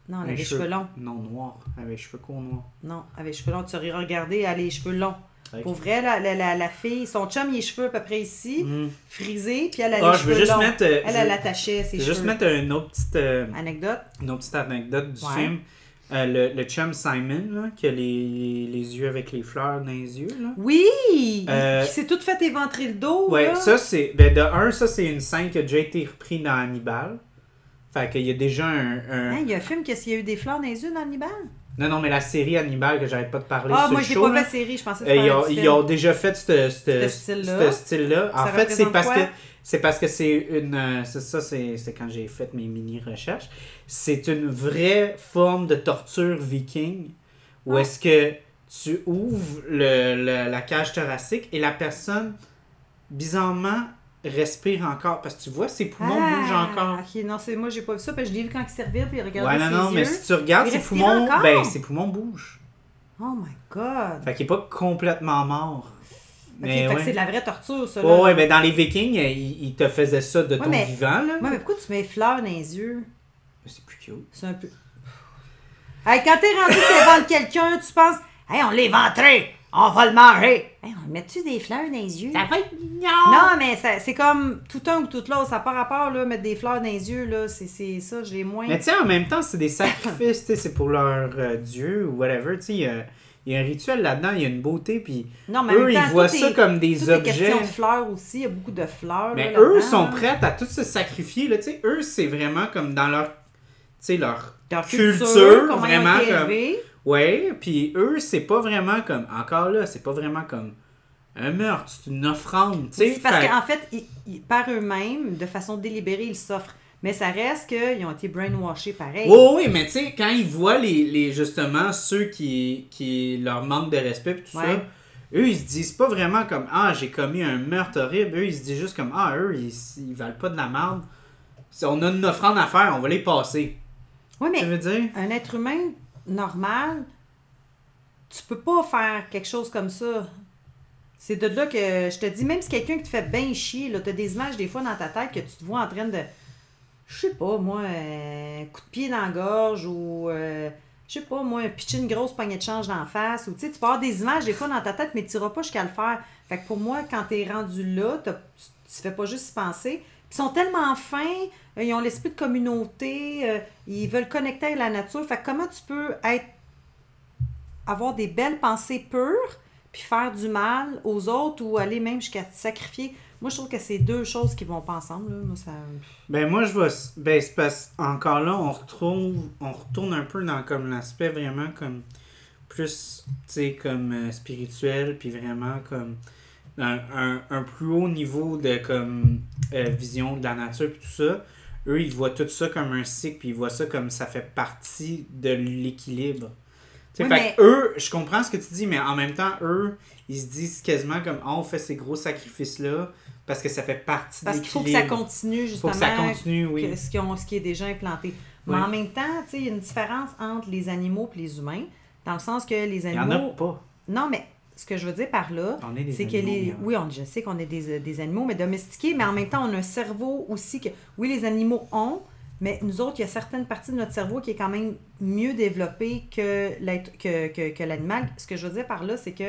Non, elle Les avait les cheveux- cheveux longs. Non, noirs. Elle avait les cheveux courts noirs. Non, elle avait les cheveux longs. Tu aurais regardé, elle a les cheveux longs. Ok. Pour vrai, la, la, la, la fille, son chum, il a les cheveux à peu près ici, Mm. frisés, puis elle a Ah, les je cheveux veux juste longs. mettre. euh, Elle, je- elle attachait ses je veux cheveux. juste mettre une autre petite, euh, Anecdote? une autre petite anecdote du Ouais. film. Euh, le, le chum Simon, là, qui a les, les yeux avec les fleurs dans les yeux. Là. Oui! Euh, Qui s'est tout fait éventrer le dos, Ouais, là. ça c'est. Ben, de un, ça c'est une scène qui a déjà été reprise dans Hannibal. Fait qu'il y a déjà un. un- Hein, il y a un film qu'est-ce qu'il y a eu des fleurs dans les yeux dans Hannibal? Non, non, mais la série Hannibal que j'arrête pas de parler Ah, sur moi, le je l'ai show, pas là, vu la série, je pensais que euh, c'était ils, un ont, petit ils film. ont déjà fait ce Ce ce- style-là. ce style-là. En Ça fait, c'est représente parce quoi? que c'est parce que c'est une. euh, C'est ça, c'est c'est quand j'ai fait mes mini-recherches. C'est une vraie forme de torture viking où Ah. est-ce que tu ouvres le, le- la cage thoracique et la personne, bizarrement, respire encore. Parce que tu vois, ses poumons Ah, bougent encore. Ok, non, c'est moi, j'ai pas vu ça, parce que je l'ai vu quand il servait, puis il regardait Ouais, non, ses non, yeux. mais si tu regardes Il ses respire poumons, encore? ben, ses poumons bougent. Oh my god! Fait qu'il est pas complètement mort. Ok, Mais fait que ouais. c'est de la vraie torture, ça, là. Ouais, ouais, mais dans les Vikings, euh, ils, ils te faisaient ça de Ouais, ton mais- vivant, là. Ouais, mais pourquoi tu mets fleurs dans les yeux? C'est plus cute. C'est un peu... Hey, quand t'es rendu que t'éventes quelqu'un, tu penses... Hey, on l'a éventré! On va le manger! Hey, on met-tu des fleurs dans les yeux? Ça va être mignon! Non, mais ça- c'est comme tout un ou tout l'autre. Ça n'a pas rapport, là, mettre des fleurs dans les yeux, là. C'est, c'est ça, j'ai moins... Mais tu sais, en même temps, c'est des sacrifices, tu sais, c'est pour leur euh, dieu ou whatever, tu sais, il y a- il y a un rituel là-dedans, il y a une beauté, puis Non, mais en eux, même ils temps, voient tout ça est- comme des tout est objets. question de fleurs aussi. Il y a beaucoup de fleurs, Mais là, eux là-dedans. sont prêts à tout se sacrifier, là, tu sais, eux, c'est vraiment comme dans leur, tu sais, leur... Leur culture, culture, comment vraiment ils ont été comme- élevés. Ouais, puis eux, c'est pas vraiment comme, encore là, c'est pas vraiment comme un meurtre, c'est une offrande, tu sais. C'est parce fait- qu'en fait, ils, ils- par eux-mêmes, de façon délibérée, ils s'offrent. Mais ça reste qu'ils ont été brainwashés pareil. Oui, oui, mais tu sais, quand ils voient les, les justement ceux qui, qui leur manquent de respect et tout Ouais. ça, eux, ils se disent pas vraiment comme ah, j'ai commis un meurtre horrible. Eux, ils se disent juste comme ah, eux, ils, ils valent pas de la merde. On a une offrande à faire, on va les passer. Oui, mais Tu veux dire? un être humain normal, tu peux pas faire quelque chose comme ça. C'est de là que je te dis, même si quelqu'un qui te fait bien chier, là, t'as des images des fois dans ta tête que tu te vois en train de, je sais pas, moi, un coup de pied dans la gorge ou, euh, je sais pas, moi, pitcher une grosse poignée de change dans la face. Ou, tu sais, tu peux avoir des images des fois dans ta tête, mais tu n'iras pas jusqu'à le faire. Fait que pour moi, quand t'es rendu là, t'as- tu, tu fais pas juste y penser. Ils sont tellement fins, euh, ils ont l'esprit de communauté, euh, ils veulent connecter avec la nature. Fait que comment tu peux être avoir des belles pensées pures, puis faire du mal aux autres ou aller même jusqu'à te sacrifier? Moi, je trouve que c'est deux choses qui vont pas ensemble. Là. Moi, ça... Ben moi je vois ben c'est parce encore là on retrouve on retourne un peu dans comme l'aspect vraiment comme plus tu sais comme euh, spirituel puis vraiment comme un, un, un plus haut niveau de comme euh, vision de la nature puis tout ça. Eux ils voient tout ça comme un cycle puis ils voient ça comme ça fait partie de l'équilibre. Tu sais, Oui, fait mais- que eux, je comprends ce que tu dis, mais en même temps, eux, ils se disent quasiment comme ah, on fait ces gros sacrifices-là parce que ça fait partie de Parce qu'il faut que l'équilibre. ça continue, Il faut justement, que ça continue, oui. que ce, qui ont, ce qui est déjà implanté. Mais Oui. en même temps, tu sais, il y a une différence entre les animaux et les humains, dans le sens que les Il y en a animaux... pas. Non, mais ce que je veux dire par là, On est des c'est que animaux, les... mais Oui, on, je sais qu'on est des, des animaux, mais domestiqués, mais en même temps, on a un cerveau aussi que... Oui, les animaux ont, mais nous autres, il y a certaines parties de notre cerveau qui est quand même mieux développée que, l'être, que, que, que l'animal. Ce que je veux dire par là, c'est que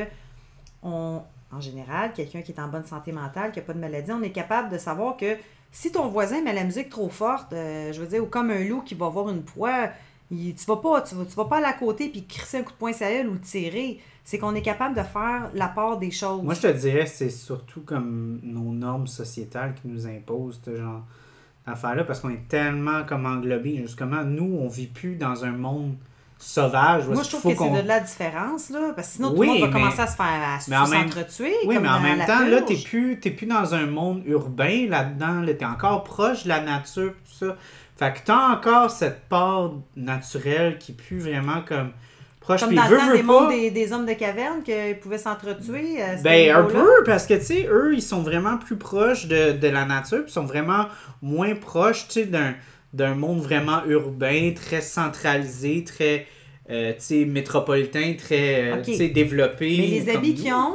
on, en général, quelqu'un qui est en bonne santé mentale, qui n'a pas de maladie, on est capable de savoir que si ton voisin met la musique trop forte, euh, je veux dire, ou comme un loup qui va avoir une proie, il, tu vas pas, tu vas, tu vas pas aller à côté puis crisser un coup de poing sur elle ou tirer. C'est qu'on est capable de faire la part des choses. Moi, je te dirais, c'est surtout comme nos normes sociétales qui nous imposent ce genre d'affaires-là, parce qu'on est tellement comme englobés. Justement, nous, on vit plus dans un monde sauvage. où Moi, est-ce je qu'il trouve faut que qu'on- c'est de la différence, là, parce que sinon, tout Oui, le monde va mais- commencer à se faire à se mais en même- s'entretuer. Oui, comme mais en dans même la temps, là, purge. t'es plus, t'es plus dans un monde urbain là-dedans. Là, t'es encore proche de la nature, tout ça. Fait que t'as encore cette part naturelle qui est plus vraiment comme proche. Comme Puis dans veux, le temps veux des pas- mondes des, des hommes de caverne qu'ils pouvaient s'entretuer. à ce Ben, un niveau-là. peu, parce que, tu sais, eux, ils sont vraiment plus proches de, de la nature, puis ils sont vraiment moins proches, tu sais, d'un, d'un monde vraiment urbain, très centralisé, très, euh, tu sais, métropolitain, très, euh, Ok. tu sais, développé. Mais les comme habits nous. qu'ils ont,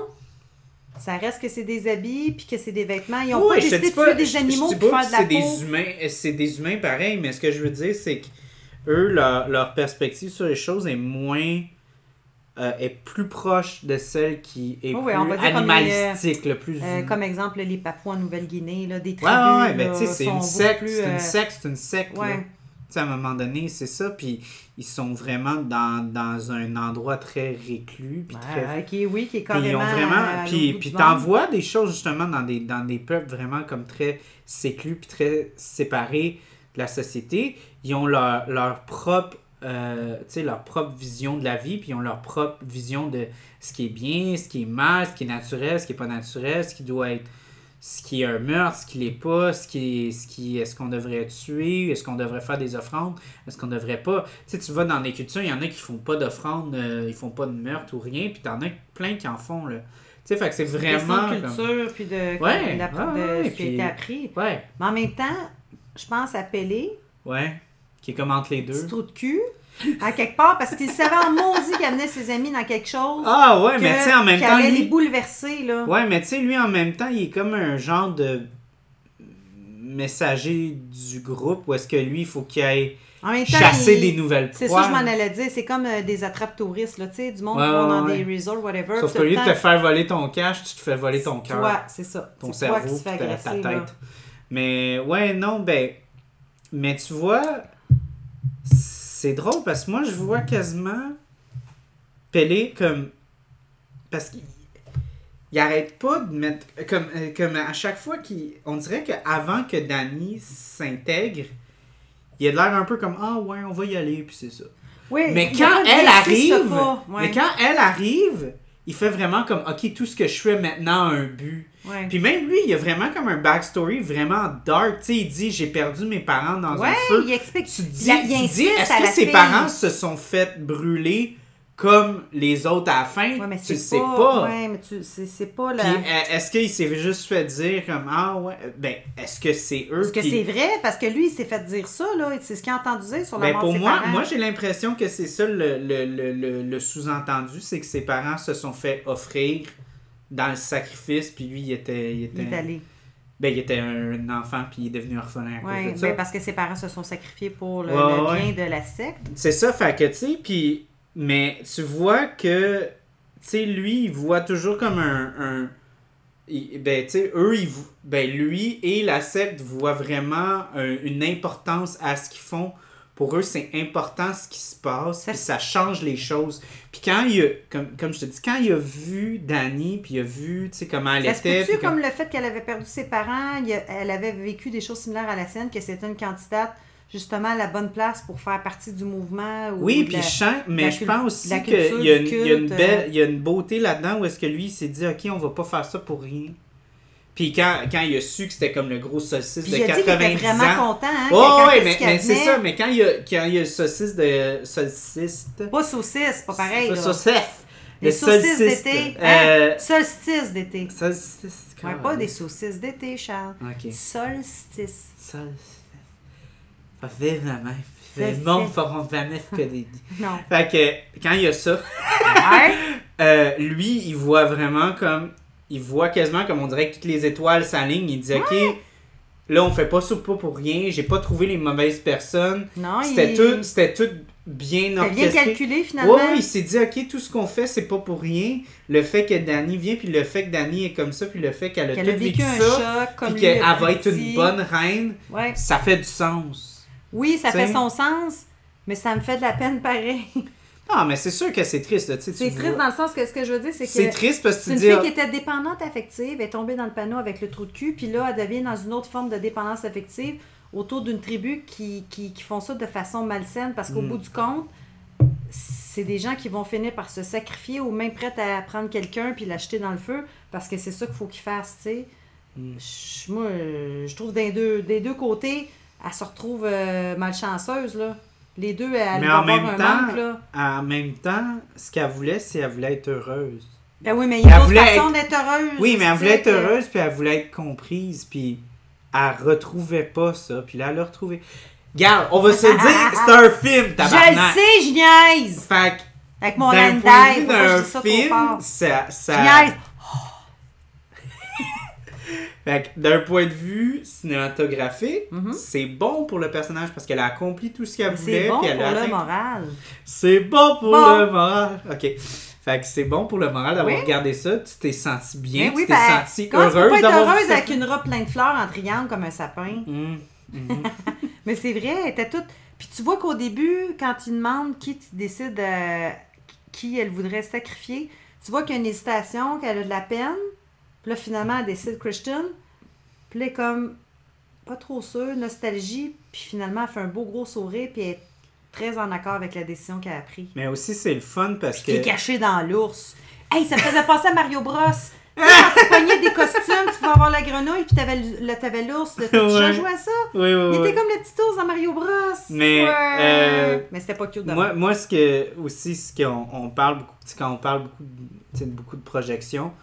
ça reste que c'est des habits puis que c'est des vêtements. Ils ont Oui, pas je te décidé dis de pas, tuer des je- je animaux dis pour pas faire que de la c'est peau. des humains, c'est des humains pareil, mais ce que je veux dire, c'est que eux, leur, leur perspective sur les choses est moins... Euh, est plus proche de celle qui est oh, plus oui, on va dire animalistique. Comme, les, le plus... euh, comme exemple, les Papouas en Nouvelle-Guinée, là, des tribus. Ouais, ouais, mais ben, tu sais, c'est une secte, plus, c'est une secte, c'est une secte. Ouais. Tu sais, à un moment donné, c'est ça, puis ils sont vraiment dans, dans un endroit très réclus. Puis ouais, très... qui, oui, qui est carrément... Ils ont vraiment... À, à puis puis t'en vois des choses, justement, dans des, dans des peuples vraiment comme très séclus, puis très séparés de la société. Ils ont leur, leur propre... Euh, leur propre vision de la vie, puis ils ont leur propre vision de ce qui est bien, ce qui est mal, ce qui est naturel, ce qui est pas naturel, ce qui doit être, ce qui est un meurtre, ce qui l'est pas, ce qui est, ce qui est-ce qu'on devrait tuer, est-ce qu'on devrait faire des offrandes, est-ce qu'on devrait pas. Tu sais, tu vas dans les cultures, il y en a qui font pas d'offrandes, euh, ils font pas de meurtre ou rien, puis t'en as plein qui en font, là. Tu sais, fait que c'est vraiment... de culture, comme... puis de, ouais, de, la, ouais, de ce puis... qui a été appris. Ouais. Mais en même temps, je pense à Pelé. Ouais. Qui est comme entre les deux. Petit trou de cul. À quelque part, parce qu'il savait en maudit qu'il amenait ses amis dans quelque chose. Ah ouais, que, mais tu sais, en même qui temps. allait Lui... les bouleverser, là. Ouais, mais tu sais, lui, en même temps, il est comme un genre de messager du groupe où est-ce que lui, il faut qu'il aille en même temps, chasser il... des nouvelles proies. C'est ça, je m'en allais dire. C'est comme euh, des attrapes touristes, là, tu sais, du monde ouais, qui vont dans ouais. des resorts, whatever. Sauf qu'au lieu de te faire voler ton cash, tu te fais voler ton cœur. Ouais, c'est ça. Ton c'est cerveau, ta, ta tête. Là. Mais ouais, non, ben. Mais tu vois. C'est drôle parce que moi, je vois quasiment Pelé comme... Parce qu'il il arrête pas de mettre... Comme, comme à chaque fois qu'il... On dirait qu'avant que Danny s'intègre, il a l'air un peu comme « Ah ouais, on va y aller, puis c'est ça. Oui, » Mais quand elle arrive... Ouais. Mais quand elle arrive, il fait vraiment comme « Ok, tout ce que je fais maintenant a un but. » Ouais. Puis même lui, il a vraiment comme un backstory vraiment dark. Tu sais, il dit, j'ai perdu mes parents dans ouais, un feu. Il explique. Tu dis, il, il tu dis est-ce que ses fille. parents se sont fait brûler comme les autres à la fin? Ouais, mais tu le sais pas. pas. Ouais, mais tu, c'est, c'est pas la... Puis est-ce qu'il s'est juste fait dire comme, ah ouais, ben, est-ce que c'est eux? Est-ce que qui... c'est vrai? Parce que lui, il s'est fait dire ça, là. C'est ce qu'il a entendu dire sur la ben, mort pour de ses moi, parents. moi, j'ai l'impression que c'est ça le, le, le, le, le sous-entendu, c'est que ses parents se sont fait offrir dans le sacrifice, puis lui, il était... Il, était, il est allé. Ben, il était un enfant, puis il est devenu orphelin à ouais, cause de ça. Ben, parce que ses parents se sont sacrifiés pour le, ouais, le ouais. bien de la secte. C'est ça, fait que, tu sais, puis... Mais tu vois que, tu sais, lui, il voit toujours comme un... un il, ben, tu sais, eux, ils, ben, lui et la secte voient vraiment un, une importance à ce qu'ils font. Pour eux, c'est important ce qui se passe, puis ça change les choses. Puis quand il a, comme, comme je te dis, quand il a vu Danny, puis il a vu, tu sais, comment elle ça était... Ça se comme... comme le fait qu'elle avait perdu ses parents, a, elle avait vécu des choses similaires à la sienne, que c'était une candidate, justement, à la bonne place pour faire partie du mouvement. Ou oui, puis je sens, mais je pense aussi qu'il y, y, y, y a une beauté là-dedans où est-ce que lui, il s'est dit, OK, on va pas faire ça pour rien. Puis quand, quand il a su que c'était comme le gros saucisse puis de il a quatre-vingt-dix dit qu'il était vraiment ans. content, hein? Oh, oui, mais, mais c'est ça. Mais quand il y a, quand il y a le saucisse de... Saucisse... Pas saucisse, pas pareil. Pas saucisse. Des le saucisses d'été. Euh... Hein? Solstice d'été. Solstice. Ouais, pas des saucisses d'été, Charles. OK. Solstice. Solstice. Pas vivre la même. Les mondes feront jamais ce que les dit. Non. Fait que quand il y a ça, ouais. euh, lui, il voit vraiment comme... Il voit quasiment comme on dirait que toutes les étoiles s'alignent. Il dit, OK, ouais. Là, on fait pas ça pas pour rien. J'ai pas trouvé les mauvaises personnes. Non, c'était, il... tout, c'était tout bien orchestré. C'était bien calculé, finalement. Oui, ouais, il s'est dit, OK, tout ce qu'on fait, c'est pas pour rien. Le fait que Danny vient, puis le fait que Danny est comme ça, puis le fait qu'elle a qu'elle tout a vécu, vécu un ça, choc, comme puis qu'elle va être une bonne reine, ouais. Ça fait du sens. Oui, ça t'sais? fait son sens, mais ça me fait de la peine pareil. Non, mais c'est sûr que c'est triste. Là, c'est triste vois. dans le sens que ce que je veux dire, c'est que c'est triste parce que c'est une dis, fille qui était dépendante affective, elle est tombée dans le panneau avec le trou de cul, puis là, elle devient dans une autre forme de dépendance affective autour d'une tribu qui, qui, qui font ça de façon malsaine, parce qu'au mm. bout du compte, c'est des gens qui vont finir par se sacrifier ou même prêts à prendre quelqu'un puis l'acheter dans le feu, parce que c'est ça qu'il faut qu'ils fassent, tu sais. Mm. Je, moi, je trouve des deux, des deux côtés, elle se retrouve euh, malchanceuse, là. Les deux, elle mais va en avoir même un temps, manque, là. En même temps, ce qu'elle voulait, c'est qu'elle voulait être heureuse. Ben oui, mais il y a une autre façon être... d'être heureuse. Oui, mais elle voulait être que... heureuse, puis elle voulait être comprise, puis elle retrouvait pas ça, puis là, elle l'a retrouvé. Regarde, on va se dire, c'est un film, tabarnak. Je le sais, je niaise. Fait que, avec mon d'un point de vue d'un film, ça... ça... Je niaise. Fait que d'un point de vue cinématographique, Mhm. c'est bon pour le personnage parce qu'elle a accompli tout ce qu'elle Mais voulait. c'est bon puis elle pour a le atteint- moral. C'est bon pour Bon. le moral. OK. Fait que c'est bon pour le moral d'avoir Oui. regardé ça. Tu t'es senti bien, Mais tu oui, t'es ben, senti comment tu peux heureuse pas être d'avoir vu heureuse ça? avec une robe pleine de fleurs en triangle comme un sapin? Hum, mhm. Mais c'est vrai, elle était toute... Puis tu vois qu'au début, quand il demande qui tu décides euh, qui elle voudrait sacrifier, tu vois qu'il y a une hésitation, qu'elle a de la peine. Puis là, finalement, elle décide Christian. Puis là, elle est comme pas trop sûre, nostalgie. Puis finalement, elle fait un beau gros sourire. Puis elle est très en accord avec la décision qu'elle a prise. Mais aussi, c'est le fun parce Qui est que... caché dans l'ours. Hey, ça me faisait penser à Mario Bros. Tu sais, quand tu pognais des costumes, tu pouvais avoir la grenouille, puis t'avais le- t'avais l'ours. là. Tu as déjà Ouais. joué à ça? Oui, oui, Il oui. était comme le petit ours dans Mario Bros. Mais, Ouais. euh, Mais c'était pas cute de Moi, moi, ce que aussi, ce qu'on on parle beaucoup, tu sais, quand on parle beaucoup, de- tu sais, de beaucoup de projections,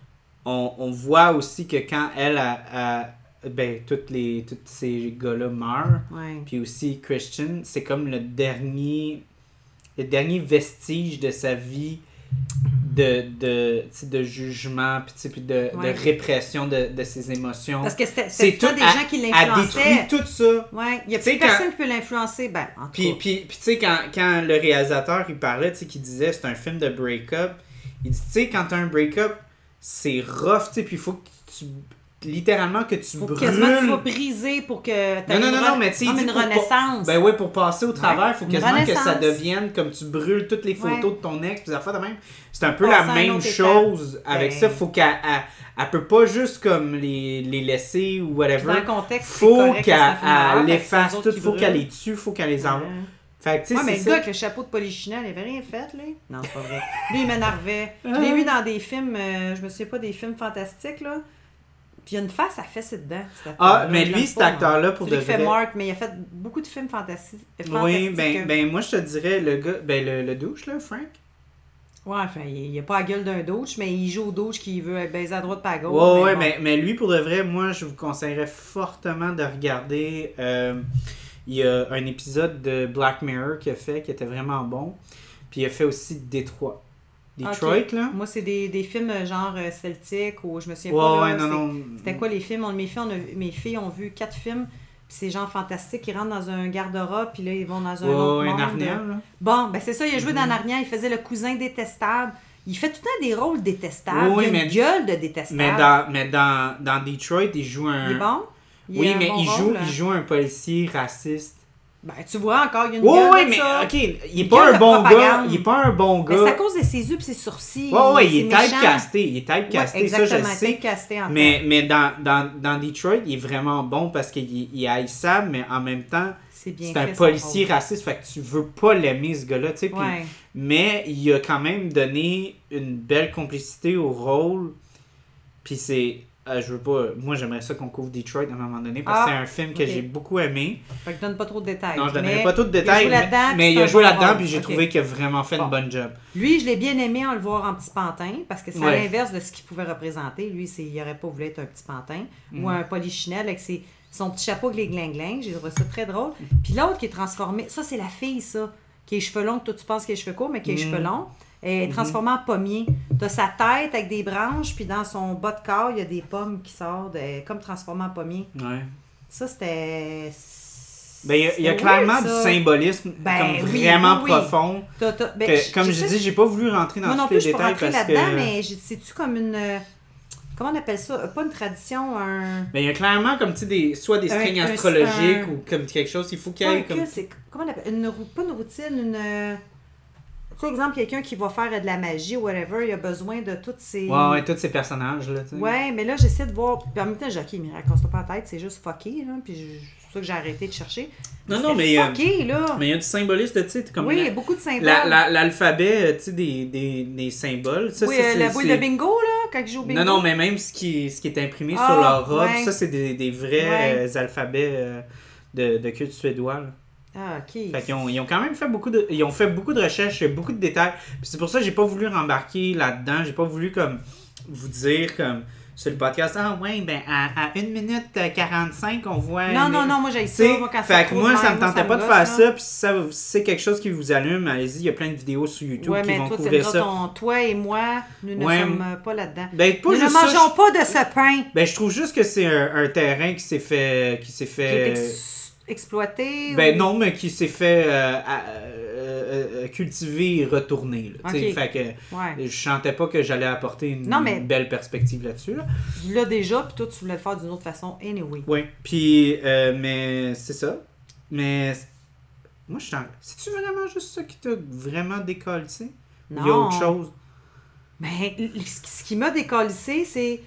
on, on voit aussi que quand elle a, a- ben, toutes les, tous ces gars-là meurent, Ouais. puis aussi Christian, c'est comme le dernier, le dernier vestige de sa vie de, de, tu sais, de jugement, puis, tu sais, puis de, Ouais. de répression de, de ses émotions. Parce que c'était C'est c'était tout tout des à- gens qui Elle l'influençaient. détruit tout ça. Ouais. Il y a Tu sais, plus quand- personne qui peut l'influencer. Ben, en tout Puis, cas. puis, puis tu sais, quand, quand le réalisateur, il parlait, tu sais, qu'il disait c'est un film de break-up, il dit, tu sais, quand t'as un break-up, c'est rough, tu sais, puis il faut que tu... Littéralement que tu Faut brûles... quasiment que tu sois brisé pour que t'aies Non, non, une non, re- non, mais tu sais, Non, il mais dit une pour renaissance. Ben ouais, pour passer au travers, il faut Une quasiment que ça renaissance. devienne comme tu brûles toutes les photos Ouais. de ton ex, puis ça fait de même. C'est un peu Passer à la une même autre chose avec Ben. ça. Faut qu'elle elle, elle peut pas juste comme les, les laisser ou whatever. Dans le contexte, c'est Faut correct qu'elle que c'est un film d'horreur, elle fait que efface c'est eux tout, autres qui faut qu'elle brûlent. les tue, faut qu'elle les envoie. Ouais. Fait que tu sais, Ouais, mais c'est le ça. gars avec le chapeau de polichinelle, il avait rien fait, là. Non, c'est pas vrai. Lui, il m'énervait. Je l'ai vu dans des films, euh, je me souviens pas des films fantastiques, là. Puis il y a une face à fesser dedans. cet Ah, acteur-là. mais Je lui, l'aime cet pas, moi. acteur-là, pour C'est de lui qui fait vrai... Mark, mais il a fait beaucoup de films fantastiques. Oui, fantastiques. ben, ben moi, je te dirais, le gars... Ben, le, le douche, là, Frank. Ouais, enfin, il il a pas la gueule d'un douche, mais il joue au douche qui veut baiser à droite pas à gauche. Ouais, ouais, bon. mais, mais lui, pour de vrai, moi, je vous conseillerais fortement de regarder... euh, il y a un épisode de Black Mirror qu'il a fait, qui était vraiment bon. Puis il a fait aussi Détroit. Detroit, Ok. là. Moi, c'est des, des films euh, genre euh, celtiques ou je me souviens Ouais, pas. ouais, là, non, c'est- non. C'était quoi les films? On- mes, filles, on a- mes filles ont vu quatre films. Puis c'est genre fantastique. Ils rentrent dans un garde-robe, puis là, ils vont dans un Ouais, autre ouais, monde. Narnia, là. Bon, ben c'est ça, il a joué Mhm. dans Narnia. Il faisait le cousin détestable. Il fait tout le temps des rôles détestables. Oui, il a mais- une gueule de détestable. Mais dans, mais dans, dans Detroit, il joue un... Il est bon? Il Oui, a un mais bon il, joue, rôle, hein? il joue un policier raciste. Ben, tu vois, encore, il y a une Oui, gueule oui, de mais ça. ok, il est Une pas gueule un de bon gars. propagande. Il est pas un bon Ben, c'est à gars. cause de ses yeux et ses sourcils. Ouais, ouais, il est méchant. typecasté. Il est typecasté, Ouais, ça, je exactement, le sais. typecasté, en fait. Mais, mais dans, dans, dans Detroit, il est vraiment bon parce qu'il il est haïssable, mais en même temps, C'est bien c'est fait, un son policier rôle. raciste. Fait que tu veux pas l'aimer, ce gars-là, tu sais. puis- Ouais. Mais il a quand même donné une belle complicité au rôle. Puis c'est... euh, je veux pas... Moi, j'aimerais ça qu'on couvre Detroit à un moment donné parce que Ah, c'est un film que ok. j'ai beaucoup aimé. Fait que donne pas trop de détails. Non, je donnerai Mais pas tout de il a détails, joué mais, là-dedans, mais puis il c'est a un joué bon là-dedans, rôle. puis j'ai Ok. trouvé qu'il a vraiment fait Bon. une bonne job. Lui, je l'ai bien aimé en le voir en petit pantin, parce que c'est à Ouais. l'inverse de ce qu'il pouvait représenter. Lui, c'est, il aurait pas voulu être un petit pantin Mhm. ou un polichinelle avec ses, son petit chapeau avec les gling-gling. J'ai trouvé ça très drôle. Puis l'autre qui est transformé, ça, c'est la fille, ça, qui a les cheveux longs, que toi, tu penses qu'il a les cheveux courts, mais qui a les Mhm. cheveux longs. Elle est Mhm. transformée en pommier. T'as sa tête avec des branches, puis dans son bas de corps, il y a des pommes qui sortent, de- comme transformée en pommier. Ouais. Ça, c'était... Ben, il y a, il y a c'était clairement weird, du ça. symbolisme Ben, comme oui, vraiment oui, oui. profond. T'as- t'as- ben, que, je- comme je je sais- dis, j'ai pas voulu rentrer dans Moi non tous plus, les je peux détails rentrer parce là-dedans, que... mais j'ai- c'est-tu comme une... euh, Comment on appelle ça? Pas une tradition, un... Ben, il y a clairement comme, tu sais, des, soit des Un- strings un- astrologiques un- ou comme quelque chose. Il faut qu'il y Pas ait un comme... culte, c'est... Comment on appelle? Une, rou- pas une routine, une... euh, Tu sais, exemple, quelqu'un qui va faire de la magie ou whatever, il a besoin de toutes ces... Ouais, ouais, tous ces personnages-là, tu sais. Ouais, mais là, j'essaie de voir... Puis en même temps, j'ai OK, mais raconte-toi pas la tête, c'est juste fucké, là, puis je- c'est pour ça que j'ai arrêté de chercher. Non, non, C'était mais... euh, fucké, là! Mais il y a du symbolisme, tu sais, comme... Oui, il y la- a beaucoup de symboles. la- la- l'alphabet, euh, tu sais, des, des, des symboles. Ça, oui, ça, euh, c'est- la boule c'est- de bingo, là, quand je joue au bingo. Non, non, mais même ce qui, ce qui est imprimé Ah, sur leur robe, ouais. ça, c'est des, des vrais Ouais. euh, alphabets euh, de, de culte suédois, là. Ah, OK. Fait qu'ils ont, ils ont quand même fait beaucoup de ils ont fait beaucoup de recherches, beaucoup de détails. Puis c'est pour ça que j'ai pas voulu rembarquer là-dedans, j'ai pas voulu comme vous dire comme sur le podcast. Ah ouais, ben à, à une minute quarante-cinq, on voit... Non, les... non, non, moi j'ai ça. T'sais, Moi, quand fait ça que trouve, moi, ça me moi, tentait ça pas me de gosse, faire là. ça. Puis si, ça, si c'est quelque chose qui vous allume, allez-y, il y a plein de vidéos sur YouTube Ouais, qui mais vont toi, couvrir c'est ça. ton, toi et moi, nous ne Ouais. sommes pas là-dedans. Ben, pas nous ne juste ça, mangeons je- pas de ce pain Ben, je trouve juste que c'est un, un terrain qui s'est fait... Qui s'est qui fait... est ex- exploité. Ben ou... non, mais qui s'est fait euh, à- euh, euh, cultiver et retourner. Là, t'sais. Ok. Fait que Ouais. je sentais pas que j'allais apporter une, Non, mais- une belle perspective là-dessus. Là. Tu l'as déjà, puis toi, tu voulais le faire d'une autre façon, anyway. Oui, puis, euh, mais c'est ça. Mais moi, je t'en... C'est-tu vraiment juste ça qui t'a vraiment décalissé? Non. Il y a autre chose? Mais l- ce qui m'a décalissé, c'est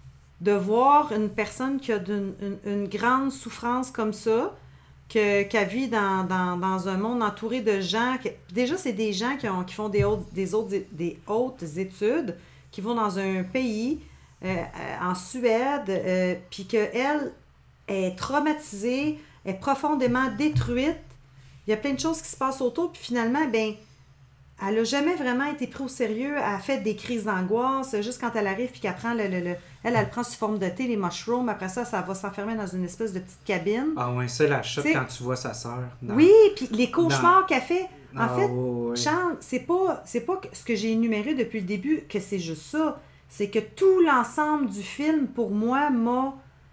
de voir une personne qui a d'une- une, une grande souffrance comme ça, que, qu'elle vit dans, dans, dans un monde entouré de gens. Que, déjà, c'est des gens qui, ont, qui font des hautes, des, autres, des hautes études, qui vont dans un pays, euh, euh, en Suède, euh, puis qu'elle est traumatisée, est profondément détruite. Il y a plein de choses qui se passent autour, puis finalement, ben elle n'a jamais vraiment été prise au sérieux. Elle a fait des crises d'angoisse juste quand elle arrive puis qu'elle prend le, le, le- Elle, elle prend sous forme de thé les mushrooms. Après ça, ça va s'enfermer dans une espèce de petite cabine. Ah ouais, ça, la shot T'sais- quand tu vois sa sœur. dans- Oui, puis les cauchemars qu'elle fait. En Ah, fait, ouais, ouais. Charles, c'est pas, c'est pas que- ce que j'ai énuméré depuis le début que c'est juste ça. C'est que tout l'ensemble du film, pour moi, m'a,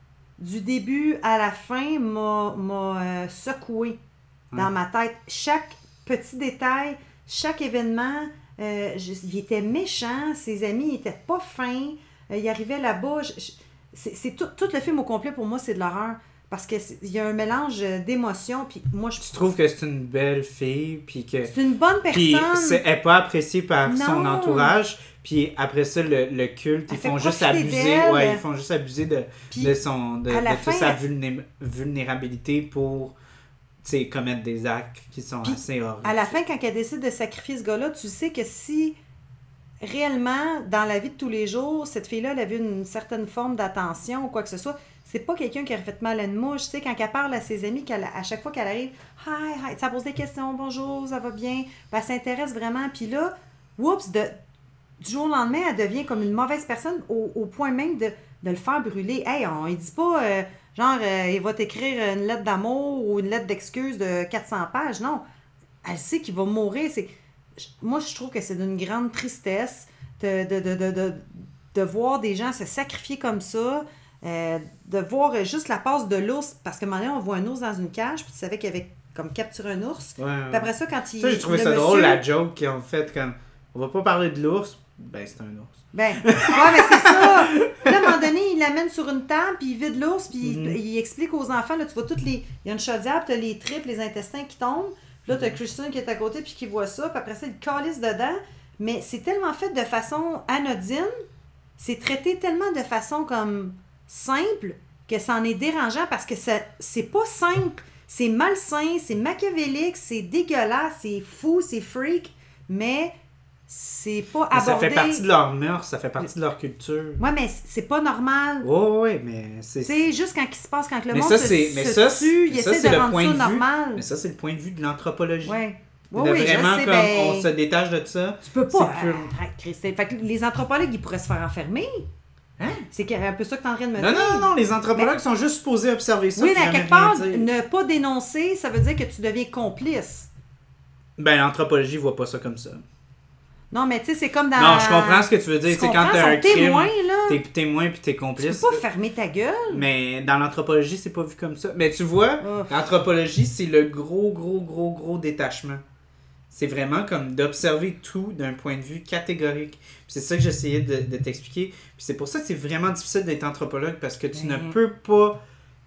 du début à la fin, m'a, m'a euh, secoué dans Ouais. ma tête. Chaque petit détail, chaque événement, euh, je- il était méchant, ses amis n'étaient pas fins, euh, il arrivait là-bas. je- je- c'est, c'est tout, tout le film au complet, pour moi, c'est de l'horreur. Parce qu'il y a un mélange d'émotions, puis moi, je Tu trouves que c'est une belle fille, puis que... c'est une bonne Puis personne. c'est- elle n'est pas appréciée par son Non. entourage. Puis après ça, le, le culte, Elle ils fait font juste profiter abuser. d'elle. Ouais, ils font juste abuser de, Puis, de son de, à la de toute fin, sa elle- vulné- vulnérabilité pour tu sais, commettre des actes qui sont Puis, assez horribles. À la fin, quand elle décide de sacrifier ce gars-là, tu sais que si réellement, dans la vie de tous les jours, cette fille-là, elle avait une certaine forme d'attention ou quoi que ce soit, c'est pas quelqu'un qui aurait fait mal à une mouche. Tu sais, quand elle parle à ses amis, qu'elle, à chaque fois qu'elle arrive, « Hi, hi », ça pose des questions, « Bonjour, ça va bien », ben, elle s'intéresse vraiment. Puis là, oups, de, du jour au lendemain, elle devient comme une mauvaise personne au, au point même de, de le faire brûler. Hey, on ne dit pas, euh, genre, euh, il va t'écrire une lettre d'amour ou une lettre d'excuse de quatre cents pages. Non, elle sait qu'il va mourir. C'est... Moi, je trouve que c'est d'une grande tristesse de, de, de, de, de, de voir des gens se sacrifier comme ça, euh, de voir juste la passe de l'ours, parce qu'à un moment donné, on voit un ours dans une cage, puis tu savais qu'il avait comme capturé un ours. Ouais, ouais. Puis après ça, quand il... Ça, j'ai trouvé le ça monsieur- drôle, la joke qu'ils ont faite comme on va pas parler de l'ours, ben c'est un ours. Ben, ouais, mais c'est ça. Puis là, à un moment donné, il l'amène sur une table, puis il vide l'ours, puis il- Mhm. il, explique aux enfants, là, tu vois toutes les... Il y a une chaudière, puis t'as les tripes, les intestins qui tombent. Puis là, t'as Christian qui est à côté, puis qui voit ça, puis après ça, il calisse dedans. Mais c'est tellement fait de façon anodine, c'est traité tellement de façon comme simple, que ça en est dérangeant, parce que ça, c'est pas simple. C'est malsain, c'est machiavélique, c'est dégueulasse, c'est fou, c'est freak, mais c'est pas Mais ça abordé... fait partie de leur mœurs, ça fait partie de leur culture. Ouais, mais c'est pas normal. Ouais, ouais, mais c'est. Tu sais, juste quand il se passe, quand le Mais monde ça, se, c'est- mais se ça, c'est- tue, il mais ça, essaie c'est de le rendre point ça de vue. normal. Mais ça, c'est le point de vue de l'anthropologie. Ouais. De Oui, oui, vraiment je sais, comme ben, on se détache de ça. tu peux pas. c'est pur. Arrête, Christine. Fait que les anthropologues, ils pourraient se faire enfermer. Hein? C'est un peu ça que tu es en train de me Non, dire. non, non, non, les anthropologues sont juste supposés observer ça. Oui, puis mais à jamais quelque part, rien dire. ne pas dénoncer, ça veut dire que tu deviens complice. Ben, l'anthropologie voit pas ça comme ça. Non, mais tu sais, c'est comme dans... Non, je comprends ce que tu veux dire. Tu C'est quand comprends, t'as un sont témoins, crime, là. t'es témoin puis t'es Tu complice. peux pas fermer ta gueule. Mais dans l'anthropologie, c'est pas vu comme ça. Mais tu vois, Ouf. l'anthropologie, c'est le gros, gros, gros, gros détachement. C'est vraiment comme d'observer tout d'un point de vue catégorique. Puis c'est ça que j'essayais de, de t'expliquer. Puis c'est pour ça que c'est vraiment difficile d'être anthropologue parce que tu Mhm. ne peux pas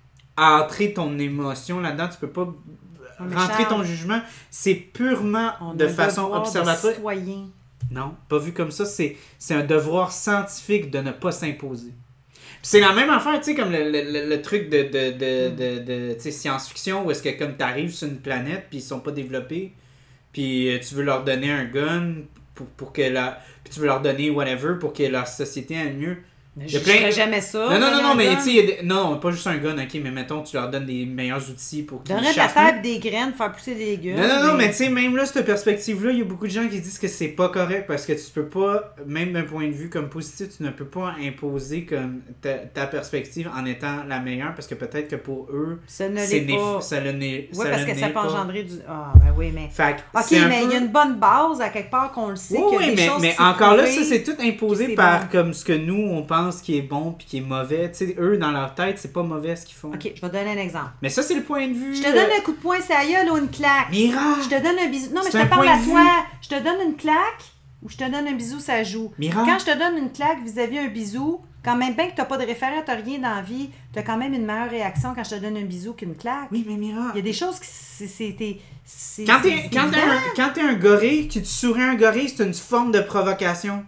entrer ton émotion là-dedans. Tu peux pas mais rentrer Charles, ton jugement. C'est purement On a de un façon devoir de observatoire. citoyen. Non, pas vu comme ça. C'est, c'est un devoir scientifique de ne pas s'imposer. Puis c'est la même affaire, tu sais, comme le, le, le, le truc de, de, de, de, de, tu sais, science-fiction où est-ce que comme t'arrives sur une planète puis ils sont pas développés puis euh, tu veux leur donner un gun pour, pour que la... puis tu veux leur donner whatever pour que leur société aille mieux. Mais je ferais jamais ça. Non, non, non, non, mais tu sais, non, pas juste un gun, ok, mais mettons, tu leur donnes les meilleurs outils pour qu'ils donnerais de la table, des graines, faire pousser des légumes. Non, non, non, mais, mais tu sais, même là, cette perspective-là, il y a beaucoup de gens qui disent que c'est pas correct parce que tu peux pas, même d'un point de vue comme positif, tu ne peux pas imposer comme ta, ta perspective en étant la meilleure parce que peut-être que pour eux, ça ne l'est pas. Ça le n'est Oui, parce que ça peut pas. engendrer du. Ah, ben oui, mais. Fait ok, mais il peu... y a une bonne base à quelque part qu'on le sait. Oui, qu'il y a oui, des mais, choses mais qui encore prouvées, là, ça, c'est tout imposé c'est par bon. comme ce que nous, on pense qui est bon puis qui est mauvais. Tu sais, eux, dans leur tête, c'est pas mauvais ce qu'ils font. Ok, je vais te donner un exemple. Mais ça, c'est le point de vue. Je te donne un coup de poing, ça y est, ou une claque. Mira! Je te donne un bisou. Non, mais je te parle à toi. Je te donne une claque ou je te donne un bisou, ça joue. Mira! Quand je te donne une claque vis-à-vis un bisou, quand même bien que tu n'as pas de référent, tu n'as rien dans la vie, tu as quand même une meilleure réaction quand je te donne un bisou qu'une claque. Oui, mais Mira. Il y a des choses qui. C'était. Quand tu es un, un gorille, que tu souris à un gorille, c'est une forme de provocation.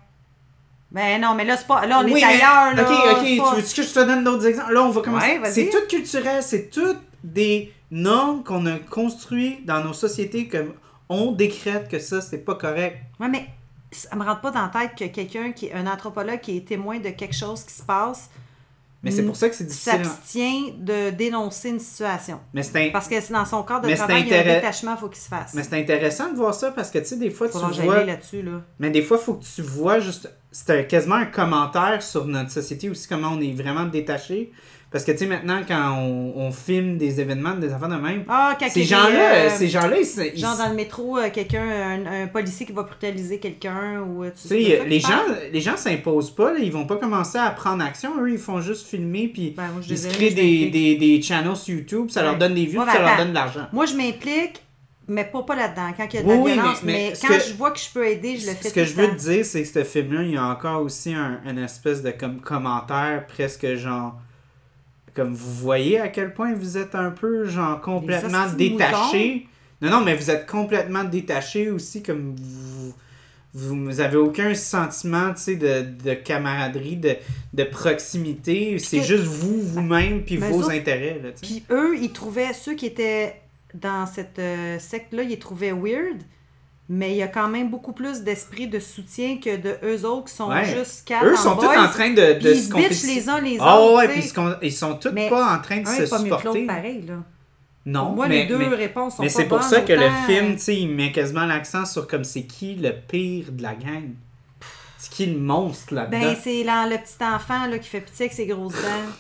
Ben non, mais là, c'est pas. Là, on oui, est mais... ailleurs. Là, ok, ok, pas... tu veux que je te donne d'autres exemples? Là, on va commencer. Ouais, c'est tout culturel, c'est toutes des normes qu'on a construites dans nos sociétés comme on décrète que ça, c'est pas correct. Ouais, mais ça me rentre pas dans la tête que quelqu'un qui est un anthropologue qui est témoin de quelque chose qui se passe. Mais c'est pour ça que c'est difficile. S'abstient de dénoncer une situation. Mais c'est un... Parce que dans son corps de mais travail, intéress... il y a un détachement, il faut qu'il se fasse. Mais c'est intéressant de voir ça parce que, tu sais, des fois, faut tu vois... là-dessus, là. Mais des fois, il faut que tu vois juste... C'est quasiment un commentaire sur notre société aussi, comment on est vraiment détaché. Parce que, tu sais, maintenant, quand on, on filme des événements, des enfants de même, ah, ces gens-là, euh, ces gens-là, ils, genre dans le métro, euh, quelqu'un, un, un policier qui va brutaliser quelqu'un, ou tu sais, les gens, les gens s'imposent pas, là, ils vont pas commencer à prendre action, eux, ils font juste filmer, puis ben, moi, ils se créent des, des, des channels sur YouTube, ça ouais. leur donne des vues, moi, puis ça attends. leur donne de l'argent. Moi, je m'implique, mais pas, pas là-dedans, quand il y a de la oui, violence, mais, mais, mais, mais quand que, je vois que je peux aider, je le fais Ce que tout je le veux temps. te dire, c'est que ce film-là, il y a encore aussi un, une espèce de comme commentaire presque genre... Comme vous voyez à quel point vous êtes un peu genre complètement détaché. Non, non, mais vous êtes complètement détaché aussi, comme vous, vous avez aucun sentiment, tu sais, de, de camaraderie, de, de proximité. C'est que, juste vous, vous-même, puis vos autres, intérêts. Là, puis eux, ils trouvaient, ceux qui étaient dans cette euh, secte-là, ils les trouvaient weird. Mais il y a quand même beaucoup plus d'esprit de soutien que de eux autres qui sont ouais. juste quatre Eux sont tous en train de, de se compétitionner. les uns les autres. Oh, ouais, puis ils sont tous mais pas en train de un se est pas supporter. Mieux que l'autre, pareil, là. Non, pour moi, mais, les deux mais, réponses sont mais pas c'est pour bonnes, ça que autant... le film, tu sais, il met quasiment l'accent sur comme c'est qui le pire de la gang. C'est qui le monstre là-dedans. Ben, c'est là, le petit enfant là, qui fait pitié avec ses grosses dents.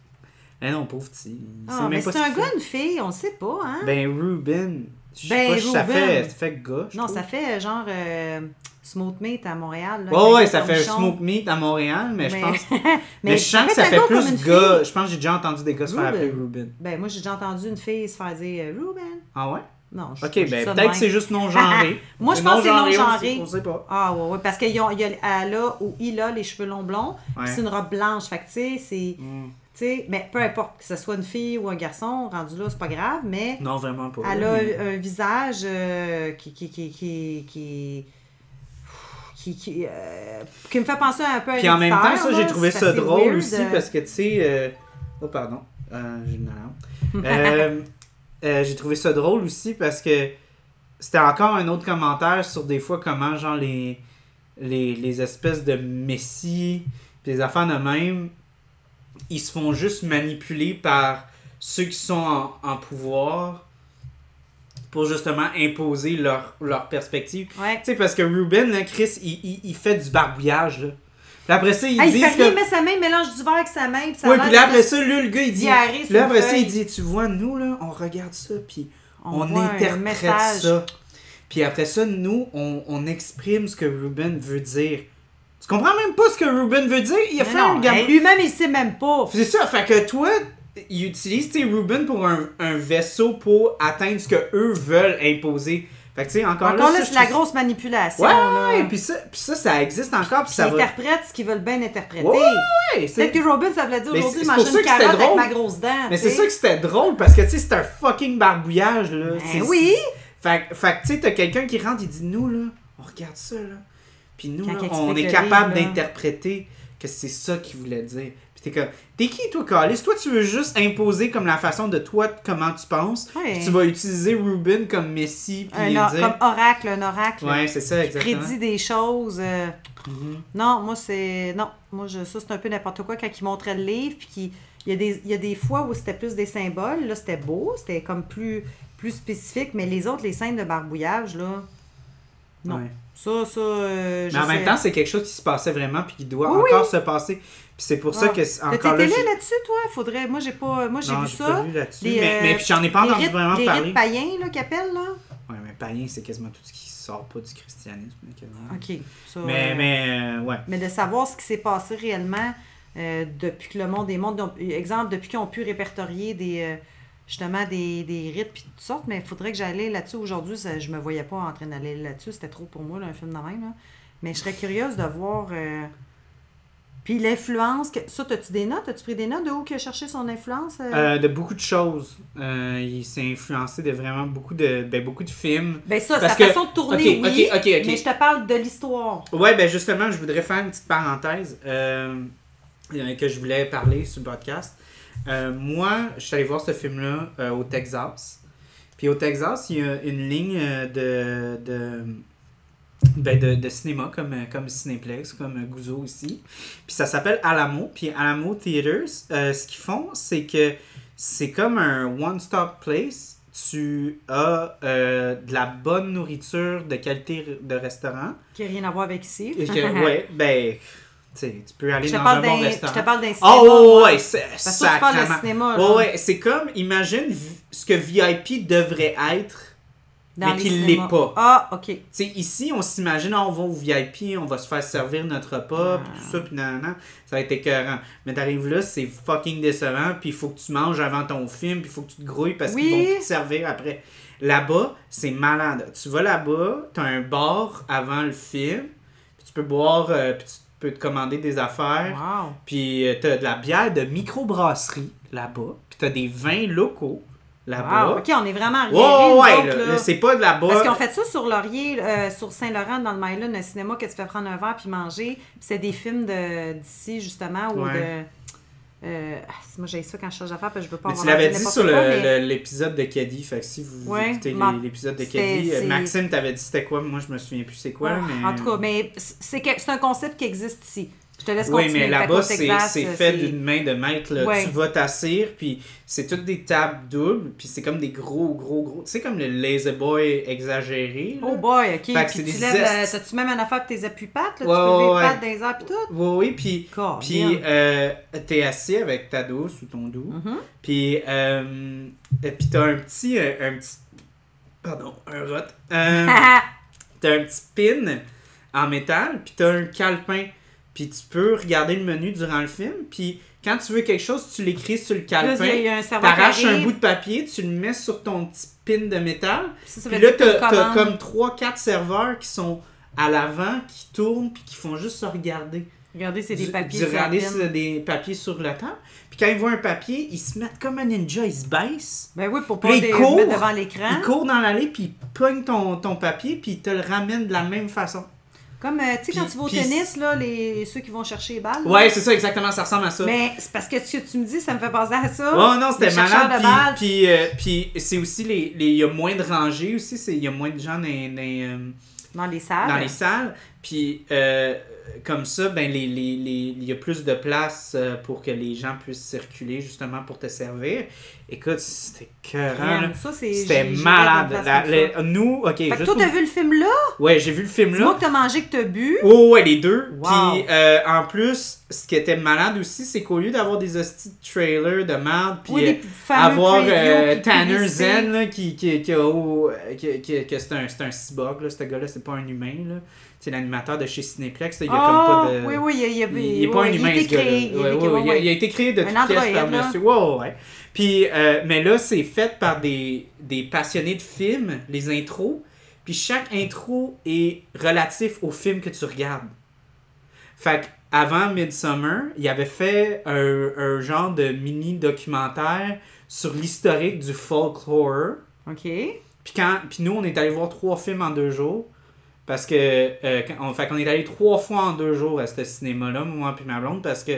Eh non, pauvre petit. Ah, mais c'est un gars, une fille, on le sait pas, hein? Ben, Ruben... Je ben, sais pas, ça fait, ça fait gars, non, trouve. ça fait genre euh, Smoke Meat à Montréal. Là, oh, ouais, ça fait Smoke Meat à Montréal, mais, mais... je pense... mais, mais je sens que ça fait plus gars. Je pense que j'ai déjà entendu des gars se faire appeler Ruben. Ben, moi, j'ai déjà entendu une fille se faire dire euh, Ruben. Ah ouais? Non, je Ok, ben peut-être que c'est juste non-genré. Moi, je pense que c'est non-genré. On sait pas. Ah ouais, ouais, parce qu'elle a ou il a les cheveux longs blonds, ouais. c'est une robe blanche. Fait que, tu sais, c'est... Mm. T'sais, mais peu importe, que ce soit une fille ou un garçon, rendu là, c'est pas grave, mais... Non, vraiment pas. Elle a mais... un visage euh, qui... qui, qui, qui, qui... Qui, qui, euh, qui me fait penser un peu à un Puis en même temps, ça, là, j'ai trouvé ça drôle weird. aussi, parce que, tu sais... Euh... Oh, pardon. Euh, j'ai une alarme. euh, euh, j'ai trouvé ça drôle aussi, parce que c'était encore un autre commentaire sur des fois comment, genre, les, les, les espèces de messies, puis les affaires de même... ils se font juste manipuler par ceux qui sont en, en pouvoir pour justement imposer leur, leur perspective. Ouais. Tu sais, parce que Ruben, là, Chris, il, il, il fait du barbouillage, là. Puis après ça, il hey, dit... Il fait rien, que... met sa main, il mélange du verre avec sa main, puis ça ouais, puis là, après ça, là, le gars, il dit... Diarrhée, là, après ça, il dit, tu vois, nous, là, on regarde ça, puis on, on interprète ça. Puis après ça, nous, on, on exprime ce que Ruben veut dire. Tu comprends même pas ce que Ruben veut dire? Il a mais fait non, un gamin. Lui-même, il sait même pas. C'est ça, fait que toi, il utilise tes Ruben pour un, un vaisseau pour atteindre ce que eux veulent imposer. Fait que tu sais, encore, encore là, là c'est la grosse manipulation. Ouais, là. ouais, puis ça, puis ça, ça existe encore. Puis ça ils va... interprètent ce qu'ils veulent bien interpréter. Ouais, ouais, peut-être que Ruben, ça voulait dire mais aujourd'hui, c'est, manger c'est une carotte avec drôle. ma grosse dent. Mais t'sais. c'est ça que c'était drôle, parce que tu sais, c'est un fucking barbouillage, là. Ben c'est, oui! Fait, fait que tu sais, t'as quelqu'un qui rentre, il dit, nous, là, on regarde ça, là. Puis nous, là, on est livre, capable là. d'interpréter que c'est ça qu'il voulait dire. Puis T'es comme, t'es qui, toi, Callis? Toi, tu veux juste imposer comme la façon de toi, comment tu penses. Ouais. Puis tu vas utiliser Ruben comme Messie. Puis Un or- dire... Comme oracle, un oracle. Ouais, c'est ça, exactement. Prédit des choses. euh, Mhm. Non, moi, c'est. Non, moi, je... ça, c'est un peu n'importe quoi quand ils montraient le livre. Puis qu'il- il y, a des... il y a des fois où c'était plus des symboles. Là, c'était beau. C'était comme plus, plus spécifique. Mais les autres, les scènes de barbouillage, là. Non. Ouais. Ça, ça. euh, je Mais en sais- même temps, c'est quelque chose qui se passait vraiment puis qui doit Oui, encore se passer. Puis c'est pour ça Ah. que c'est T'as encore été là. là j'ai- là-dessus, toi? Faudrait. Moi, j'ai pas. Moi, j'ai non, vu j'ai ça. pas vu là-dessus. Les, mais, euh, mais puis j'en ai pas les entendu rites, vraiment les parler. rites païens, là, qu'ils appellent, là. Ouais, mais païen, c'est quasiment tout ce qui sort pas du christianisme. quasiment. OK. Ça, Mais, euh, mais, euh, ouais. Mais de savoir ce qui s'est passé réellement euh, depuis que le monde des mondes, donc, exemple, depuis qu'ils ont pu répertorier des, euh, justement des, des rites puis toutes sortes, mais il faudrait que j'aille là-dessus aujourd'hui. Ça, je me voyais pas en train d'aller là-dessus. C'était trop pour moi, là, un film de même. Là. Mais je serais curieuse de voir. euh, Puis l'influence. Que... Ça, as-tu des notes? As-tu pris des notes de où il a cherché son influence? euh? Euh, de beaucoup de choses. Euh, il s'est influencé de vraiment beaucoup de, ben, beaucoup de films. Ben ça, Parce sa que- façon de tourner, ok, oui. ok, ok, ok. Mais je te parle de l'histoire. Ouais, ben justement, je voudrais faire une petite parenthèse euh, euh, que je voulais parler sur le podcast. Euh, moi, je suis allé voir ce film-là euh, au Texas. Puis au Texas, il y a une ligne euh, de, de, ben de, de cinéma comme, euh, comme Cinéplex, comme euh, Gouzeau ici. Puis ça s'appelle Alamo. Puis Alamo Theaters, euh, ce qu'ils font, c'est que c'est comme un one-stop place. Tu as euh, de la bonne nourriture de qualité de restaurant. Qui n'a rien à voir avec ici. Et que, ouais, ben, tu sais, tu peux aller Je te dans parle un bon d'un je restaurant. te parle d'un cinéma. Oh, moi. ouais, c'est Parce que toi, tu parles de sacrément. cinéma. Ouais, là. ouais, c'est comme, imagine v- ce que V I P devrait être, Dans mais les qu'il cinémas. l'est pas. Ah, OK. Tu sais, ici, on s'imagine, ah, on va au V I P, on va se faire servir notre repas, puis tout ça, puis nan, nan, nan, ça va être écœurant. Mais t'arrives là, c'est fucking décevant, puis il faut que tu manges avant ton film, puis il faut que tu te grouilles parce Oui. qu'ils vont plus te servir après. Là-bas, c'est malade. Tu vas là-bas, t'as un bar avant le film, puis tu peux boire, euh, puis tu peux te commander des affaires, Wow. puis euh, t'as de la bière de microbrasserie là-bas, puis t'as des vins locaux là-bas. Wow. OK, on est vraiment arriérés, Ouais, nous ouais, autres, là, là. là, c'est pas de là-bas. Parce qu'ils ont fait ça sur Laurier, euh, sur Saint-Laurent, dans le Mylan, un cinéma que tu fais prendre un verre puis manger. Puis c'est des films de, d'ici, justement, ou Ouais. de... Euh, ah, moi, j'ai ça quand je change d'affaires, parce que je veux pas Mais tu avoir l'avais l'air de dit n'importe sur quoi, le- mais- le- l'épisode de Caddy, fait que si vous Ouais, écoutez ma- les- l'épisode de c'était- Caddy, euh, c'est- Maxime t'avait dit c'était quoi, moi je me souviens plus c'est quoi, Ah, mais... En tout cas, mais c'est, que- c'est un concept qui existe ici. Je te laisse Oui, continuer. mais Fait là-bas, qu'au c'est, Texas, c'est euh, fait c'est- d'une main de maître. Là. Ouais. Tu vas t'assire, puis c'est toutes des tables doubles, puis c'est comme des gros, gros, gros... Tu sais, comme le Lazy Boy exagéré. Là. Oh boy, OK. Fait que Puis c'est tu des lèves, euh, esti- t'as-tu même une affaire pour tes appuis-pattes? Là? Ouais, tu peux lever ouais, les pattes dans les airs puis tout? Oui, oui, puis... God Puis damn. euh, t'es assis avec ta douce ou ton doux, Mhm. puis euh, et puis t'as un petit... euh, un petit... Pardon, un rot. Euh, t'as un petit pin en métal, puis t'as un calepin. Puis tu peux regarder le menu durant le film, puis quand tu veux quelque chose, tu l'écris sur le Là, il y a- il calepin, y a un serveur qui t'arraches un arrive. bout de papier, tu le mets sur ton petit pin de métal, Ça, ça puis veut là dire que t'as, tu t'as commandes. comme trois quatre serveurs qui sont à l'avant, qui tournent, puis qui font juste se regarder. Regardez, c'est des Du- papiers. du- sur la regarder pine. sur des papiers sur la table. Puis quand ils voient un papier, ils se mettent comme un ninja, ils se baissent. Ben oui, pour Puis pas là, les ils courent, mettre devant l'écran. Ils courent dans l'allée, puis ils pognent ton, ton papier, puis ils te le ramènent de la même façon. Comme, euh, tu sais, quand Puis- tu vas au puis- tennis, là, les... ceux qui vont chercher les balles. là. Ouais, c'est ça, exactement, ça ressemble à ça. Mais c'est parce que ce que tu me dis, ça me fait penser à ça. Oh non, c'était Les chercheurs malade. de balles. Puis, puis, euh, puis c'est aussi, les, les, il y a moins de rangées aussi, c'est- il y a moins de gens dans, dans, euh, Dans les salles. dans les salles. Puis euh, comme ça, ben, les, les, les, il y a plus de place euh, pour que les gens puissent circuler justement pour te servir. Écoute, c'était cœurant. là. Ça, c'est... C'était j'ai- j'ai malade. pas de place La- comme les- ça. nous, ok. Fait que juste toi, pour- t'as vu le film là? Ouais, j'ai vu le film Dis-moi là. que t'as mangé, que t'as bu. Oh, ouais, les deux. Wow. Puis, euh, en plus, ce qui était malade aussi, c'est qu'au lieu d'avoir des hosties de trailers de merde, puis Oui, euh, les fameux avoir previews, euh, puis Tanner publicité. Zen, là, qui, qui, qui a, oh, euh, qui, qui- que c'est un, c'est un cyborg, là, ce gars-là, c'est pas un humain, là. C'est l'animateur de chez Cinéplex, là, il y a Ah, comme pas de... oui, oui, il, y a, il, y a- Il est pas ouais, un humain, il a ce été gars-là. créé. Il, a Ouais, été ouais, créé, ouais, il a- ouais. il a été créé de Un toutes pièces par androïde, là. monsieur. Ouais, ouais, ouais. Puis, euh, mais là, c'est fait par des, des passionnés de films, les intros. Puis chaque intro est relatif au film que tu regardes. Fait qu'avant Midsummer, il avait fait un, un genre de mini-documentaire sur l'historique du folk horror. OK. Puis, quand, puis nous, on est allé voir trois films en deux jours. Parce que, euh, quand- on, fait qu'on est allé trois fois en deux jours à ce cinéma-là, moi puis ma blonde, parce que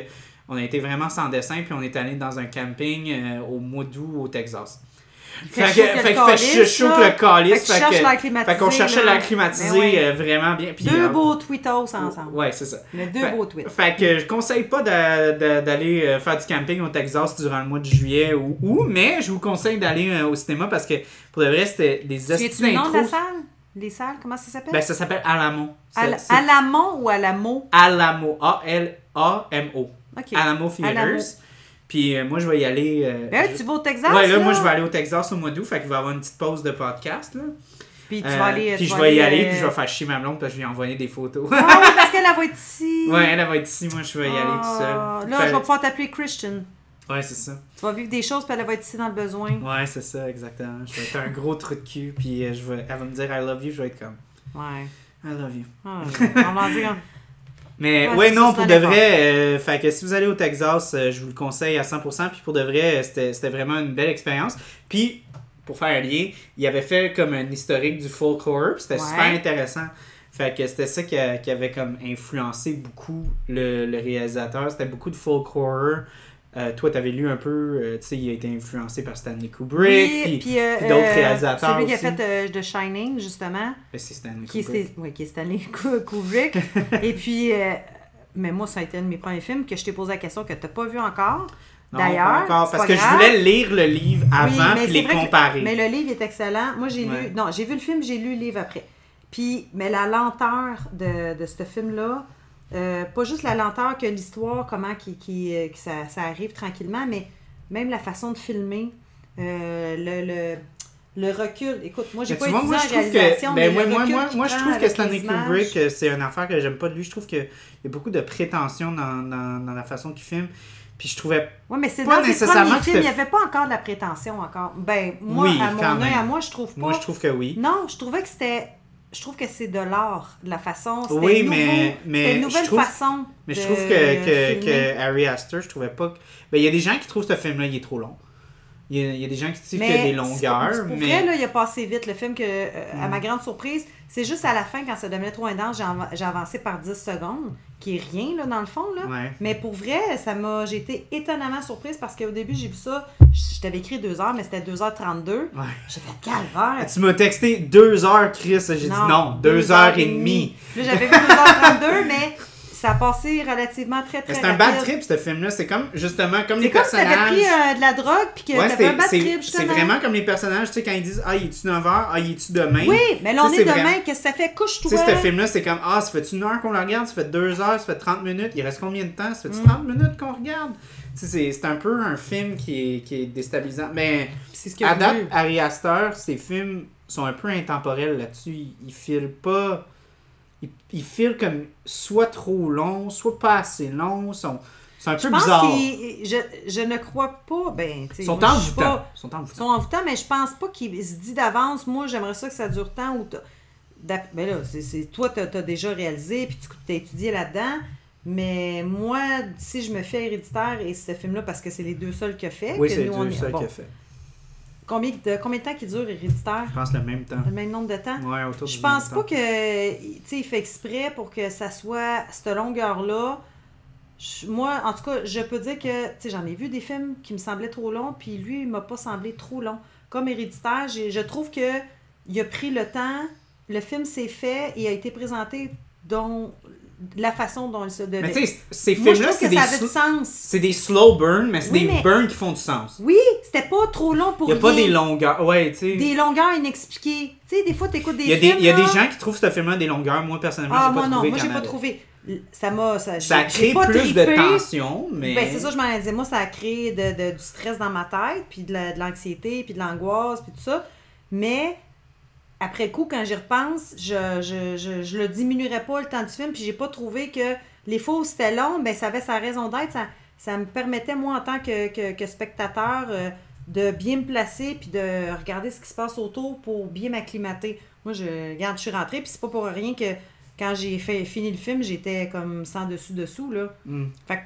On a été vraiment sans dessin, puis on est allé dans un camping euh, au mois d'août au Texas. Fait que fait fait chaud que le calice. Fait que cherche fait qu'on cherchait la climatiser ouais. euh, vraiment bien. Puis, deux euh, beaux tweetos ensemble. Ouais, c'est ça. Mais deux fait, beaux tweets. Fait que je conseille pas de, de, d'aller faire du camping au Texas durant le mois de juillet ou août, mais je vous conseille d'aller euh, au cinéma parce que pour de vrai, c'était des astuces d'intro. Tu le nom de la salle? Les salles, comment ça s'appelle? Ben, ça s'appelle Alamo. Al- Alamo ou Alamo? Alamo. A L A M O. Okay. Alamo Theaters. Alamo. Puis euh, moi, je vais y aller... Euh, ben, je... tu vas au Texas, ouais, là, là? moi, je vais aller au Texas au mois d'août. Fait qu'il va y avoir une petite pause de podcast, là. Puis tu vas aller... Euh, puis tu je vas vais y aller, aller, euh... puis je vais faire chier ma blonde parce que je lui ai envoyé des photos. Ah oui, parce qu'elle va être ici. Ouais, elle, elle va être ici. Moi, je vais y aller tout seul. Là, fait... je vais pouvoir t'appeler Christian. Ouais, c'est ça. Tu vas vivre des choses, puis elle va être ici dans le besoin. Ouais, c'est ça, exactement. Je vais être un gros trou de cul, puis euh, je vais... elle va me dire « I love you », je vais être comme... Ouais. I love you. Ah, on va dire... Mais ouais, ouais non, pour de vrai, euh, fait que si vous allez au Texas, euh, je vous le conseille à cent pour cent. Puis pour de vrai, c'était, c'était vraiment une belle expérience. Puis, pour faire un lien, il avait fait comme un historique du folklore. C'était ouais. super intéressant. Fait que c'était ça qui, a, qui avait comme influencé beaucoup le, le réalisateur. C'était beaucoup de folklore. Euh, toi, t'avais lu un peu, euh, tu sais, il a été influencé par Stanley Kubrick, oui, puis, puis, euh, puis d'autres réalisateurs celui aussi. qui a fait euh, The Shining, justement. Ben, c'est Stanley qui Kubrick. Est, oui, qui est Stanley Kubrick. Et puis, euh, mais moi, ça a été un de mes premiers films que je t'ai posé la question que t'as pas vu encore. Non, D'ailleurs, pas encore, parce pas que grave. je voulais lire le livre avant oui, puis les comparer. Que, mais le livre est excellent. Moi, j'ai ouais. lu... Non, j'ai vu le film, j'ai lu le livre après. Puis, mais la lenteur de, de ce film-là, euh, pas juste la lenteur que l'histoire, comment qui, qui, euh, que ça, ça arrive tranquillement, mais même la façon de filmer, euh, le, le, le recul. Écoute, moi, j'ai mais pas étudié moi, en réalisation, que, mais ben, le moi, recul moi, moi, je trouve que Stanley Kubrick, c'est une affaire que j'aime pas de lui. Je trouve qu'il y a beaucoup de prétention dans, dans, dans la façon qu'il filme. Puis je trouvais ouais, mais c'est pas dans nécessairement ses films, il n'y avait pas encore de la prétention encore. Ben, moi, oui, à mon œil, à moi, je trouve pas. Moi, je trouve que oui. Non, je trouvais que c'était... Je trouve que c'est de l'art, de la façon. C'était oui, nouveau, mais, mais c'était une nouvelle je trouve, façon. Mais de je trouve que, que, que Ari Aster, je trouvais pas. Que... Ben, il y a des gens qui trouvent ce film-là, il est trop long. Il y a, il y a des gens qui disent qu'il y a des longueurs. C'est, pour mais... vrai, là, il a passé vite. Le film, que, euh, mm. à ma grande surprise, c'est juste à la fin, quand ça devenait trop intense, j'ai, av- j'ai avancé par dix secondes, qui est rien, là, dans le fond. Là. Ouais. Mais pour vrai, ça m'a, j'ai été étonnamment surprise parce qu'au début, j'ai vu ça. Je t'avais écrit deux heures, mais c'était deux heures trente-deux. Ouais. J'ai fait calvaire. Tu m'as texté deux heures, Chris. J'ai non, dit non, deux heures et demie. Là, j'avais vu deux heures trente-deux, mais ça a passé relativement très, très rapide. C'est un bad trip, ce film-là. C'est comme, justement, comme c'est les comme personnages. C'est comme si t'avais pris euh, de la drogue, puis que ouais, t'avais un bad c'est, trip, justement. C'est vraiment comme les personnages, tu sais, quand ils disent « Ah, il est-tu neuf heures? Ah, il est-tu demain? » Oui, mais là, on t'sais, est demain, vraiment... qu'est-ce que ça fait? Couche-toi! Tu sais, ce film-là, c'est comme « Ah, ça fait-tu une heure qu'on le regarde? Ça fait deux heures? Ça fait trente minutes? Il reste combien de temps? Ça fait-tu trente minutes qu'on regarde? » Tu sais, c'est, c'est un peu un film qui est, qui est déstabilisant. Mais c'est ce à date, Ari Aster, ses films sont un peu intemporels là-dessus. Ils, ils filent pas... Ils, ils filent comme soit trop long, soit pas assez long. Sont, c'est un peu je pense bizarre. Je, je ne crois pas... Ben, ils sont envoûtants. Ils sont envoûtants. Ils sont envoûtants, mais je pense pas qu'il se dit d'avance, moi, j'aimerais ça que ça dure tant. Ou ben là, c'est, c'est, toi, tu as déjà réalisé, puis tu as étudié là-dedans. Mais moi, si je me fais Héréditaire et ce film-là, parce que c'est les deux seuls qu'il a fait. Oui, que c'est nous, les on deux est... seuls bon. qu'il a fait. Combien de, combien de temps qu'il dure Héréditaire? Je pense le même temps. Le même nombre de temps? Ouais, autour Je du pense même pas temps. que, tu sais, il fait exprès pour que ça soit cette longueur-là. Je, moi, en tout cas, je peux dire que, tu sais, j'en ai vu des films qui me semblaient trop longs, puis lui, il m'a pas semblé trop long. Comme Héréditaire, j'ai, je trouve que il a pris le temps, le film s'est fait et a été présenté dont la façon dont il se devait. Mais tu sais, ces Moi, films-là, c'est des, sl- sens. c'est des slow burns, mais c'est oui, des mais... burns qui font du sens. Oui, c'était pas trop long pour Il n'y a rien. pas des longueurs. Ouais, tu sais. Des longueurs inexpliquées. Tu sais, des fois, t'écoutes des il y a films. Il y a là... des gens qui trouvent ce film-là des longueurs. Moi, personnellement, ah, j'ai moi, pas non, trouvé. Moi, j'ai pas avait. trouvé. Ça m'a. Ça, ça a créé pas plus trippé. de tension, mais. Ben, c'est ça, je m'en disais. Moi, ça a créé de, de, du stress dans ma tête, puis de, la, de l'anxiété, puis de l'angoisse, puis tout ça. Mais. Après coup, quand j'y repense, je, je, je, je le diminuerais pas le temps du film, puis j'ai pas trouvé que les fois où c'était long, ben ça avait sa raison d'être. Ça, ça me permettait, moi, en tant que, que, que spectateur, euh, de bien me placer, puis de regarder ce qui se passe autour pour bien m'acclimater. Moi, je regarde, je suis rentrée, puis c'est pas pour rien que quand j'ai fait fini le film, j'étais comme sans dessus-dessous, là. Mm. Fait que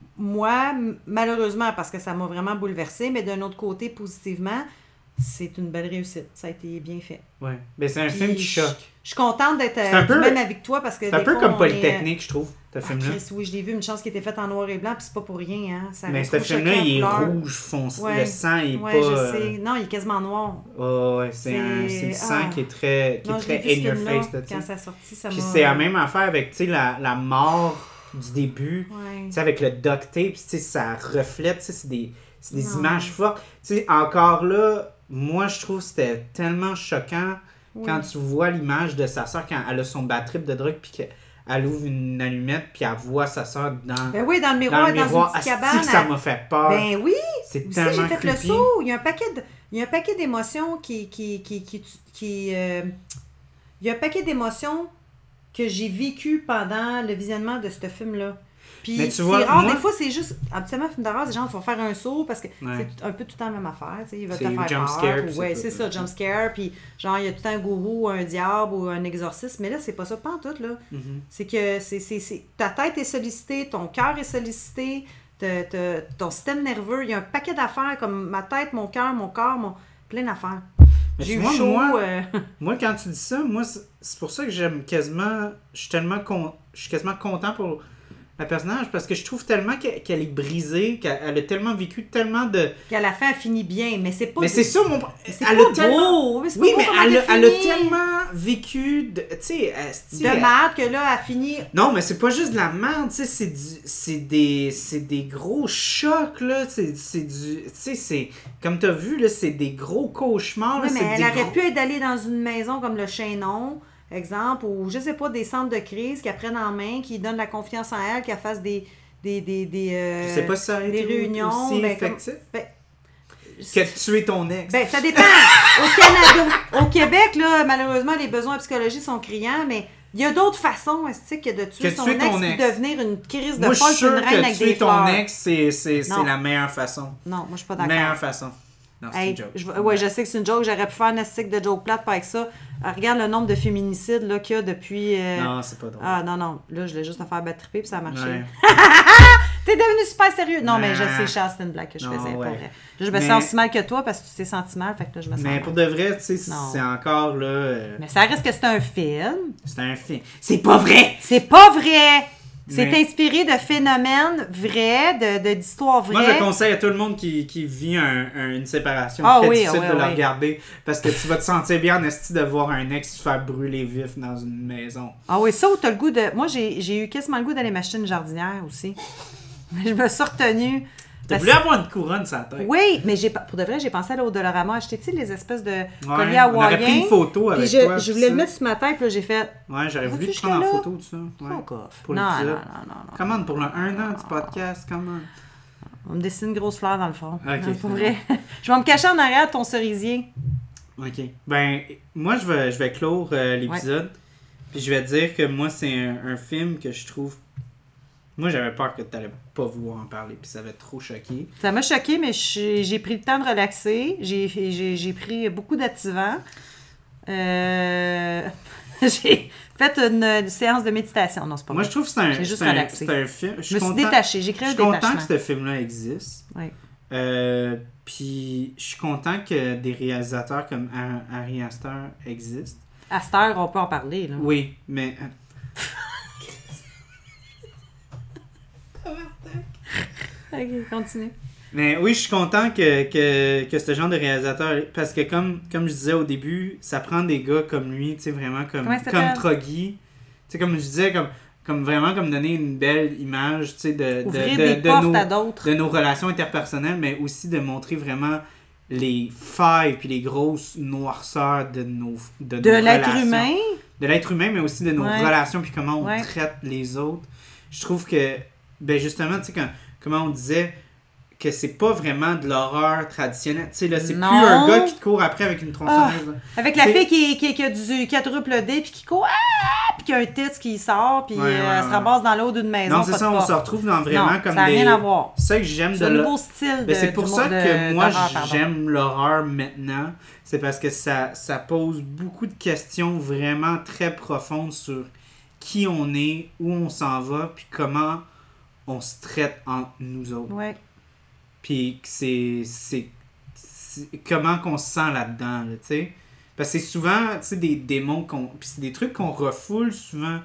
moi, malheureusement, parce que ça m'a vraiment bouleversée, mais d'un autre côté, positivement, c'est une belle réussite. Ça a été bien fait. Ouais. Ben, c'est un Puis film qui choque. Je suis contente d'être c'est un peu, même avec toi parce que c'est un peu fois, comme Polytechnique, est... je trouve. ce Ah, film-là. Chris, oui, je l'ai vu, une chance qui était faite en noir et blanc, puis c'est pas pour rien, hein. Ça Mais reste ce trop film-là, choquant, il est couleur. rouge foncé. Ouais. Le sang, il est Ouais, pas... je euh, sais. Non, il est quasiment noir. Ouais, ouais, c'est, C'est- un, c'est du sang ah. qui est très, qui Non, est je l'ai très vu, in ce your film-là, face, là, tu sais. quand ça a sorti, ça Puis m'a... c'est la même affaire avec, tu sais, la, la mort du début. Ouais. Tu sais, avec le duct tape, tu sais, ça reflète, tu sais, c'est des, c'est des Non. images fortes. Tu sais, encore là, moi, je trouve que c'était tellement choquant Oui. quand tu vois l'image de sa soeur quand elle a son bad trip de drogue, puis qu'elle ouvre une allumette, puis elle voit sa soeur dans, Ben oui, dans le dans miroir, le dans, miroir. une petite Asti cabane. que ça elle- m'a fait peur. Ben oui! c'est Aussi, tellement j'ai fait creepy. le saut. Il y a un paquet de, il y a un paquet d'émotions qui, qui, qui, qui, qui, euh, il y a un paquet d'émotions que j'ai vécues pendant le visionnement de ce film-là. Puis Mais tu c'est vois, rare, moi- des fois c'est juste, habituellement, film d'horreur, les gens vont faire un saut parce que Ouais. c'est un peu tout le temps la même affaire, tu sais, ils veulent te C'est faire jump peur. scare, ou- puis ouais, c'est c'est tout, ça, là. jump scare, puis genre il y a tout le temps un gourou, un diable ou un exorciste, mais là c'est pas ça, pas en tout, là. Mhm. C'est que c'est, c'est, c'est, ta tête est sollicitée, ton cœur est sollicité, te- te- ton système nerveux, il y a un paquet d'affaires comme ma tête, mon cœur, mon corps, mon plein d'affaires. Mais J'ai tu eu vois, chaud. moi, euh, Moi, quand tu dis ça, moi, c'est c'est pour ça que j'aime quasiment. Je suis tellement con... je suis quasiment content pour la personnage parce que je trouve tellement qu'elle, qu'elle est brisée, qu'elle elle a tellement vécu tellement de. qu'à la fin, elle finit bien, mais c'est pas... Mais c'est ça mon. c'est elle pas a tellement. beau. Mais c'est Oui, pas beau mais comment elle, a- elle elle a finit. tellement vécu de. Tu sais, asti, De elle- merde que là, elle finit... Non, mais c'est pas juste de la merde, tu sais, c'est du, c'est des, c'est des gros chocs, là, c'est, c'est du, tu sais, c'est, comme t'as vu, là, c'est des gros cauchemars, là, Oui, mais c'est elle des aurait gros... pu être d'aller dans une maison comme le Chaînon, exemple, ou je sais pas, des centres de crise qu'elle prenne en main, qui donnent la confiance en elle, qu'elle fasse des... des, des, des euh, Je sais pas si ça aurait des été réunions, aussi ben, comme- effectif ben, que tuer ton ex. Ben, ça dépend. Au Canada, au Québec, là, malheureusement, les besoins en psychologie sont criants, mais il y a d'autres façons, est-ce que de tuer Que son tuer ex ton et ex. devenir une crise de Moi, je folle suis sur une sûr reine que avec tuer des ton fleurs. ex, c'est, c'est, c'est Non. la meilleure façon. Non, moi, je suis pas d'accord. Meilleure façon. Non, c'est Hey, une joke. je, ouais, je sais que c'est une joke. J'aurais pu faire un stick de joke plate avec ça. Euh, regarde le nombre de féminicides là, qu'il y a depuis... euh, Non, c'est pas drôle. Ah non, non. Là, je voulais juste te faire battre triper puis ça a marché. Ouais. T'es devenu super sérieux. Non, mais je Ah. sais, Charles, c'était une blague que je Non, faisais. ouais. Pas vrai. Là, je me Mais- sens aussi mal que toi parce que tu t'es senti mal. Fait que là, je me sens Mais mal. pour de vrai, tu sais, Non. c'est encore, là, euh, Mais ça reste que c'est un film. c'est un film. C'est pas vrai! C'est pas vrai! C'est Mais- inspiré de phénomènes vrais, de, de, d'histoires vraies. Moi, je conseille à tout le monde qui, qui vit un- un- une séparation Ah très oui, difficile oui, de la oui. regarder parce que tu vas te sentir bien en esti de voir un ex se faire brûler vif dans une maison. Ah oui, ça où t'as le goût de... Moi, j'ai, j'ai eu quasiment le goût d'aller m'acheter une jardinière aussi. Mais je me suis retenue. T'as Parce- voulu avoir une couronne sur la tête. Oui, mais j'ai pas- pour de vrai, j'ai pensé à l'eau Dolorama. Acheter, tu sais, les espèces de Ouais, colliers on aurait pris hawaïens. une photo avec Puis je, toi. je puis voulais ça. le mettre sur ma tête, puis là, j'ai fait... Ouais, j'aurais voulu Vas-tu te prendre en jusque-là? photo de ça. Ouais. Fuck off. Pour non, non, non, l'épisode. non, non. Commande pour le un an du podcast, comment? On me dessine une grosse fleur dans le fond. Ok. Non, pour vrai. Je vais me cacher en arrière de ton cerisier. Ok. Ben, moi, je vais, je vais clore euh, l'épisode. Puis je vais te dire que moi, c'est un, un film que je trouve. Moi, j'avais peur que tu n'allais pas vouloir en parler. Puis ça va trop choqué. Ça m'a choqué, mais j'ai, j'ai pris le temps de relaxer. J'ai, j'ai, j'ai pris beaucoup d'activants. Euh, j'ai fait une, une séance de méditation. Non, c'est pas Moi, vrai. je trouve que c'est un, J'ai juste c'est un, relaxé. c'est un film. Je me suis détachée. J'ai créé Je un suis content détachement. que ce film-là existe. Oui. Euh, puis je suis content que des réalisateurs comme Ar- Ari Aster existent. À cette heure, on peut en parler. Là. Oui, mais. Ok, continue. Mais oui, je suis content que, que, que ce genre de réalisateur. Parce que comme, comme je disais au début, ça prend des gars comme lui, tu sais, vraiment comme, Comment il comme s'appelle? Troggy. Tu sais, comme je disais, comme, comme vraiment comme donner une belle image, tu sais, de, de, Ouvrir de, des de portes nos, à d'autres. de nos relations interpersonnelles, mais aussi de montrer vraiment les failles puis les grosses noirceurs de nos de, De nos l'être relations. humain. De l'être humain, mais aussi de nos Ouais. relations puis comment on Ouais. traite les autres. Je trouve que, ben justement, tu sais, quand- comment on disait que c'est pas vraiment de l'horreur traditionnelle. Tu sais, là, c'est Non. plus un gars qui te court après avec une tronçonneuse. là. Avec la C'est- fille qui, qui, qui a du quadruple D, puis qui court, ah! Puis qui a un titre qui sort, puis Ouais, ouais, euh, elle se ouais. ramasse dans l'eau d'une maison. Non, c'est pas ça, de on porte. se retrouve dans vraiment Non, comme ça n'a des... rien à voir. C'est ça que j'aime C'est de un le- nouveau style de Ben, c'est pour du ça monde que de- moi, d'horreur, pardon. j'aime l'horreur maintenant. C'est parce que ça, ça pose beaucoup de questions vraiment très profondes sur qui on est, où on s'en va, puis comment on se traite entre nous autres. Ouais. Puis que c'est, c'est, c'est- comment qu'on se sent là-dedans, là, tu sais. Parce que c'est souvent, tu sais, des démons qu'on... Puis c'est des trucs qu'on refoule souvent.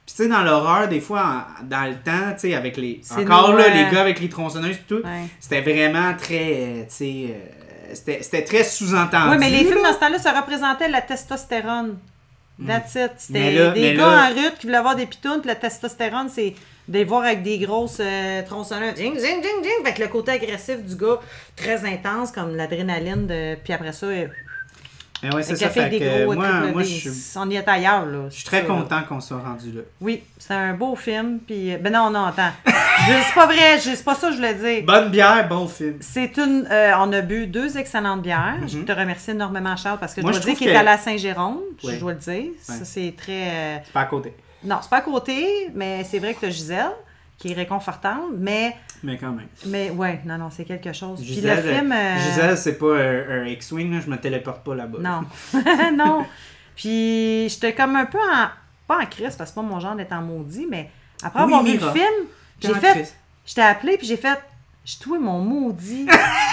Puis tu sais, dans l'horreur, des fois, en, dans le temps, tu sais, avec les... C'est Encore nous, là, euh... les gars avec les tronçonneuses et tout, ouais. c'était vraiment très, euh, tu sais... Euh, c'était, c'était très sous-entendu. Oui, mais les films là. dans ce temps-là, ça représentait la testostérone. That's it. C'était là, des gars là... en rut qui voulaient avoir des pitounes, puis la testostérone, c'est de les voir avec des grosses euh, tronçonneuses. Ding, ding, ding, ding. Avec le côté agressif du gars, très intense, comme l'adrénaline. De... Puis après ça, euh... ouais, c'est ça. Fait Fait des que gros moi, triple moi B. je suis... On y est ailleurs, là. Je suis très ça, content là. qu'on soit rendu là. Oui, c'est un beau film. Puis... Ben non, non, attends. je... C'est pas vrai, je... c'est pas ça que je voulais dire. Bonne bière, bon film. C'est une... Euh, on a bu deux excellentes bières. Mm-hmm. Je te remercie énormément, Charles, parce que moi, je dois je dire qu'il que... est à la Saint-Jérôme. Ouais. Je dois le dire. Ouais. Ça, c'est très... Euh... C'est pas à côté. Non, c'est pas à côté, mais c'est vrai que tu as Gisèle, qui est réconfortante, mais... Mais quand même. Mais ouais, non, non, c'est quelque chose. Gisèle, Puis le film... Euh... Gisèle, c'est pas un, un X-Wing, là, je me téléporte pas là-bas. Non. non. Puis j'étais comme un peu en... Pas en crise, parce que c'est pas mon genre d'être en maudit, mais après oui, avoir Mira. vu le film, j'ai T'es fait... Je t'ai appelé, puis j'ai fait... Je toi mon maudit.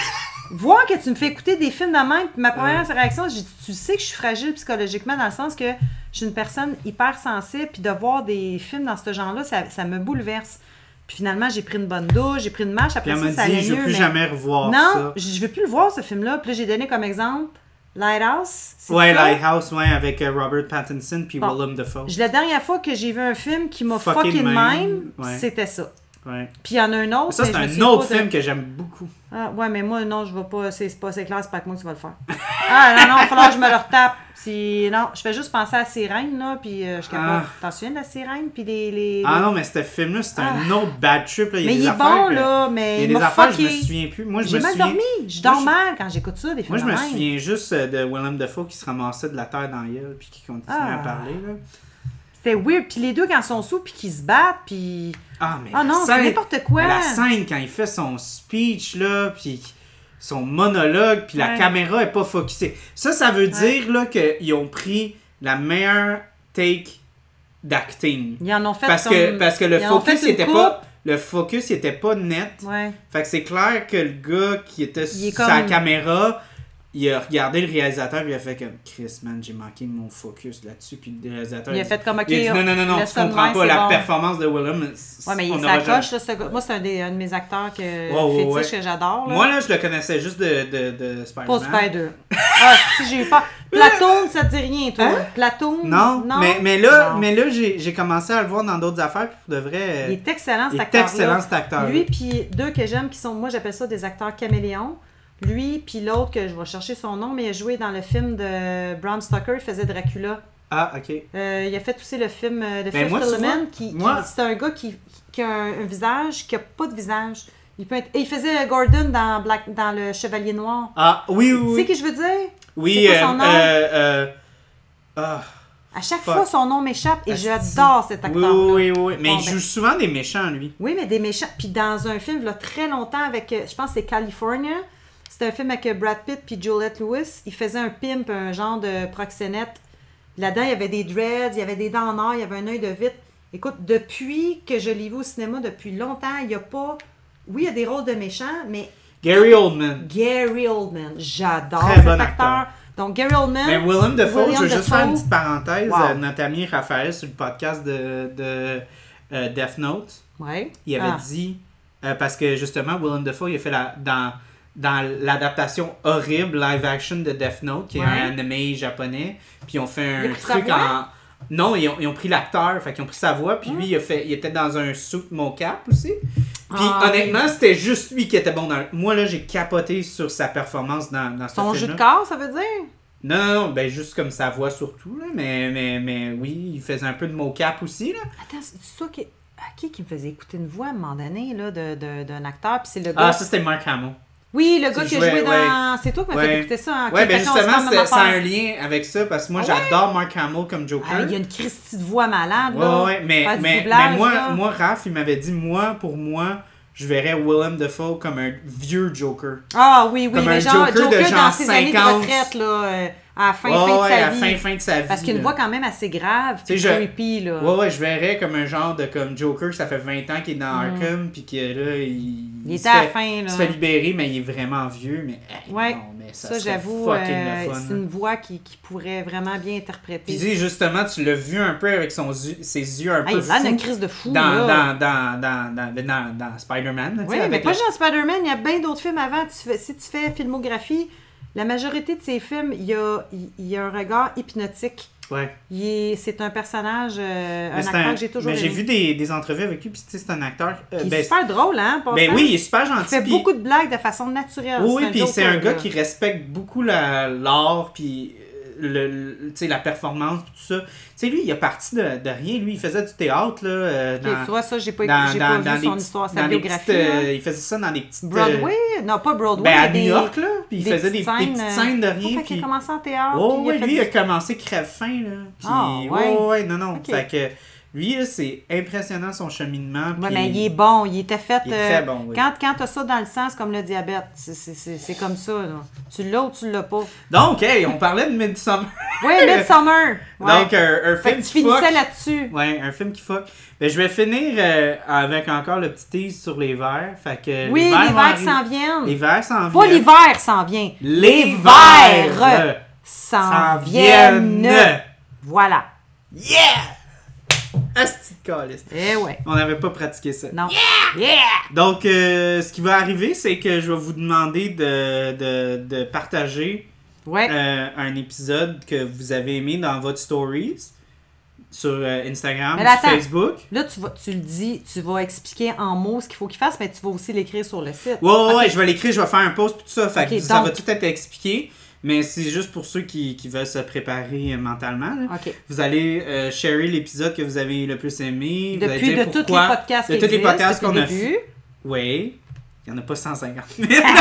Voir que tu me fais écouter des films de même, puis ma première euh... réaction, j'ai dit, tu sais que je suis fragile psychologiquement, dans le sens que je suis une personne hyper sensible, puis de voir des films dans ce genre-là, ça, ça me bouleverse. Puis finalement, j'ai pris une bonne douche, j'ai pris une marche, après puis ça, elle ça m'a dit, allait je veux mieux, plus mais... jamais revoir non, ça. Non, je veux plus le voir, ce film-là. Puis là, j'ai donné comme exemple Lighthouse. Ouais, ça? Lighthouse, ouais, avec uh, Robert Pattinson puis bon. Willem Dafoe. La dernière fois que j'ai vu un film qui m'a fucké fucké de même, même. Ouais. c'était ça. Ouais. Puis il y en a un autre. Ça, c'est un autre film de... que j'aime beaucoup. Ah, ouais, mais moi, non, je vais pas. C'est, c'est pas c'est clair, c'est pas avec moi que tu vas le faire. Ah, non, non, il va falloir que je me le retape. Si, non, je fais juste penser à Sirène, là, puis euh, je capable. Ah. T'en souviens de la Sirène? Puis les, les, Ah les... non, mais ce film-là, c'est ah. un autre bad trip. Là. Il y a mais des il est affaires, bon, là, mais il y a il des affaires, fucké. je me souviens plus. Moi, je J'ai me mal souviens... dormi. Je dors moi, mal quand j'écoute ça, des films. Moi, je me même. souviens juste de Willem Dafoe qui se ramassait de la terre dans la gueule puis qui continuait ah. à parler, là. C'était weird. Puis les deux, quand ils sont sous, puis qu'ils se battent, puis... Ah, mais ah non, scène, c'est n'importe quoi. La scène, quand il fait son speech, là, puis son monologue, puis ouais. la caméra est pas focusée. Ça, ça veut ouais. dire, là, qu'ils ont pris la meilleure take d'acting. Ils en ont fait parce comme... que Parce que le ils focus, il était pas... Le focus, il était pas net. Ouais. Fait que c'est clair que le gars qui était sur comme... sa caméra... Il a regardé le réalisateur et il a fait comme Chris, man, j'ai manqué mon focus là-dessus. Puis le réalisateur. Il a fait comme ok. Il a dit non, non, non, non, tu comprends pas la bon. performance de Willem. Ouais, mais il s'accroche, jamais... là, ce gars. Moi, c'est un, des, un de mes acteurs que, oh, fétiche ouais. que j'adore. Là. Moi, là, je le connaissais juste de, de, de Spider-Man. Pas Spider. Ah, si j'ai eu peur. Platoon, ça te dit rien, toi. Hein? Platoon. Non, non. Mais, mais là, mais là j'ai, j'ai commencé à le voir dans d'autres affaires. Puis pour de vrai. Il est excellent, cet il acteur. Il est excellent, cet acteur. Lui, puis deux que j'aime qui sont, moi, j'appelle ça des acteurs caméléons. Lui, puis l'autre, que je vais chercher son nom, mais il a joué dans le film de Bram Stoker, il faisait Dracula. Ah, ok. Euh, il a fait aussi le film The ben Fifth Element, qui, moi... qui, c'est un gars qui, qui a un, un visage, qui a pas de visage. Il peut être... Et il faisait Gordon dans, Black, dans Le Chevalier Noir. Ah, oui, oui, oui. Tu sais qui je veux dire? Oui, c'est quoi son nom? euh, euh, euh, À chaque fuck. fois, son nom m'échappe et Asti. j'adore cet acteur-là. Oui, oui, oui. Mais bon, il ben... joue souvent des méchants, lui. Oui, mais des méchants. Puis dans un film, là, très longtemps, avec, je pense que c'est California. C'était un film avec Brad Pitt puis Juliette Lewis. Il faisait un pimp, un genre de proxénète. Là-dedans, il y avait des dreads, il y avait des dents en or, il y avait un œil de vitre. Écoute, depuis que je l'ai vu au cinéma, depuis longtemps, il n'y a pas... Oui, il y a des rôles de méchants, mais... Gary Oldman. Gary Oldman. J'adore Très cet bon acteur. acteur. Donc, Gary Oldman... Mais Willem Dafoe, William je veux juste Dafoe. faire une petite parenthèse. Wow. Euh, notre ami Raphaël, sur le podcast de, de euh, Death Note, ouais. il avait ah. dit... Euh, parce que, justement, Willem Dafoe, il a fait la... dans dans l'adaptation horrible live action de Death Note, qui est ouais. un anime japonais, puis ils ont fait un truc en... Non, ils ont, ils ont pris l'acteur, fait qu'ils ont pris sa voix, puis mmh. lui, il, a fait, il était dans un suit mocap aussi. Puis ah, honnêtement, oui. c'était juste lui qui était bon dans le... Moi, là, j'ai capoté sur sa performance dans, dans ce film-là. Son jeu de corps, ça veut dire? Non, non, non, ben juste comme sa voix surtout, là, mais, mais, mais oui, il faisait un peu de mocap aussi, là. Attends, c'est ça qui... À qui qui me faisait écouter une voix à un moment donné, là, de, de, d'un acteur, puis c'est le gars... Ah, ça, c'était Mark Hamill. Oui, le gars qui a joué dans... Ouais. C'est toi qui m'as ouais. fait écouter ça. Hein, ouais, ben justement, c'est, ça a un lien avec ça, parce que moi, ah ouais? j'adore Mark Hamill comme Joker. Ah, il y a une Christie de voix malade, là. Ouais, ouais, mais, mais, doublage, mais moi, là. moi, Raph, il m'avait dit, moi, pour moi, je verrais Willem Dafoe comme un vieux Joker. Ah oui, oui, comme mais un genre Joker, Joker de genre dans ses cinquante... années de retraite, là. Euh, à la fin, Ouais, fin de ouais, sa à la vie. fin, fin de sa vie. Parce qu'il a une là. voix quand même assez grave, Tu puis sais, je- creepy, là. Ouais, ouais, je verrais comme un genre de comme Joker, ça fait vingt ans qu'il est dans Mm. Arkham, puis que là, il. Il se était à la fait- fin, Il là. se fait libérer, mais il est vraiment vieux. Mais hey, Ouais. non, mais ça, Ça, serait j'avoue, fucking euh, le fun. c'est une voix qui, qui pourrait vraiment bien interpréter. Puis tu sais, justement, tu l'as vu un peu avec son, yeux- ses yeux un Hey, peu il a l'air fous d'une crise de fou, dans, là. dans, dans, dans, dans, dans, dans Spider-Man. là, tu Oui, sais, mais avec pas le- juste dans Spider-Man, il y a bien d'autres films avant. Tu fais- si tu fais filmographie, la majorité de ces films, il y a, il, il y a un regard hypnotique. Ouais. Il est- c'est un personnage, euh, un Mais c'est acteur un- que j'ai toujours Mais j'ai aimé. vu des, des entrevues avec lui, puis tu sais, c'est un acteur. euh, Il est ben, super drôle, hein, en ben passant. oui, il est super gentil. Il fait puis- beaucoup de blagues de façon naturelle. Oui, oui, puis c'est un Joker, gars là. qui respecte beaucoup la- l'art, puis le, le- tu sais, la performance, puis tout ça. Tu sais, lui, il est parti de, de rien. Lui, il faisait du théâtre, là. euh, Ok, dans, tu vois, ça, j'ai pas, dans, j'ai dans- pas dans vu des son petits- histoire, dans sa des biographie. petites, euh, hein. il faisait ça dans des petites... euh, Broadway? Non, pas Broadway. ben, à mais New des- York, là. Puis il des faisait des, petites des petites scènes, scènes de euh, rien. Fait qu'il a Puis... commencé en théâtre. Oh, puis ouais, il a fait lui, du- il a commencé crève-fin, là. Puis, Ah, ouais. ouais, ouais, non, non. Ok. Fait que lui, là, c'est impressionnant son cheminement. Ouais, puis mais il est bon. Il était fait. il est euh, très bon, oui. Quand, quand tu as ça dans le sang, c'est comme le diabète. C'est, c'est, c'est, c'est comme ça. Là. Tu l'as ou tu l'as pas. Donc, hey, on parlait de Midsommar. Oui, Midsummer. Ouais. Donc, un, un Fait film que tu qui finissais fuck. là-dessus. Ouais, un film qui fuck. Ben, je vais finir euh, avec encore le petit tease sur les verres. Fait que Oui, les verres, les vont verres qui arriver. s'en viennent. Les verres s'en viennent. Pas l'hiver s'en vient. Les verres verres s'en s'en viennent. viennent. Voilà. Yeah! Asti de calice. Eh ouais. On n'avait pas pratiqué ça. Non. Yeah! Donc, euh, ce qui va arriver, c'est que je vais vous demander de, de, de partager Ouais. euh, un épisode que vous avez aimé dans votre stories sur euh, Instagram, Mais là, sur attends. Facebook. Là, tu, vas, tu le dis, tu vas expliquer en mots ce qu'il faut qu'il fasse, mais tu vas aussi l'écrire sur le site. Ouais, ouais, Ok. ouais, je vais l'écrire, je vais faire un post puis tout ça. Fait que Ok, ça donc- va tout être expliqué. Mais c'est juste pour ceux qui, qui veulent se préparer euh, mentalement. là. OK. Vous allez euh, sharer l'épisode que vous avez le plus aimé. Vous allez Depuis dire de tous les pourquoi- podcasts de qui tous les existent podcasts depuis qu'on le a début. Oui. Il n'y en a pas cent cinquante mille. Non,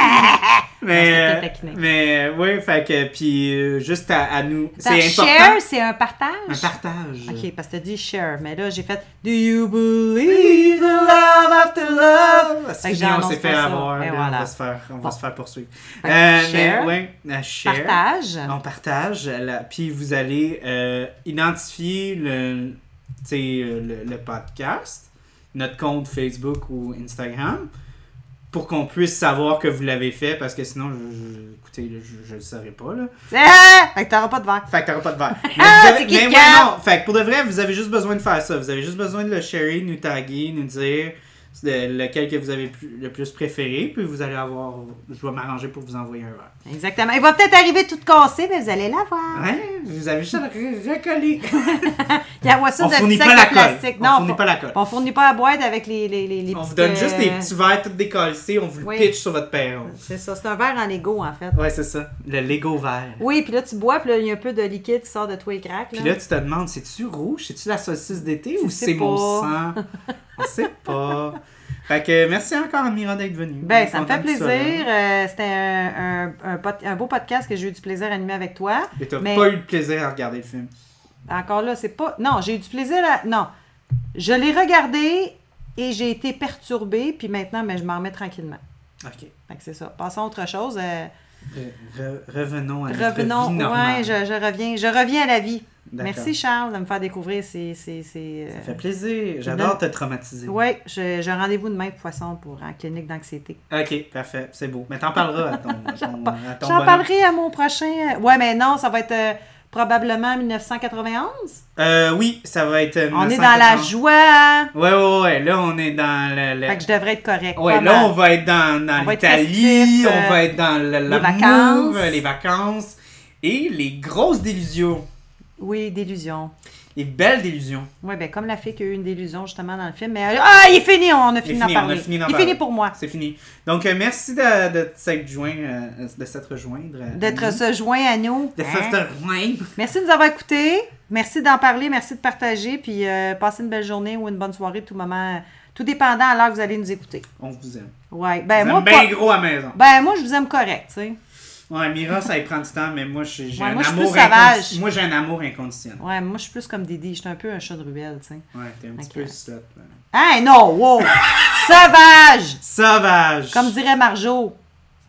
mais, c'était euh, taquiné. mais oui, fait que, puis euh, juste à, à nous. Attends, C'est important. share, c'est un partage? Un partage. OK, parce que tu as dit share, mais là, j'ai fait Do you believe in love after love? Parce Fait que que on j'annonce s'est pas fait ça. avoir. Et là, voilà. On va se faire, on va Bon. se faire poursuivre. Fait que Euh, share. mais, ouais, euh, share. Partage. On partage. la- Puis vous allez euh, identifier le, tu sais, euh, le, le podcast, notre compte Facebook ou Instagram, pour qu'on puisse savoir que vous l'avez fait, parce que sinon, je, je- écoutez, là, je ne le saurais pas. Là. Ah! Fait que t'auras pas de verre. Fait que t'auras pas de verre. Mais, Ah, vous avez- c'est mais Kit ouais, Kat! non. Fait que pour de vrai, vous avez juste besoin de faire ça. Vous avez juste besoin de le sharer, nous taguer, nous dire de- lequel que vous avez plus- le plus préféré, puis vous allez avoir... Je vais m'arranger pour vous envoyer un verre. Exactement. Il va peut-être arriver tout cassé, mais vous allez l'avoir. Ouais, vous avez juste à le re- recoller. Il y a ça On de fournit petits pas sacs la de colle. plastique. On Non, fournit faut- pas la colle. on fournit pas la boîte avec les, les, les, les On vous petites, donne juste euh, des petits verres tout décalissés, on vous le oui. pitch sur votre perron. C'est ça, c'est un verre en Lego, en fait. Ouais, c'est ça. Le Lego vert. Oui, puis là, tu bois, puis là, il y a un peu de liquide qui sort de toi et craque. Puis là, tu te demandes, c'est-tu rouge? C'est-tu la saucisse d'été Tu ou sais c'est mon pas. sang? On sait pas. Fait que merci encore, Amira, d'être venue. Ben, On ça est me fait content que tu sois plaisir. là. Euh, c'était un, un, un, pot- un beau podcast que j'ai eu du plaisir à animer avec toi. Mais t'as mais- pas eu de plaisir à regarder le film. Encore là, c'est pas... Non, j'ai eu du plaisir à... Non. Je l'ai regardé et j'ai été perturbée, puis maintenant, mais je m'en remets tranquillement. OK. Fait que c'est ça. Passons à autre chose. Euh, Re- re- revenons à notre revenons... vie normale. Ouais, je, je reviens. Je reviens à la vie. D'accord. Merci, Charles, de me faire découvrir ces... ces, ces Ça euh, fait plaisir. J'adore te traumatiser. Oui, j'ai j'ai un rendez-vous demain, de toute façon, pour en clinique d'anxiété. OK, parfait. C'est beau. Mais t'en parleras à ton, à ton, à ton J'en bonhomme. parlerai à mon prochain... Ouais, mais non, ça va être euh, probablement dix-neuf cent quatre-vingt-onze. Euh, oui, ça va être... On est dans la joie. Ouais, ouais, ouais. Là, on est dans le... le- Fait que je devrais être correct. Ouais, pas là, mal. on va être dans, dans On va être l'Italie, festif, on euh, va être dans le- l'amour, vacances. euh, les vacances et les grosses délusions. Oui, délusion. Les belles délusions. Oui, ben comme la fille qui a eu une délusion justement dans le film. Mais ah, il est fini, on a fini d'en fini, on a parler. fini d'en il est parler. fini pour moi. C'est fini. Donc, euh, merci de, de s'être joint, euh, de s'être rejoindre. à D'être nous. se joint à nous. De Hein? s'être rejoindre. Merci de nous avoir écoutés. Merci d'en parler. Merci de partager. Puis euh, passez une belle journée ou une bonne soirée, tout moment. Tout dépendant à l'heure que vous allez nous écouter. On vous aime. Ouais. Ben On moi, aime bien pas- gros à la maison. ben moi, je vous aime correct, tu sais. Ouais, Mira, ça y prend du temps, mais moi, j'ai j'ai Ouais, un moi, je suis amour plus sauvage. incondi- Moi, j'ai un amour inconditionnel. Ouais, moi, je suis plus comme Didi. Je suis un peu un chat de ruelle, tu sais. Ouais, t'es un petit Ok. peu slut. là. Hein, non, wow! Sauvage! Sauvage! Comme dirait Marjo.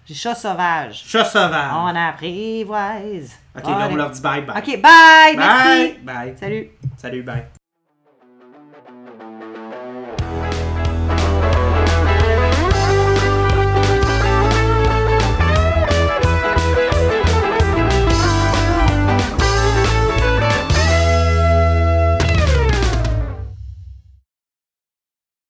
J'ai chat sauvage. Chat sauvage. On apprivoise. Ok, là, on leur dit bye bye. Ok, bye, Bye. merci. Bye. Salut. Salut, bye.